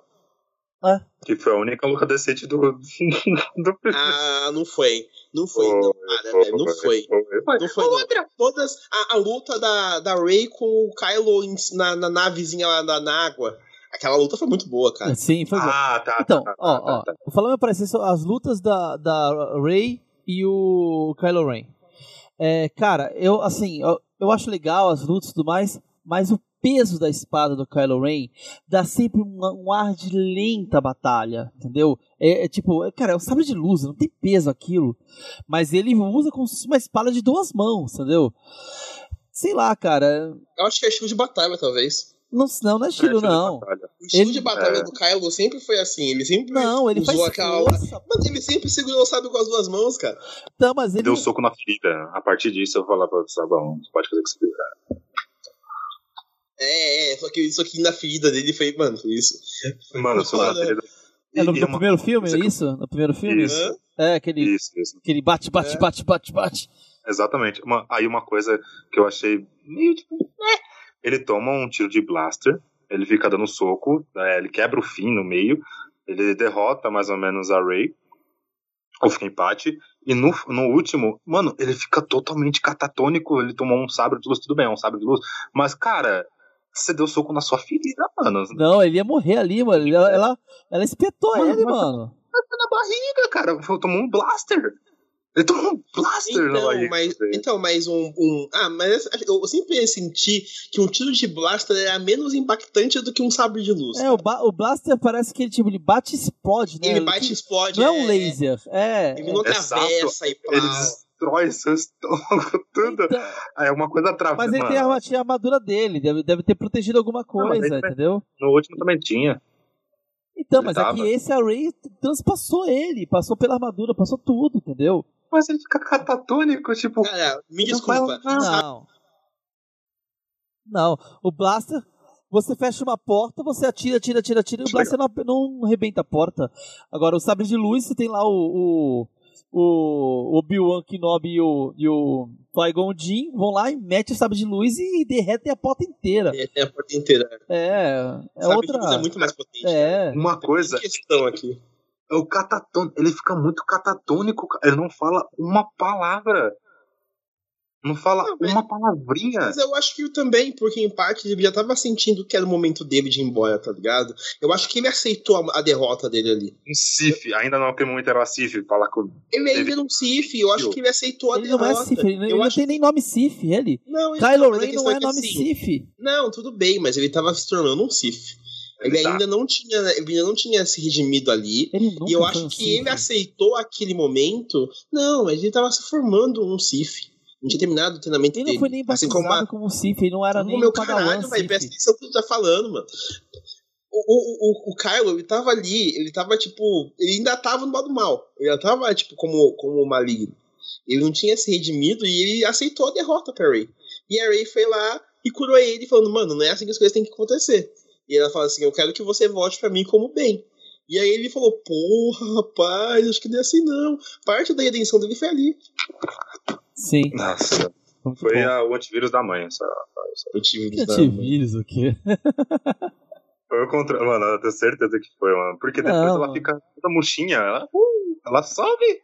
[SPEAKER 4] Que foi a única luta decente do. do...
[SPEAKER 2] Ah, não foi. Não foi, não. Para,
[SPEAKER 4] Foi,
[SPEAKER 2] velho. Não
[SPEAKER 4] foi,
[SPEAKER 2] foi.
[SPEAKER 4] foi.
[SPEAKER 2] Não foi, não. Todas. A, a luta da, da Rey com o Kylo em- na, na navezinha lá na, na água. Aquela luta foi muito boa, cara.
[SPEAKER 3] Sim, foi bom.
[SPEAKER 4] Ah, tá.
[SPEAKER 3] Então,
[SPEAKER 4] tá, tá,
[SPEAKER 3] ó,
[SPEAKER 4] tá,
[SPEAKER 3] ó,
[SPEAKER 4] tá.
[SPEAKER 3] falando a parecer as lutas da, da Rey e o Kylo Ren. É, cara, eu, assim, eu, eu acho legal as lutas e tudo mais, mas o peso da espada do Kylo Ren dá sempre um, um ar de lenta batalha, entendeu? É, é tipo, é, cara, é um sabre de luz, não tem peso aquilo, mas ele usa como se fosse uma espada de duas mãos, entendeu? Sei lá, cara.
[SPEAKER 2] Eu acho que é estilo de batalha, talvez.
[SPEAKER 3] Não, não, não é estilo, não.
[SPEAKER 2] O estilo
[SPEAKER 3] Ele-
[SPEAKER 2] de batalha
[SPEAKER 4] é.
[SPEAKER 2] do Kylo sempre foi assim. Ele sempre
[SPEAKER 3] Não, ele
[SPEAKER 2] usou
[SPEAKER 3] faz
[SPEAKER 2] aquela.
[SPEAKER 3] força.
[SPEAKER 2] Mano, ele sempre segurou o sábio com as duas mãos, cara.
[SPEAKER 3] Então, mas ele...
[SPEAKER 4] Deu soco na ferida. A partir disso eu vou falar pra você, tá bom, você pode fazer o que você quiser.
[SPEAKER 2] É, é, só que isso aqui na ferida dele foi, mano, foi isso.
[SPEAKER 4] Mano, soco na ferida.
[SPEAKER 3] É no,
[SPEAKER 4] E- e
[SPEAKER 3] no
[SPEAKER 4] uma-
[SPEAKER 3] primeiro filme, é
[SPEAKER 4] que-
[SPEAKER 3] isso? No primeiro filme?
[SPEAKER 4] Isso.
[SPEAKER 2] Hã?
[SPEAKER 3] É, aquele,
[SPEAKER 4] Isso, isso.
[SPEAKER 3] aquele bate, bate,
[SPEAKER 2] É.
[SPEAKER 3] bate, bate, bate.
[SPEAKER 4] Exatamente. Uma- aí uma coisa que eu achei meio tipo. né? Ele toma um tiro de blaster, ele fica dando soco, né, ele quebra o fim no meio, ele derrota mais ou menos a Rey, ou fica empate, e no, no último, mano, ele fica totalmente catatônico, ele tomou um sabre de luz, tudo bem, é um sabre de luz, mas cara, você deu soco na sua ferida, mano.
[SPEAKER 3] Não, ele ia morrer ali, mano. Ela, ela, ela espetou
[SPEAKER 4] Mano,
[SPEAKER 3] ele,
[SPEAKER 4] mas-
[SPEAKER 3] mano.
[SPEAKER 4] Na barriga, cara, tomou um blaster. Ele tomou um blaster na
[SPEAKER 2] Então,
[SPEAKER 4] barriga.
[SPEAKER 2] mas,
[SPEAKER 4] velho.
[SPEAKER 2] então, mas um, um. Ah, mas eu sempre senti que um tiro de blaster era menos impactante do que um sabre de luz.
[SPEAKER 3] É, o, ba- o Blaster parece que ele, tipo, ele bate e explode, né?
[SPEAKER 2] Ele bate e explode.
[SPEAKER 3] Não é um laser, é.
[SPEAKER 2] Ele não
[SPEAKER 4] Exato.
[SPEAKER 2] atravessa e plau.
[SPEAKER 4] Ele destrói seu estômago, tudo.
[SPEAKER 3] Então,
[SPEAKER 4] Aí é uma coisa atravessa.
[SPEAKER 3] mas ele tem a, tinha a armadura dele, deve, deve ter protegido alguma
[SPEAKER 4] mas
[SPEAKER 3] coisa,
[SPEAKER 4] ele-
[SPEAKER 3] entendeu?
[SPEAKER 4] No último também tinha.
[SPEAKER 3] Então,
[SPEAKER 4] ele
[SPEAKER 3] mas
[SPEAKER 4] tava.
[SPEAKER 3] aqui esse a Rey transpassou ele, passou pela armadura, passou tudo, entendeu?
[SPEAKER 4] Mas ele fica catatônico, tipo.
[SPEAKER 2] Cara, me
[SPEAKER 4] Não
[SPEAKER 2] desculpa.
[SPEAKER 4] faz nada.
[SPEAKER 3] Não. Não, o Blaster, você fecha uma porta, você atira, atira, atira, atira, e o Blaster não, não arrebenta a porta. Agora, o sabre de luz, você tem lá o, o, o Obi-Wan Kenobi e o, e o Qui-Gon Jinn vão lá e metem o sabre de luz e derretem a porta inteira.
[SPEAKER 2] É, tem a porta inteira.
[SPEAKER 3] É, é
[SPEAKER 2] Sabe
[SPEAKER 3] outra...
[SPEAKER 2] que isso é muito mais potente. cara.
[SPEAKER 3] É,
[SPEAKER 4] Uma coisa,
[SPEAKER 2] Tem questão aqui.
[SPEAKER 4] é o catatônico. Ele fica muito catatônico. Ele não fala uma palavra. Não fala
[SPEAKER 2] Não, mas-
[SPEAKER 4] uma palavrinha.
[SPEAKER 2] Mas eu acho que também, porque em parte ele já tava sentindo que era o momento dele de ir embora, tá ligado? Eu acho que ele aceitou a, a derrota dele ali.
[SPEAKER 4] Um Sif. Ainda não, aquele momento era o Sif. Falar com.
[SPEAKER 2] Ele ainda
[SPEAKER 4] Teve-
[SPEAKER 2] não Sif, eu acho que ele aceitou a
[SPEAKER 3] ele não
[SPEAKER 2] derrota.
[SPEAKER 3] é Sith, ele, não-
[SPEAKER 2] eu
[SPEAKER 3] ele não
[SPEAKER 2] acho
[SPEAKER 3] tem nem nome Sith, ele.
[SPEAKER 2] Não, então,
[SPEAKER 3] Kylo
[SPEAKER 2] mas a
[SPEAKER 3] Ren
[SPEAKER 2] questão
[SPEAKER 3] não é
[SPEAKER 2] que,
[SPEAKER 3] nome
[SPEAKER 2] assim,
[SPEAKER 3] Sith.
[SPEAKER 2] Não, tudo bem, mas ele tava se tornando um Sith. Ele
[SPEAKER 4] Exato.
[SPEAKER 2] ainda não tinha, ele ainda não tinha se redimido ali.
[SPEAKER 3] Ele nunca
[SPEAKER 2] E eu
[SPEAKER 3] foi
[SPEAKER 2] acho
[SPEAKER 3] um
[SPEAKER 2] que
[SPEAKER 3] Sith.
[SPEAKER 2] ele aceitou aquele momento. Não, mas ele tava se formando um Sith. Não tinha terminado o treinamento
[SPEAKER 3] Ele
[SPEAKER 2] dele.
[SPEAKER 3] não foi nem
[SPEAKER 2] assim
[SPEAKER 3] batizado
[SPEAKER 2] como a,
[SPEAKER 3] como um Sith, ele não era
[SPEAKER 2] como
[SPEAKER 3] nem
[SPEAKER 2] meu
[SPEAKER 3] um Padawan
[SPEAKER 2] caralho, vai
[SPEAKER 3] Sith.
[SPEAKER 2] presta atenção no que tu tá falando, mano. O, o, o, o Kylo, ele tava ali, ele tava, tipo, ele ainda tava no modo mal. Ele ainda tava, tipo, como, como maligno. Ele não tinha se redimido e ele aceitou a derrota pra Rey. E a Rey foi lá e curou ele, falando, mano, não é assim que as coisas têm que acontecer. E ela fala assim, eu quero que você volte pra mim como bem. E aí ele falou, porra, rapaz, acho que não é assim não. Parte da redenção dele foi ali.
[SPEAKER 3] Sim.
[SPEAKER 4] Nossa.
[SPEAKER 3] Muito
[SPEAKER 4] Foi
[SPEAKER 3] bom.
[SPEAKER 4] a, o antivírus da mãe. Só.
[SPEAKER 2] Eu tive
[SPEAKER 3] Que antivírus, o quê?
[SPEAKER 4] Foi o contra... Mano, eu tenho certeza que foi, mano. Porque depois
[SPEAKER 3] Não,
[SPEAKER 4] ela
[SPEAKER 3] mano.
[SPEAKER 4] fica toda murchinha. Ela, uh, ela sobe.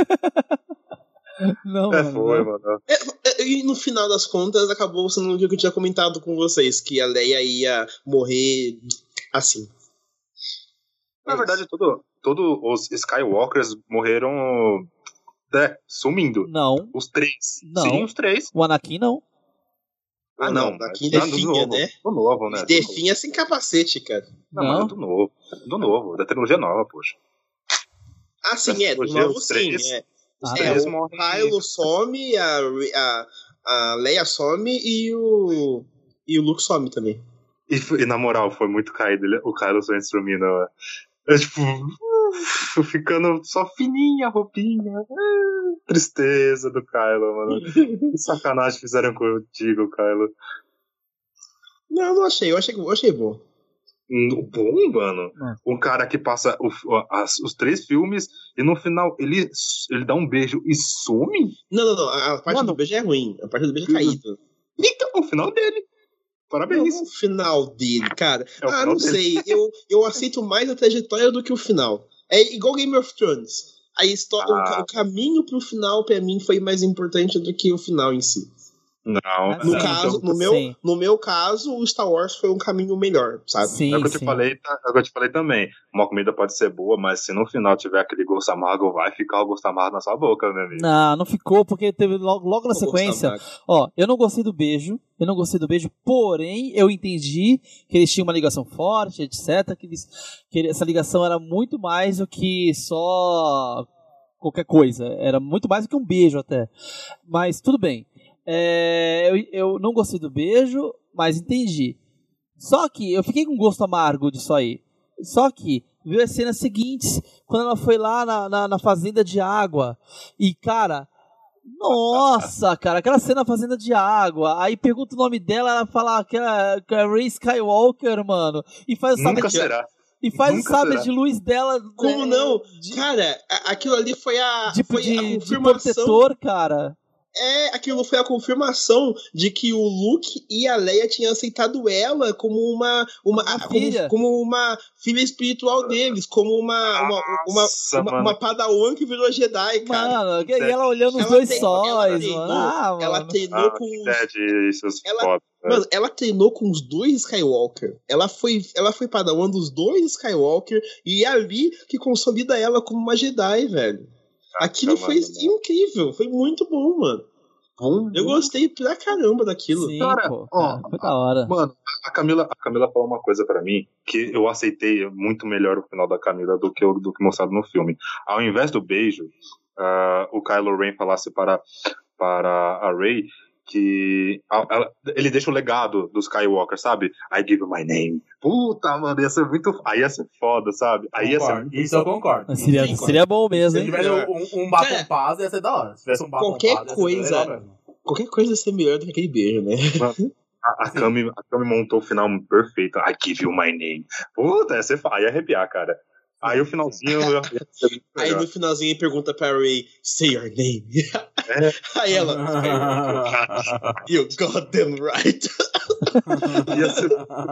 [SPEAKER 3] Não,
[SPEAKER 4] É,
[SPEAKER 3] mano,
[SPEAKER 4] foi,
[SPEAKER 3] não.
[SPEAKER 4] mano.
[SPEAKER 2] E no final das contas, acabou sendo o que eu tinha comentado com vocês, que a Leia ia morrer assim.
[SPEAKER 4] Na verdade, todo, todo os Skywalkers morreram é, sumindo.
[SPEAKER 3] Não,
[SPEAKER 4] Os três.
[SPEAKER 3] Não.
[SPEAKER 4] Sim, os três.
[SPEAKER 3] o Anakin não.
[SPEAKER 4] Ah, não.
[SPEAKER 2] Daqui
[SPEAKER 4] mas-
[SPEAKER 2] definha,
[SPEAKER 4] do novo,
[SPEAKER 2] né?
[SPEAKER 4] Do novo, né? Do novo.
[SPEAKER 2] Definha sem capacete, cara.
[SPEAKER 4] Não,
[SPEAKER 3] Não.
[SPEAKER 4] mas do novo. Do novo. Da trilogia nova, poxa.
[SPEAKER 2] Ah, sim, é. Do
[SPEAKER 4] Trilogia,
[SPEAKER 2] novo
[SPEAKER 4] os
[SPEAKER 2] sim.
[SPEAKER 4] três.
[SPEAKER 2] É,
[SPEAKER 3] Ah,
[SPEAKER 2] é
[SPEAKER 4] três
[SPEAKER 2] o
[SPEAKER 4] morrem.
[SPEAKER 2] Kylo some, a, a, a Leia some e o. E o Luke some também.
[SPEAKER 4] E, foi- e na moral, foi muito caído. Ele- O Kylo só instrumina. É tipo. uh, Ficando só fininha a roupinha. Ah, tristeza do Kylo, mano. Que sacanagem fizeram contigo, Kylo.
[SPEAKER 2] Não, não achei. Eu achei, eu achei bom.
[SPEAKER 4] Hum, Bom, mano.
[SPEAKER 3] É.
[SPEAKER 4] Um cara que passa o- as- os três filmes e no final ele, ele dá um beijo e some.
[SPEAKER 2] Não, não, não. A, a parte
[SPEAKER 4] Mano.
[SPEAKER 2] do beijo é ruim. A parte do beijo é
[SPEAKER 4] Uhum.
[SPEAKER 2] caído.
[SPEAKER 4] Então, o final dele. Parabéns.
[SPEAKER 2] Não, o final dele, cara.
[SPEAKER 4] É o
[SPEAKER 2] ah,
[SPEAKER 4] final
[SPEAKER 2] não
[SPEAKER 4] dele.
[SPEAKER 2] sei. Eu, eu aceito mais a trajetória do que o final. É igual Game of Thrones. A história, o
[SPEAKER 4] Ah.
[SPEAKER 2] ca- o, caminho pro final, pra mim, foi mais importante do que o final em si.
[SPEAKER 4] Não,
[SPEAKER 3] Ah,
[SPEAKER 2] No
[SPEAKER 3] Sim.
[SPEAKER 2] caso,
[SPEAKER 4] então,
[SPEAKER 2] no meu,
[SPEAKER 3] Sim.
[SPEAKER 2] no meu caso, o Star Wars foi um caminho melhor, sabe?
[SPEAKER 3] Sim,
[SPEAKER 4] é o que eu te
[SPEAKER 3] sim.
[SPEAKER 4] falei, tá? É o que eu te falei também. Uma comida pode ser boa, mas se no final tiver aquele gosto amargo, vai ficar o gosto amargo na sua boca, meu amigo.
[SPEAKER 3] Não, não ficou, porque teve logo, logo na
[SPEAKER 2] Eu
[SPEAKER 3] sequência.
[SPEAKER 2] gostava.
[SPEAKER 3] Ó, eu não gostei do beijo. Eu não gostei do beijo, porém, eu entendi que eles tinham uma ligação forte, etcétera. Que, eles, que essa ligação era muito mais do que só qualquer coisa. Era muito mais do que um beijo até. Mas tudo bem. É, eu, eu não gostei do beijo, mas entendi. Só que eu fiquei com gosto amargo disso aí. Só que viu as cenas seguintes, quando ela foi lá na, na, na fazenda de água. E, cara, nossa, cara, aquela cena na fazenda de água. Aí pergunta o nome dela, ela fala que é, que é Rey Skywalker, mano. E faz o
[SPEAKER 4] Nunca
[SPEAKER 3] sabre
[SPEAKER 4] será.
[SPEAKER 3] de, e faz
[SPEAKER 4] Nunca
[SPEAKER 3] o sabre
[SPEAKER 4] será.
[SPEAKER 3] de luz dela.
[SPEAKER 2] Como
[SPEAKER 3] é,
[SPEAKER 2] não?
[SPEAKER 3] De,
[SPEAKER 2] Cara, a- aquilo ali foi a,
[SPEAKER 3] de,
[SPEAKER 2] foi
[SPEAKER 3] de,
[SPEAKER 2] a
[SPEAKER 3] de
[SPEAKER 2] confirmação.
[SPEAKER 3] protetor, cara.
[SPEAKER 2] É, aquilo foi a confirmação de que o Luke e a Leia tinham aceitado ela como uma, uma,
[SPEAKER 3] Uma
[SPEAKER 2] como,
[SPEAKER 3] filha.
[SPEAKER 2] como uma filha espiritual deles, como uma, uma, uma,
[SPEAKER 4] Nossa,
[SPEAKER 2] uma,
[SPEAKER 4] mano.
[SPEAKER 2] uma Padawan que virou Jedi, cara.
[SPEAKER 3] Mano, e ela olhando os
[SPEAKER 2] Ela
[SPEAKER 3] dois
[SPEAKER 2] treinou- ela
[SPEAKER 3] sóis,
[SPEAKER 2] treinou-
[SPEAKER 3] mano. Ah,
[SPEAKER 2] Ela
[SPEAKER 3] mano.
[SPEAKER 2] treinou
[SPEAKER 4] Ah,
[SPEAKER 2] com
[SPEAKER 4] que
[SPEAKER 2] os,
[SPEAKER 4] bad isso,
[SPEAKER 2] Ela-
[SPEAKER 4] foda.
[SPEAKER 2] Mano, ela treinou com os dois Skywalker. Ela foi, ela foi Padawan dos dois Skywalker e é ali que consolida ela como uma Jedi, velho. Aquilo foi
[SPEAKER 4] mano, não.
[SPEAKER 2] incrível, foi muito bom, mano.
[SPEAKER 4] Bom,
[SPEAKER 2] Eu gostei pra caramba daquilo.
[SPEAKER 3] Sim,
[SPEAKER 4] Cara,
[SPEAKER 3] pô.
[SPEAKER 4] ó,
[SPEAKER 3] Cara, foi da hora.
[SPEAKER 4] Mano, a Camila, a Camila falou uma coisa pra mim que eu aceitei muito melhor o final da Camila do que o do que mostrado no filme. Ao invés do beijo, ah, o Kylo Ren falasse para, para a Rey que a- ela- ele deixa o legado dos Skywalker, sabe? I give you my name. Puta, mano, ia ser muito. Aí ia ser foda, sabe? Aí ia ser
[SPEAKER 1] Concordo.
[SPEAKER 4] muito
[SPEAKER 1] Isso eu concordo.
[SPEAKER 3] Mas Seria,
[SPEAKER 2] Sim,
[SPEAKER 3] seria bom mesmo,
[SPEAKER 1] Se
[SPEAKER 3] hein?
[SPEAKER 1] tivesse um, um batom
[SPEAKER 2] Cara,
[SPEAKER 1] paz, ia ser da hora. Se tivesse um batom
[SPEAKER 2] qualquer
[SPEAKER 1] paz, ia ser
[SPEAKER 2] coisa-
[SPEAKER 1] legal mesmo.
[SPEAKER 2] Qualquer coisa ia ser melhor do que aquele beijo, né?
[SPEAKER 4] A, a, Cami, a Cami montou o final perfeito. I give you my name. Puta, ia ser fa- ia arrepiar, cara. Aí o finalzinho ia, ia ser muito
[SPEAKER 2] Aí
[SPEAKER 4] melhor.
[SPEAKER 2] no finalzinho ele pergunta pra Rey, say your name.
[SPEAKER 4] É.
[SPEAKER 2] Aí ela, Skywalker, you got them right.
[SPEAKER 4] Ia ser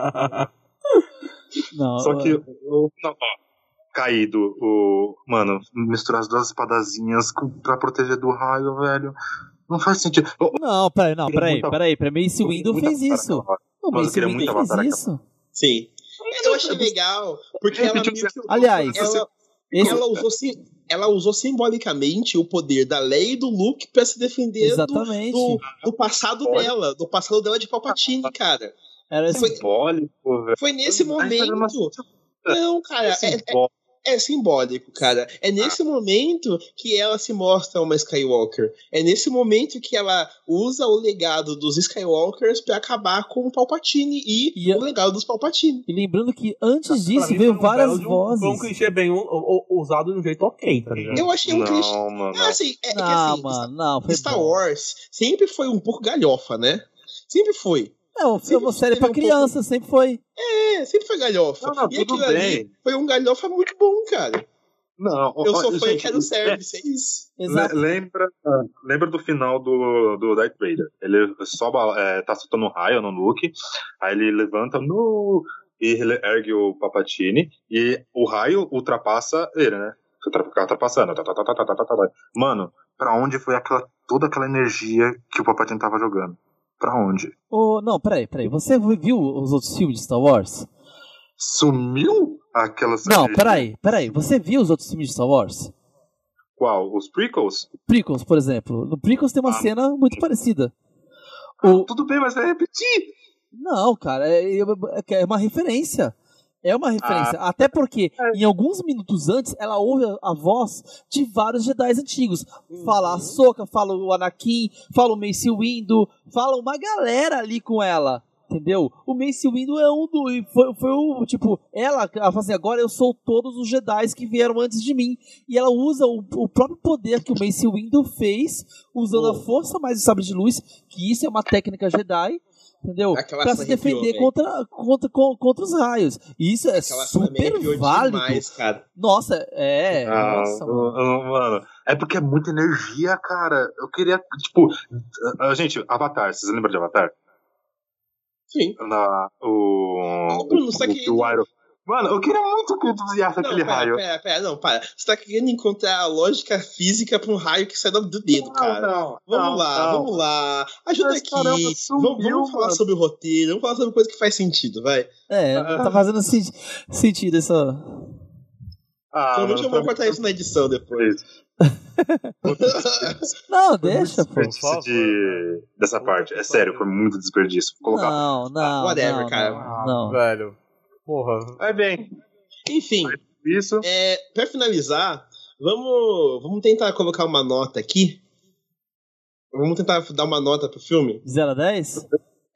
[SPEAKER 3] Não,
[SPEAKER 4] Só que o não, ó, caído, o. Mano, misturar as duas espadazinhas com, pra proteger do raio, velho. Não faz sentido. Ô,
[SPEAKER 3] Não, peraí, não,
[SPEAKER 4] Queria
[SPEAKER 3] peraí,
[SPEAKER 4] muito-
[SPEAKER 3] peraí. Pra mim, esse Windows
[SPEAKER 4] muito
[SPEAKER 3] fez
[SPEAKER 4] avatar
[SPEAKER 3] isso.
[SPEAKER 4] aquela hora.
[SPEAKER 3] O
[SPEAKER 4] Mano, eu
[SPEAKER 3] Mace
[SPEAKER 4] queria
[SPEAKER 3] Windu
[SPEAKER 4] muito
[SPEAKER 3] fez
[SPEAKER 4] avatar
[SPEAKER 3] isso.
[SPEAKER 2] Sim. Eu achei legal, porque ela
[SPEAKER 4] Tipo,
[SPEAKER 2] meio que-
[SPEAKER 3] Aliás,
[SPEAKER 2] ela,
[SPEAKER 3] esse-
[SPEAKER 2] ela, usou, sim- ela usou simbolicamente o poder da Leia e do Luke pra se defender do,
[SPEAKER 3] exatamente.
[SPEAKER 2] do, do passado
[SPEAKER 4] Olha.
[SPEAKER 2] dela, do passado dela de Palpatine, cara.
[SPEAKER 3] Era esse...
[SPEAKER 2] Foi,
[SPEAKER 4] simbólico, velho.
[SPEAKER 2] foi nesse
[SPEAKER 4] Mas era uma-
[SPEAKER 2] momento. Não, cara, é,
[SPEAKER 4] simbólico.
[SPEAKER 2] é simbólico, cara. É nesse momento que ela se mostra uma Skywalker. É nesse momento que ela usa o legado dos Skywalkers pra acabar com o Palpatine e,
[SPEAKER 3] E a-
[SPEAKER 2] o legado dos Palpatine.
[SPEAKER 3] E lembrando que antes
[SPEAKER 1] Pra
[SPEAKER 3] disso
[SPEAKER 1] mim,
[SPEAKER 3] veio
[SPEAKER 1] foi um
[SPEAKER 3] várias
[SPEAKER 1] belo de um-
[SPEAKER 3] vozes.
[SPEAKER 1] Foi um clichê bem u- u- usado de um jeito ok, tá ligado?
[SPEAKER 2] Eu achei um clichê.
[SPEAKER 4] Não, mano.
[SPEAKER 2] Ah, assim, é, é que
[SPEAKER 3] Não,
[SPEAKER 2] assim,
[SPEAKER 3] mano, não, foi
[SPEAKER 2] Star
[SPEAKER 3] bom.
[SPEAKER 2] Wars sempre foi um pouco galhofa, né? Sempre foi.
[SPEAKER 3] Não, foi uma
[SPEAKER 2] sempre
[SPEAKER 3] série pra
[SPEAKER 2] teve um
[SPEAKER 3] criança, sempre foi.
[SPEAKER 2] É, sempre foi galhofa.
[SPEAKER 4] Não, não,
[SPEAKER 2] e
[SPEAKER 4] tudo
[SPEAKER 2] aquilo ali
[SPEAKER 4] bem.
[SPEAKER 2] foi um galhofa muito bom, cara.
[SPEAKER 4] Não,
[SPEAKER 2] Eu
[SPEAKER 4] ó,
[SPEAKER 2] sou fã e
[SPEAKER 4] gente,
[SPEAKER 2] quero service, é isso.
[SPEAKER 4] Le-
[SPEAKER 3] Exato.
[SPEAKER 4] Lembra, lembra do final do, do Darth Vader? Ele só é, tá soltando raio no Luke, aí ele levanta no e ele ergue o Palpatine e o raio ultrapassa ele, né? Fica ultrapassando. Tá, tá, tá, tá, tá, tá, tá, tá. Mano, pra onde foi aquela, toda aquela energia que o Palpatine tava jogando? Pra onde?
[SPEAKER 3] Ô, não, peraí, peraí. Você viu os outros filmes de Star Wars?
[SPEAKER 4] Sumiu aquela
[SPEAKER 3] Não,
[SPEAKER 4] energia?
[SPEAKER 3] peraí, peraí. Você viu os outros filmes de Star Wars?
[SPEAKER 4] Qual? Os prequels?
[SPEAKER 3] Prequels, por exemplo. No Prequels tem uma
[SPEAKER 4] Ah,
[SPEAKER 3] cena muito parecida. O...
[SPEAKER 4] Tudo bem, mas vai repetir.
[SPEAKER 3] Não, cara, é, é uma referência. É uma referência.
[SPEAKER 4] Ah.
[SPEAKER 3] Até porque, em alguns minutos antes, ela ouve a voz de vários Jedi antigos. Fala a Ahsoka, fala o Anakin, fala o Mace Windu, fala uma galera ali com ela. Entendeu? O Mace Windu é um do... e Foi, foi o... Tipo, ela, ela fala assim, agora eu sou todos os Jedi que vieram antes de mim. E ela usa o, o próprio poder que o Mace Windu fez, usando a força mais o sabre de luz, que isso é uma técnica Jedi, entendeu?
[SPEAKER 2] Aquela
[SPEAKER 3] Pra
[SPEAKER 2] cena
[SPEAKER 3] se defender
[SPEAKER 2] arrepiou,
[SPEAKER 3] contra, contra, con- contra os raios. E isso é
[SPEAKER 2] Aquela cena me
[SPEAKER 3] super
[SPEAKER 2] arrepiou
[SPEAKER 3] válido.
[SPEAKER 2] demais, cara.
[SPEAKER 3] Nossa, é.
[SPEAKER 4] Ah,
[SPEAKER 3] nossa, mano.
[SPEAKER 4] mano. mano, é porque é muita energia, cara. Eu queria, tipo, a gente, Avatar, vocês lembram de Avatar?
[SPEAKER 2] Sim.
[SPEAKER 4] Na, o,
[SPEAKER 2] Ô, Bruno,
[SPEAKER 4] o,
[SPEAKER 2] você tá
[SPEAKER 4] o,
[SPEAKER 2] querendo-
[SPEAKER 4] o Iron- Mano, eu queria muito que tu usasse
[SPEAKER 2] Não,
[SPEAKER 4] aquele
[SPEAKER 2] pera,
[SPEAKER 4] raio.
[SPEAKER 2] pera, pera, não, para. Você tá querendo encontrar a lógica física pra um raio que sai do dedo, cara.
[SPEAKER 4] não,
[SPEAKER 2] Vamos
[SPEAKER 4] não,
[SPEAKER 2] lá,
[SPEAKER 4] não.
[SPEAKER 2] vamos lá. Ajuda
[SPEAKER 4] Mas,
[SPEAKER 2] aqui.
[SPEAKER 4] caramba,
[SPEAKER 2] vamos
[SPEAKER 4] sumiu,
[SPEAKER 2] vamos falar
[SPEAKER 4] mano.
[SPEAKER 2] sobre o roteiro, vamos falar sobre coisa que faz sentido, vai.
[SPEAKER 3] É,
[SPEAKER 4] Ah.
[SPEAKER 3] tá fazendo sen- sentido essa.
[SPEAKER 4] Ah,
[SPEAKER 2] Provavelmente eu vou
[SPEAKER 4] mano,
[SPEAKER 2] cortar isso na edição depois.
[SPEAKER 3] Não,
[SPEAKER 4] Foi muito
[SPEAKER 3] deixa, pô.
[SPEAKER 4] desperdício
[SPEAKER 1] Por favor,
[SPEAKER 4] de, dessa parte. É sério, foi muito desperdício. Vou colocar.
[SPEAKER 3] Não, não.
[SPEAKER 2] whatever,
[SPEAKER 3] não,
[SPEAKER 2] cara.
[SPEAKER 3] Não, não.
[SPEAKER 1] Velho. Porra.
[SPEAKER 4] É bem,
[SPEAKER 2] Enfim,
[SPEAKER 4] isso.
[SPEAKER 2] é, pra finalizar, vamos, vamos tentar colocar uma nota aqui. Vamos tentar dar uma nota pro filme.
[SPEAKER 3] De zero a dez?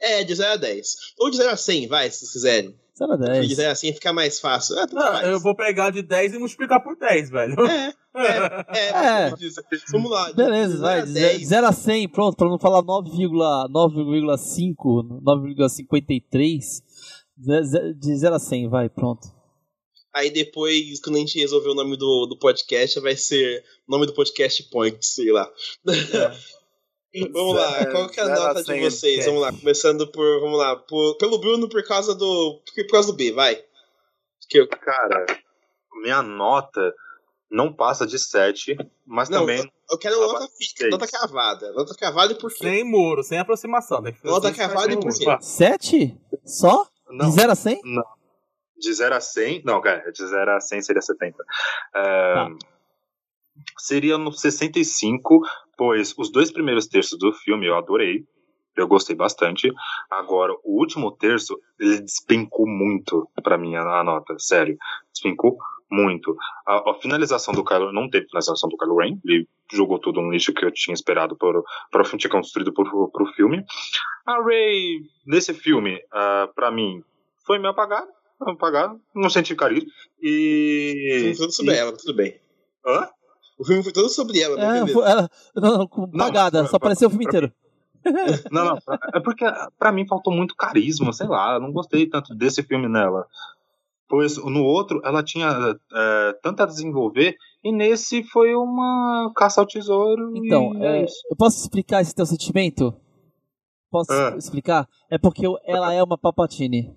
[SPEAKER 2] É, de zero a dez. Ou de zero a cem, vai, se vocês quiserem.
[SPEAKER 3] zero a dez.
[SPEAKER 2] De zero a cem fica mais fácil. É,
[SPEAKER 1] Não, eu vou pegar de dez e multiplicar por dez, velho.
[SPEAKER 2] É, é, é.
[SPEAKER 3] É.
[SPEAKER 2] Vamos lá.
[SPEAKER 3] Beleza, vai. De zero a cem, pronto, pra não falar nove vírgula cinco, nove vírgula cinquenta e três. De zero a cem, vai, pronto.
[SPEAKER 2] Aí depois, quando a gente resolver o nome do, do podcast, vai ser o nome do podcast Point, sei lá. É. Vamos lá, qual que é a nota de vocês? Vamos lá, começando por, vamos lá, por, pelo Bruno por causa do, por causa do B, vai.
[SPEAKER 4] Que eu, cara, minha nota não passa de sete, mas
[SPEAKER 2] não,
[SPEAKER 4] também...
[SPEAKER 2] Eu, eu quero nota fixa, nota cravada. Nota cravada e por quê?
[SPEAKER 1] Sem muro, sem aproximação. Né?
[SPEAKER 2] Nota cravada e por quê?
[SPEAKER 3] sete? Só?
[SPEAKER 4] Não,
[SPEAKER 3] de zero a cem?
[SPEAKER 4] Não. De zero a cem? Não, cara, de zero a cem seria setenta. É,
[SPEAKER 3] tá.
[SPEAKER 4] Seria no sessenta e cinco, pois os dois primeiros terços do filme eu adorei, eu gostei bastante. Agora, o último terço, ele despencou muito pra mim a, a nota, sério, despencou muito. A, a finalização do Kylo, não teve finalização do Kylo Ren, ele jogou tudo no lixo que eu tinha esperado para o filme, tinha construído para o filme. A Rey, nesse filme, uh, pra mim, foi meio apagada, apagada, não senti carinho. E...
[SPEAKER 2] O filme foi todo sobre e... ela, tudo bem.
[SPEAKER 4] Hã?
[SPEAKER 2] O filme foi todo sobre ela,
[SPEAKER 3] é, né? Foi, ela, não, não, apagada, não, só pra, apareceu pra, o filme pra, inteiro.
[SPEAKER 4] Não, não, é porque pra mim faltou muito carisma, sei lá, eu não gostei tanto desse filme nela. Pois no outro ela tinha é, tanto a desenvolver, e nesse foi uma caça ao tesouro.
[SPEAKER 3] Então,
[SPEAKER 4] e
[SPEAKER 3] é,
[SPEAKER 4] é
[SPEAKER 3] eu posso explicar esse teu sentimento? Posso é. explicar? É porque ela é uma Palpatine.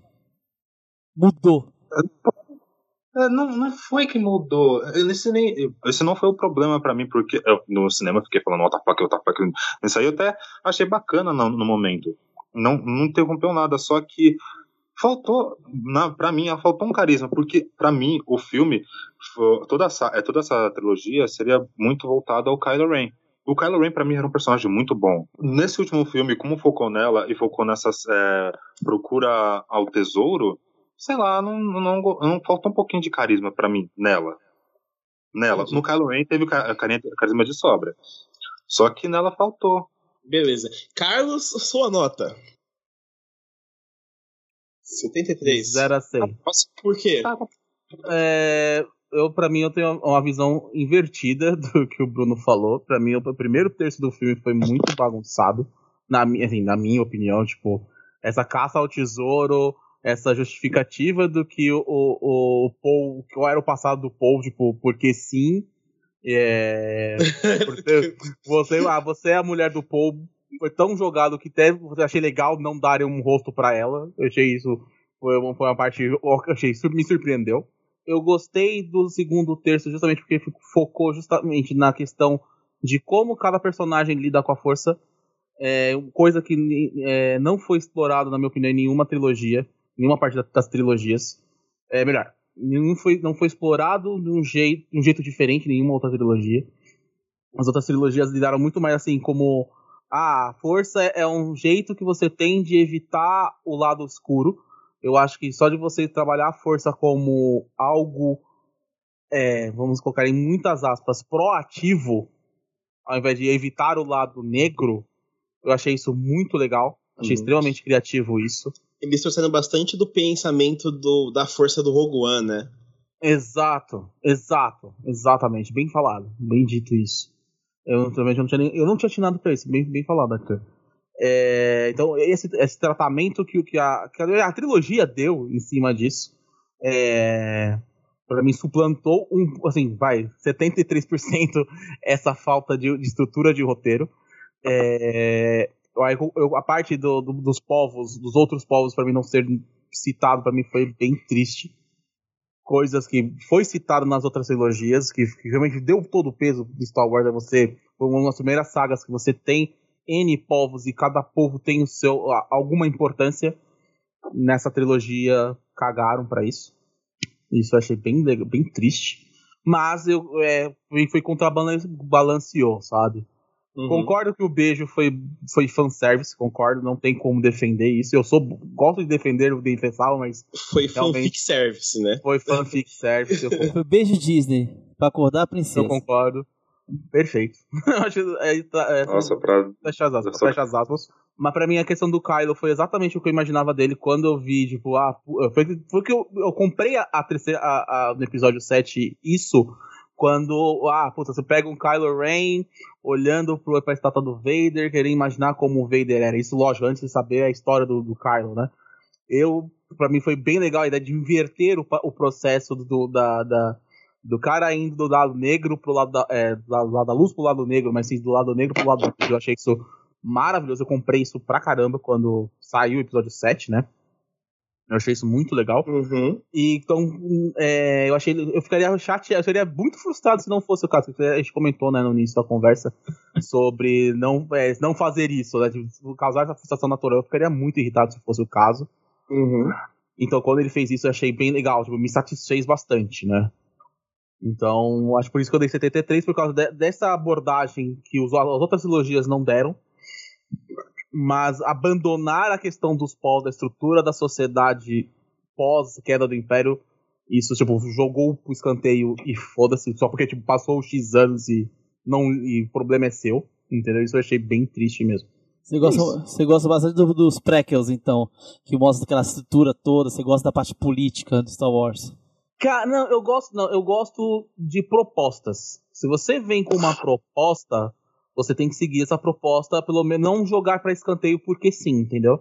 [SPEAKER 3] Mudou.
[SPEAKER 4] Não, não foi que mudou. Esse, nem, esse não foi o problema pra mim, porque eu, no cinema eu fiquei falando what the fuck, what the fuck. Isso aí eu até achei bacana no, no momento. Não, não interrompeu nada, só que faltou, na, pra mim, faltou um carisma, porque pra mim o filme, toda essa, toda essa trilogia seria muito voltada ao Kylo Ren. O Kylo Ren pra mim era um personagem muito bom. Nesse último filme, como focou nela e focou nessa é, procura ao tesouro, sei lá, não, não, não faltou um pouquinho de carisma pra mim nela. Nela. Entendi. No Kylo Ren teve carisma de sobra. Só que nela faltou.
[SPEAKER 2] Beleza. Carlos, sua nota? setenta e três.
[SPEAKER 1] zero a cem.
[SPEAKER 2] Por quê?
[SPEAKER 1] É, eu, pra mim, eu tenho uma visão invertida do que o Bruno falou. Pra mim, o primeiro terço do filme foi muito bagunçado. Na, assim, na minha opinião, tipo, essa caça ao tesouro, essa justificativa do que o, o, o Paul, qual era o passado do Paul, tipo, porque sim, é, porque você, ah, você é a mulher do Paul, foi tão jogado que até eu achei legal não darem um rosto pra ela, eu achei isso, foi uma, foi uma parte, eu achei, me surpreendeu. Eu gostei do segundo terço justamente porque focou justamente na questão de como cada personagem lida com a força, é, coisa que é, não foi explorado, na minha opinião, em nenhuma trilogia, nenhuma parte das trilogias. É melhor, nenhum foi, não foi explorado de um jeito, de um jeito diferente em nenhuma outra trilogia. As outras trilogias lidaram muito mais assim como ah, a força é um jeito que você tem de evitar o lado escuro. Eu acho que só de você trabalhar a força como algo, é, vamos colocar em muitas aspas, proativo, ao invés de evitar o lado negro, eu achei isso muito legal. Achei uhum. extremamente criativo isso.
[SPEAKER 2] Eles trouxeram bastante do pensamento do, da força do Rogue One, né?
[SPEAKER 1] Exato, exato, exatamente. Bem falado, bem dito isso. Eu também não tinha, nem, eu não tinha atinado pra isso, bem, bem falado, Arthur. É, então, esse, esse tratamento que, que, a, que a trilogia deu em cima disso, é, pra mim, suplantou um, assim, vai, setenta e três por cento essa falta de, de estrutura de roteiro. É, eu, eu, a parte do, do, dos povos, dos outros povos, pra mim não ser citado, pra mim foi bem triste. Coisas que foi citado nas outras trilogias, que, que realmente deu todo o peso de Star Wars a você. Foi uma das primeiras sagas que você tem N povos e cada povo tem o seu, alguma importância. Nessa trilogia cagaram pra isso. Isso eu achei bem, bem triste. Mas eu, é, foi contrabalanceou, sabe? Uhum. Concordo que o beijo foi, foi fanservice, concordo, não tem como defender isso. Eu sou, gosto de defender o defensal, mas...
[SPEAKER 2] Foi fanfic service, né?
[SPEAKER 1] Foi fanfic service. Eu
[SPEAKER 3] foi beijo Disney, pra acordar a princesa.
[SPEAKER 1] Eu concordo. Perfeito. Eu acho, é, é,
[SPEAKER 4] Nossa, pra...
[SPEAKER 1] Fecha as aspas, fecha as aspas. Mas pra mim a questão do Kylo foi exatamente o que eu imaginava dele quando eu vi, tipo, ah, foi, foi que eu, eu comprei a, a terceira, a, a, no episódio sete isso, quando, ah, puta, você pega um Kylo Ren olhando pro, pra estátua do Vader, querendo imaginar como o Vader era. Isso, lógico, antes de saber a história do, do Kylo, né? Eu, pra mim foi bem legal a ideia de inverter o, o processo do, da, da, do cara indo do lado negro pro lado da, é, do lado da luz pro lado negro, mas sim do lado negro pro lado do... Eu achei isso maravilhoso, eu comprei isso pra caramba quando saiu o episódio sete, né? Eu achei isso muito legal.
[SPEAKER 2] Uhum.
[SPEAKER 1] E então, é, eu achei, eu ficaria chateado, eu seria muito frustrado se não fosse o caso. A gente comentou, né, no início da conversa sobre não, é, não fazer isso, né, de causar essa frustração natural. Eu ficaria muito irritado se fosse o caso.
[SPEAKER 2] Uhum.
[SPEAKER 1] Então, quando ele fez isso, eu achei bem legal, tipo, me satisfez bastante, né? Então, acho por isso que eu dei setenta e três, por causa de, dessa abordagem que os, as outras trilogias não deram. Mas abandonar a questão dos pós, da estrutura da sociedade pós-queda do Império, isso, tipo, jogou pro escanteio e foda-se, só porque, tipo, passou os X anos e, não, e o problema é seu, entendeu? Isso eu achei bem triste mesmo.
[SPEAKER 3] Você gosta, você gosta bastante do, dos prequels, então, que mostra aquela estrutura toda, você gosta da parte política do Star Wars?
[SPEAKER 1] Cara, não, eu gosto, não, eu gosto de propostas. Se você vem com uma proposta... Você tem que seguir essa proposta, pelo menos não jogar pra escanteio porque sim, entendeu?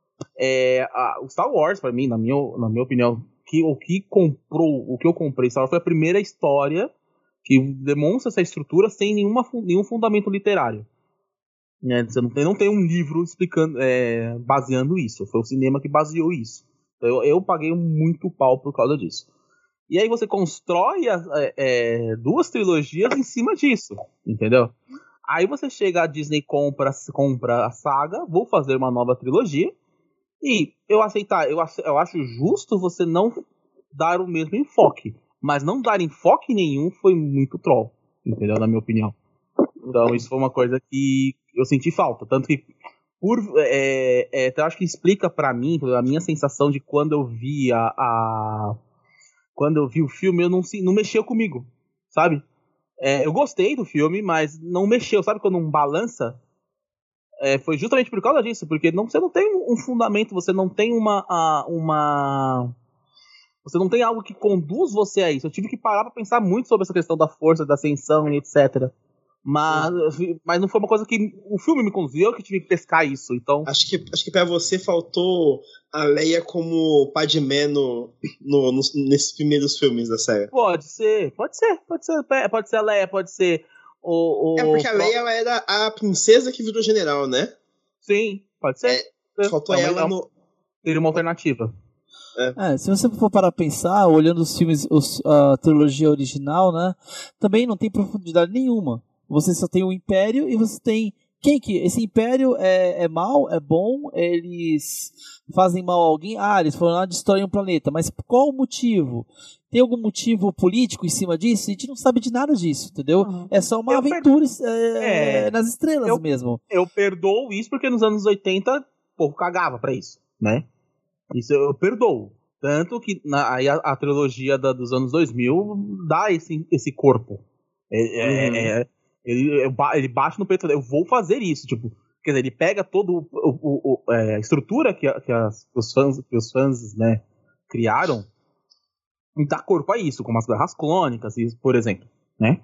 [SPEAKER 1] É, a, o Star Wars, pra mim, na minha, na minha opinião, que, o que comprou, o que eu comprei Star Wars foi a primeira história que demonstra essa estrutura sem nenhuma, nenhum fundamento literário. Né? Você não tem, não tem um livro explicando, é, baseando isso. Foi o cinema que baseou isso. Então, eu, eu paguei muito pau por causa disso. E aí você constrói a, é, duas trilogias em cima disso, entendeu? Aí você chega, a Disney compra, compra a saga, vou fazer uma nova trilogia, e eu aceitar, eu, eu acho justo você não dar o mesmo enfoque, mas não dar enfoque nenhum foi muito troll, entendeu? Na minha opinião. Então isso foi uma coisa que eu senti falta, tanto que por, é, é, eu acho que explica pra mim, a minha sensação de quando eu vi a, a quando eu vi o filme, eu não, não mexeu comigo, sabe? É, eu gostei do filme, mas não mexeu, sabe quando não balança? É, foi justamente por causa disso, porque não, você não tem um fundamento, você não tem uma, a, uma... Você não tem algo que conduz você a isso. Eu tive que parar pra pensar muito sobre essa questão da força, da ascensão e etcétera. Mas, mas não foi uma coisa que o filme me conduziu, eu que tive que pescar isso, então...
[SPEAKER 2] Acho que, acho que pra você faltou a Leia como Padmé no, no, no, nesses primeiros filmes da série.
[SPEAKER 1] Pode ser, pode ser, pode ser, pode ser a Leia, pode ser o... o...
[SPEAKER 2] É porque a Leia, ela era a princesa que virou general, né?
[SPEAKER 1] Sim, pode ser.
[SPEAKER 2] É, faltou
[SPEAKER 1] é,
[SPEAKER 2] ela
[SPEAKER 1] é,
[SPEAKER 2] no...
[SPEAKER 1] Teria uma alternativa.
[SPEAKER 3] É. É, se você for parar pra pensar, olhando os filmes, os, a trilogia original, né, também não tem profundidade nenhuma. Você só tem o Império e você tem... Quem que... Esse Império é, é mal? É bom? Eles fazem mal a alguém? Ah, eles foram lá destruir um planeta. Mas qual o motivo? Tem algum motivo político em cima disso? A gente não sabe de nada disso, entendeu? Uhum. É só uma eu aventura per... é, é, nas estrelas
[SPEAKER 1] eu,
[SPEAKER 3] mesmo.
[SPEAKER 1] Eu perdoo isso porque nos anos oitenta, o povo cagava pra isso, né? Isso eu perdoo. Tanto que na, aí a, a trilogia da, dos anos dois mil dá esse, esse corpo. É, uhum. é, é, ele, ele bate no peito, eu vou fazer isso. Tipo, quer dizer, ele pega toda o, o, o, é, a estrutura que, que, as, que, os fãs, que os fãs, né, criaram e dá corpo a isso, como as guerras clônicas, por exemplo, né?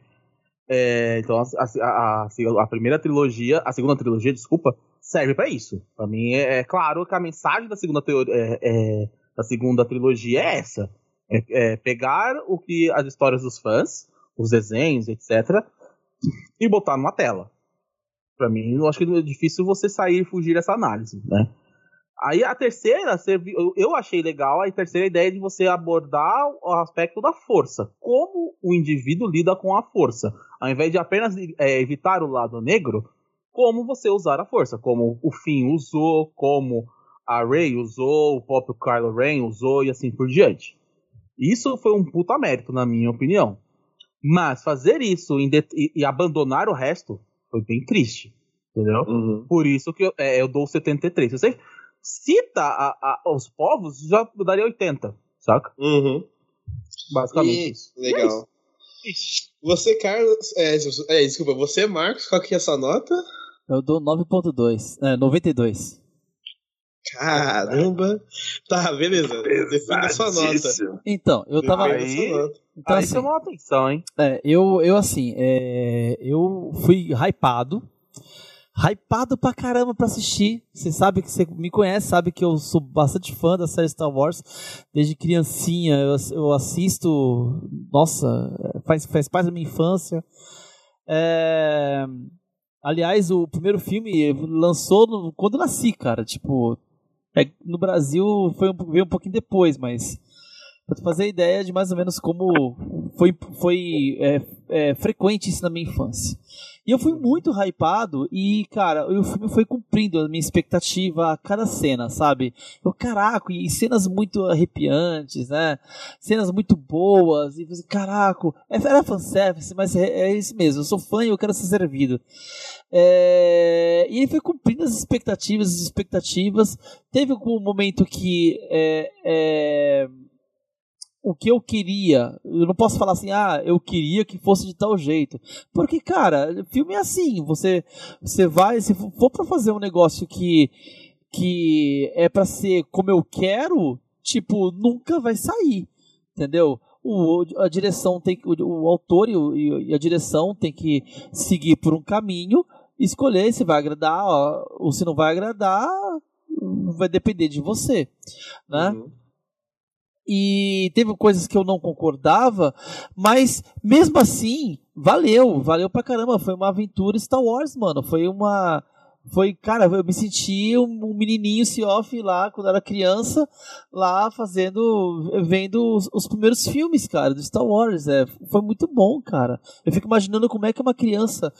[SPEAKER 1] É, então a, a, a, a primeira trilogia, a segunda trilogia, desculpa, serve pra isso. Pra mim é, é claro que a mensagem da segunda, teoria, é, é, da segunda trilogia é essa. É, é pegar o que as histórias dos fãs, os desenhos, etcétera, e botar numa tela. Pra mim, eu acho que é difícil você sair e fugir dessa análise, né? Aí a terceira, eu achei legal a terceira ideia de você abordar o aspecto da força. Como o indivíduo lida com a força. Ao invés de apenas é, evitar o lado negro, como você usar a força. Como o Finn usou, como a Rey usou, o próprio Kylo Ren usou e assim por diante. Isso foi um puta mérito, na minha opinião. Mas fazer isso e, e abandonar o resto foi bem triste. Entendeu? Uhum. Por isso que eu, é, eu dou setenta e três. Se você cita a, a, os povos, já daria oitenta, saca?
[SPEAKER 2] Uhum.
[SPEAKER 1] Basicamente
[SPEAKER 2] e,
[SPEAKER 1] isso.
[SPEAKER 2] Legal. Você, Carlos. É, é, desculpa, você, Marcos, qual que é a sua nota?
[SPEAKER 3] Eu dou nove ponto dois. É, noventa e dois.
[SPEAKER 2] Caramba. Tá, beleza. Defina a sua nota.
[SPEAKER 3] Então, eu tava.
[SPEAKER 1] Aí,
[SPEAKER 3] então,
[SPEAKER 1] aí
[SPEAKER 3] assim,
[SPEAKER 1] chamou a atenção, hein?
[SPEAKER 3] É, eu, eu assim, é, eu fui hypado. Hypado pra caramba pra assistir. Você sabe que você me conhece, sabe que eu sou bastante fã da série Star Wars. Desde criancinha eu, eu assisto. Nossa, faz, faz parte da minha infância. É, aliás, o primeiro filme lançou no, quando eu nasci, cara. Tipo, é, no Brasil foi um, veio um pouquinho depois, mas pra tu fazer ideia de mais ou menos como foi, foi é, é, frequente isso na minha infância. E eu fui muito hypado e, cara, o filme foi cumprindo a minha expectativa a cada cena, sabe? Eu, caraca, e cenas muito arrepiantes, né? Cenas muito boas, e você, caraca, era fanservice, mas é, é isso mesmo, eu sou fã e eu quero ser servido. É, e ele foi cumprindo as expectativas, as expectativas. Teve um momento que é, é, o que eu queria, eu não posso falar assim, ah, eu queria que fosse de tal jeito, porque, cara, filme é assim, você, você vai, se for pra fazer um negócio que, que é pra ser como eu quero, tipo, nunca vai sair, entendeu? O, a direção tem que, o, o autor e, o, e a direção tem que seguir por um caminho, escolher se vai agradar, ó, ou se não vai agradar, vai depender de você, né? Uhum. E teve coisas que eu não concordava, mas mesmo assim, valeu, valeu pra caramba, foi uma aventura Star Wars, mano, foi uma, foi, cara, eu me senti um menininho Seoff lá, quando era criança, lá fazendo, vendo os, os primeiros filmes, cara, do Star Wars, é, foi muito bom, cara, eu fico imaginando como é que uma criança,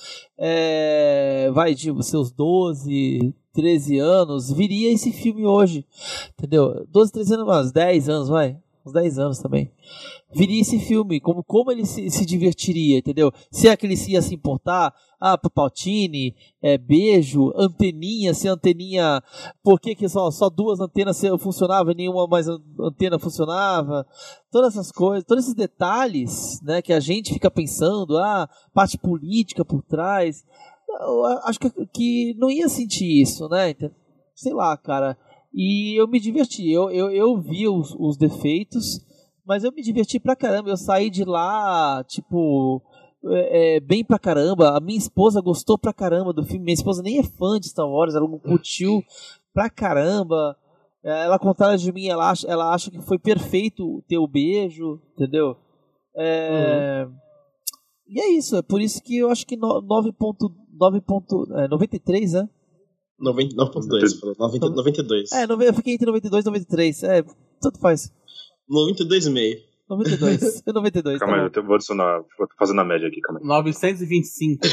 [SPEAKER 3] é, vai de seus doze, treze anos, viria esse filme hoje, entendeu? doze, treze anos, uns dez anos, vai, uns dez anos também. Viria esse filme, como, como ele se, se divertiria, entendeu? Se é que ele se ia se importar, ah, Palpatine, é, beijo, anteninha, se a anteninha, por que, que só, só duas antenas funcionavam e nenhuma mais antena funcionava? Todas essas coisas, todos esses detalhes, né, que a gente fica pensando, ah, parte política por trás. Eu acho que, que não ia sentir isso, né? Sei lá, cara. E eu me diverti. Eu, eu, eu vi os, os defeitos, mas eu me diverti pra caramba. Eu saí de lá, tipo, é, é, bem pra caramba. A minha esposa gostou pra caramba do filme. Minha esposa nem é fã de Star Wars, ela curtiu pra caramba. Ela, ao contrário de mim, ela acha, ela acha que foi perfeito ter o beijo, entendeu? É... Uhum. E é isso, é por isso que eu acho que nove ponto noventa e três, né?
[SPEAKER 2] nove ponto dois, noventa e dois.
[SPEAKER 3] É, eu fiquei entre noventa e dois e noventa e três, é, tanto faz.
[SPEAKER 2] noventa e dois vírgula cinco.
[SPEAKER 3] noventa e dois, noventa e dois.
[SPEAKER 4] Calma
[SPEAKER 3] tá
[SPEAKER 4] aí, eu vou adicionar, vou fazendo a média aqui, calma aí.
[SPEAKER 1] novecentos e vinte e cinco.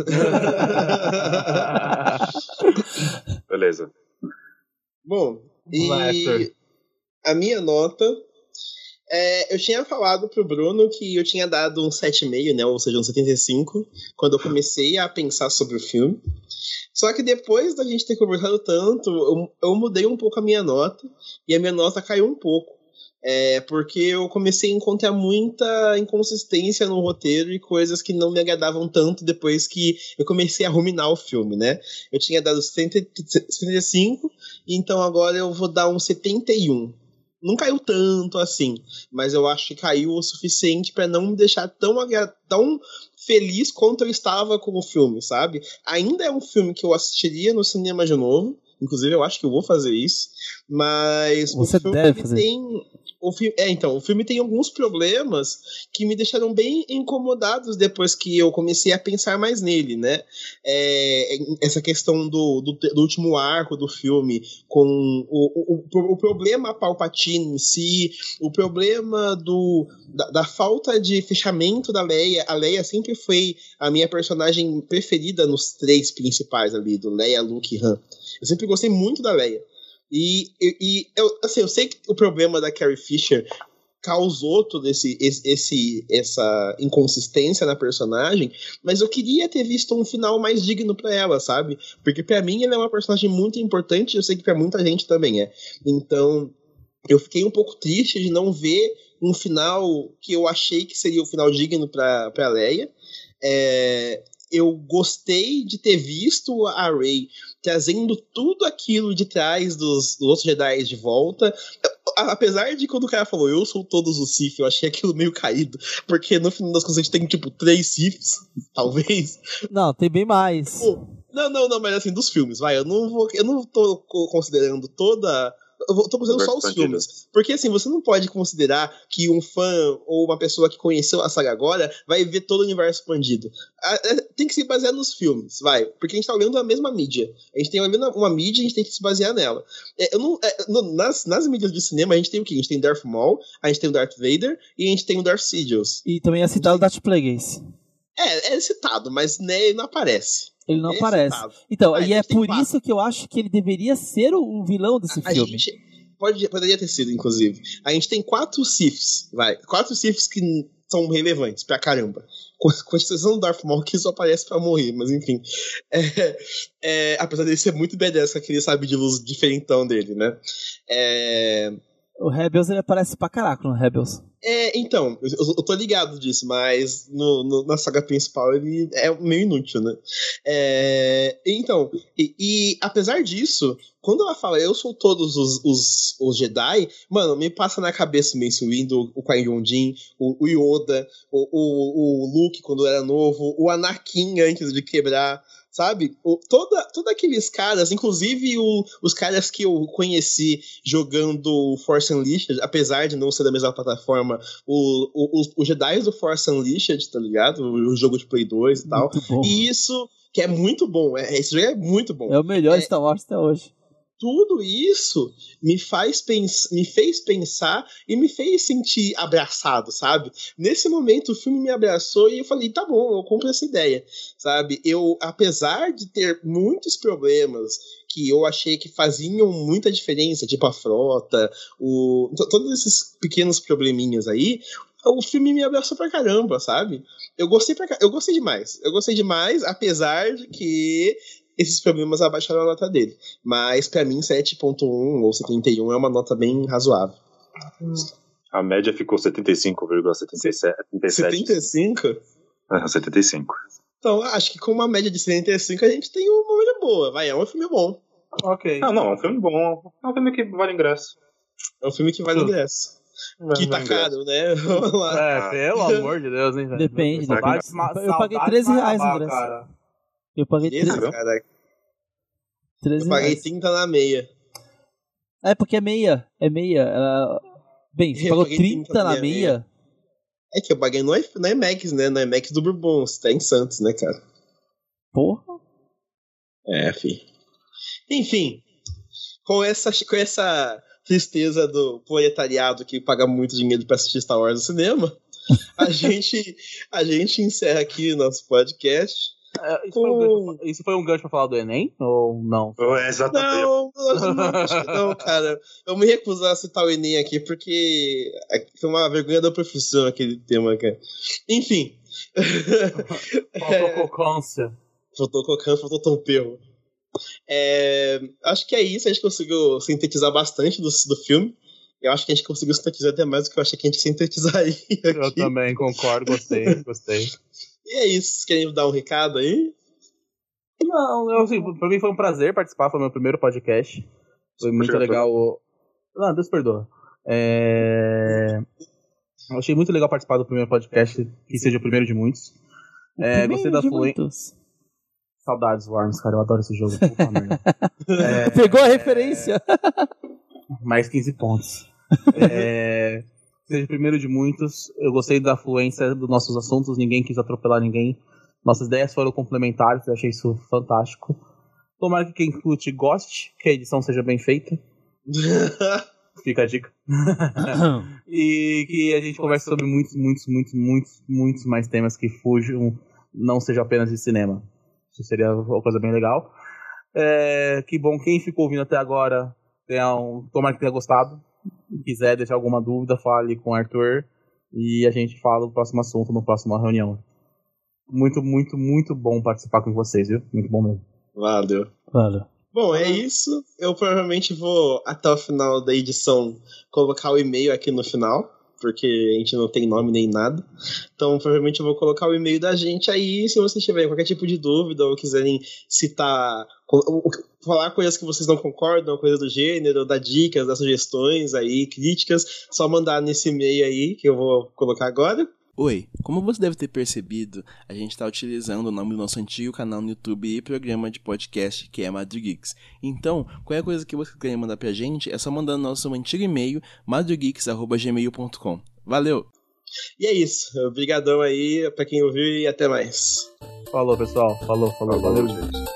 [SPEAKER 4] Beleza.
[SPEAKER 2] Bom, e a minha nota... É, eu tinha falado pro Bruno que eu tinha dado um sete vírgula cinco, né, ou seja, um setenta e cinco, quando eu comecei a pensar sobre o filme. Só que depois da gente ter conversado tanto, eu, eu mudei um pouco a minha nota, e a minha nota caiu um pouco. É, porque eu comecei a encontrar muita inconsistência no roteiro e coisas que não me agradavam tanto depois que eu comecei a ruminar o filme, né? Eu tinha dado setenta e cinco, então agora eu vou dar um setenta e um. Não caiu tanto assim, mas eu acho que caiu o suficiente para não me deixar tão, tão feliz quanto eu estava com o filme, sabe? Ainda é um filme que eu assistiria no cinema de novo, inclusive eu acho que eu vou fazer isso, mas
[SPEAKER 3] Você
[SPEAKER 2] o filme
[SPEAKER 3] deve fazer.
[SPEAKER 2] tem... O filme, é, então, o filme tem alguns problemas que me deixaram bem incomodados depois que eu comecei a pensar mais nele, né? É, essa questão do, do, do último arco do filme, com o, o, o problema Palpatine em si, o problema do, da, da falta de fechamento da Leia. A Leia sempre foi a minha personagem preferida nos três principais ali, do Leia, Luke e Han. Eu sempre gostei muito da Leia. E, e, e eu, assim, eu sei que o problema da Carrie Fisher causou toda esse, esse, essa inconsistência na personagem, mas eu queria ter visto um final mais digno pra ela, sabe? Porque pra mim ela é uma personagem muito importante, eu sei que pra muita gente também é. Então eu fiquei um pouco triste de não ver um final que eu achei que seria o final digno pra, pra Leia. É, eu gostei de ter visto a Rey trazendo tudo aquilo de trás dos, dos outros Jedi de volta. Apesar de quando o cara falou, eu sou todos os Sith, eu achei aquilo meio caído. Porque no final das contas a gente tem, tipo, três Siths, talvez.
[SPEAKER 3] Não, tem bem mais.
[SPEAKER 2] Pô, não, não, não, mas assim, dos filmes, vai. Eu não vou. Eu não tô considerando toda. Eu vou- tô considerando só os filmes. Porque assim, você não pode considerar que um fã ou uma pessoa que conheceu a saga agora vai ver todo o universo expandido. Ah, é, tem que se basear nos filmes, vai. Porque a gente tá olhando a mesma mídia. A gente tem uma, mesma- uma mídia e a gente tem que se basear nela. É, eu não, é, no- nas, nas mídias de cinema, a gente tem o quê? A gente tem Darth Maul, a gente tem o Darth Vader e a gente tem o Darth Sidious.
[SPEAKER 3] E também é citado o Darth Plagueis.
[SPEAKER 2] É, é citado, mas né, ele não aparece.
[SPEAKER 3] Ele não
[SPEAKER 2] É
[SPEAKER 3] aparece.
[SPEAKER 2] citado.
[SPEAKER 3] Então,
[SPEAKER 2] Ah,
[SPEAKER 3] e
[SPEAKER 2] então
[SPEAKER 3] é
[SPEAKER 2] tem
[SPEAKER 3] por
[SPEAKER 2] quatro.
[SPEAKER 3] isso que eu acho que ele deveria ser o, o vilão desse
[SPEAKER 2] A
[SPEAKER 3] filme.
[SPEAKER 2] gente pode, poderia ter sido, inclusive. A gente tem quatro Siths, vai. Quatro Siths que n- são relevantes pra caramba. Com com exceção do Darth Maul, que só aparece pra morrer, mas enfim. É, é, apesar dele ser muito badass com aquele sabe de luz diferentão dele, né? É,
[SPEAKER 3] O Rebels, ele aparece pra caraca no Rebels.
[SPEAKER 2] é, então, eu, eu tô ligado disso, mas no, no- na saga principal ele é meio inútil, né? É, então, e, e apesar disso, quando ela fala eu sou todos os, os, os Jedi, mano, me passa na cabeça o Mace Windu, o Qui-Gon Jinn, o, o Yoda, o, o, o Luke quando era novo, o Anakin antes de quebrar, sabe? O, toda, todos aqueles caras, inclusive o- os caras que eu conheci jogando Force Unleashed, apesar de não ser da mesma plataforma, o, o, os, os Jedi do Force Unleashed, tá ligado? O, o jogo de Play dois e tal.
[SPEAKER 3] Muito bom.
[SPEAKER 2] E isso, que é muito bom, é, esse jogo é muito bom.
[SPEAKER 3] É o melhor
[SPEAKER 2] É-
[SPEAKER 3] Star Wars até hoje.
[SPEAKER 2] Tudo isso me faz pens me fez pensar e me fez sentir abraçado, sabe? Nesse momento o filme me abraçou e eu falei, tá bom, eu compro essa ideia, sabe? Eu, apesar de ter muitos problemas que eu achei que faziam muita diferença, tipo a frota, o, to- todos esses pequenos probleminhas aí, o filme me abraçou pra caramba, sabe? Eu gostei pra, ca- eu gostei demais. Eu gostei demais, apesar de que esses problemas abaixaram a nota dele. Mas pra mim sete ponto um ou setenta e um é uma nota bem razoável.
[SPEAKER 4] A média ficou setenta e cinco vírgula setenta e sete.
[SPEAKER 2] setenta e cinco?
[SPEAKER 4] Ah, setenta e cinco.
[SPEAKER 2] Então, acho que com uma média de setenta e cinco a gente tem uma média boa. Vai, é um filme bom.
[SPEAKER 1] Ok.
[SPEAKER 4] Não, não, é um filme bom. É um filme que vale ingresso.
[SPEAKER 2] É um filme que vale ingresso.
[SPEAKER 4] Vale
[SPEAKER 2] Que tá
[SPEAKER 4] ingresso.
[SPEAKER 2] caro, né? Vamos lá.
[SPEAKER 1] É, pelo amor de Deus, hein, velho.
[SPEAKER 3] Depende,
[SPEAKER 1] Saudades,
[SPEAKER 3] depende.
[SPEAKER 1] ma-
[SPEAKER 3] Eu paguei
[SPEAKER 1] saudades
[SPEAKER 3] treze reais no
[SPEAKER 1] Marabá,
[SPEAKER 3] ingresso.
[SPEAKER 1] cara.
[SPEAKER 3] Eu paguei
[SPEAKER 2] Esse,
[SPEAKER 3] treze
[SPEAKER 2] cara,
[SPEAKER 3] treze
[SPEAKER 2] eu paguei
[SPEAKER 3] reais.
[SPEAKER 2] trinta na meia.
[SPEAKER 3] É porque é meia. É meia. ela- Bem, você
[SPEAKER 2] Eu
[SPEAKER 3] pagou
[SPEAKER 2] paguei
[SPEAKER 3] trinta
[SPEAKER 2] trinta
[SPEAKER 3] na
[SPEAKER 2] na
[SPEAKER 3] meia?
[SPEAKER 2] É que eu paguei no, I- no IMAX, né? No IMAX do Bourbon. Você tá em Santos, né, cara?
[SPEAKER 3] Porra.
[SPEAKER 2] É, fi. Enfim, com essa, com essa tristeza do proletariado que paga muito dinheiro pra assistir Star Wars no cinema, a gente, a gente encerra aqui o nosso podcast.
[SPEAKER 1] É, isso, foi um gancho, isso foi um gancho pra falar do Enem? Ou não?
[SPEAKER 4] É, exatamente.
[SPEAKER 2] Não, não, não, acho que não, cara. Eu me recuso a citar o Enem aqui porque foi uma vergonha da profissão aquele tema, cara. Enfim.
[SPEAKER 1] Faltou cocância.
[SPEAKER 2] Faltou cocã, faltou tom perro. É, acho que é isso, a gente conseguiu sintetizar bastante do, do filme. Eu acho que a gente conseguiu sintetizar até mais do que eu achei que a gente sintetizaria aqui.
[SPEAKER 1] Eu também concordo, gostei, gostei.
[SPEAKER 2] E é isso, vocês querem dar um recado aí?
[SPEAKER 1] Não, eu, assim, pra mim foi um prazer participar, foi meu primeiro podcast. Foi muito
[SPEAKER 4] Obrigado.
[SPEAKER 1] legal. o- Não, Deus perdoa. É... Eu achei muito legal participar do primeiro podcast, que seja o primeiro de muitos. É, gostei da
[SPEAKER 3] de
[SPEAKER 1] fluência.
[SPEAKER 3] muitos.
[SPEAKER 1] Saudades, Worms, cara, eu adoro esse jogo. Puta merda. É,
[SPEAKER 3] Pegou a referência.
[SPEAKER 1] mais quinze pontos. É, seja o primeiro de muitos. Eu gostei da fluência dos nossos assuntos, ninguém quis atropelar ninguém. Nossas ideias foram complementares, eu achei isso fantástico. Tomara que quem curte goste, que a edição seja bem feita. Fica a dica. E que a gente converse sobre muitos, muitos, muitos, muitos, muitos mais temas que fujam, não seja apenas de cinema. Isso seria uma coisa bem legal. É, que bom, quem ficou ouvindo até agora, tenha um, tomara que tenha gostado. Se quiser deixar alguma dúvida, fale com o Arthur. E a gente fala do próximo assunto na próxima reunião. Muito, muito, muito bom participar com vocês, viu? Muito bom mesmo.
[SPEAKER 2] Valeu.
[SPEAKER 3] Valeu.
[SPEAKER 2] Bom, é isso. Eu provavelmente vou, até o final da edição, colocar o e-mail aqui no final. porque a gente não tem nome nem nada. Então, provavelmente eu vou colocar o e-mail da gente aí, se vocês tiverem qualquer tipo de dúvida ou quiserem citar, falar coisas que vocês não concordam, coisa do gênero, dar dicas, dar sugestões aí, críticas, só mandar nesse e-mail aí, que eu vou colocar agora.
[SPEAKER 5] Oi, como você deve ter percebido, a gente está utilizando o nome do nosso antigo canal no YouTube e programa de podcast, que é Madrugeeks. Então, qualquer coisa que você queira mandar pra gente, é só mandar no nosso antigo e-mail, madrugeeks arroba gmail ponto com. Valeu!
[SPEAKER 2] E é isso. Obrigadão aí pra quem ouviu e até mais.
[SPEAKER 1] Falou, pessoal. Falou, falou,
[SPEAKER 4] Falou,
[SPEAKER 1] valeu.
[SPEAKER 4] gente.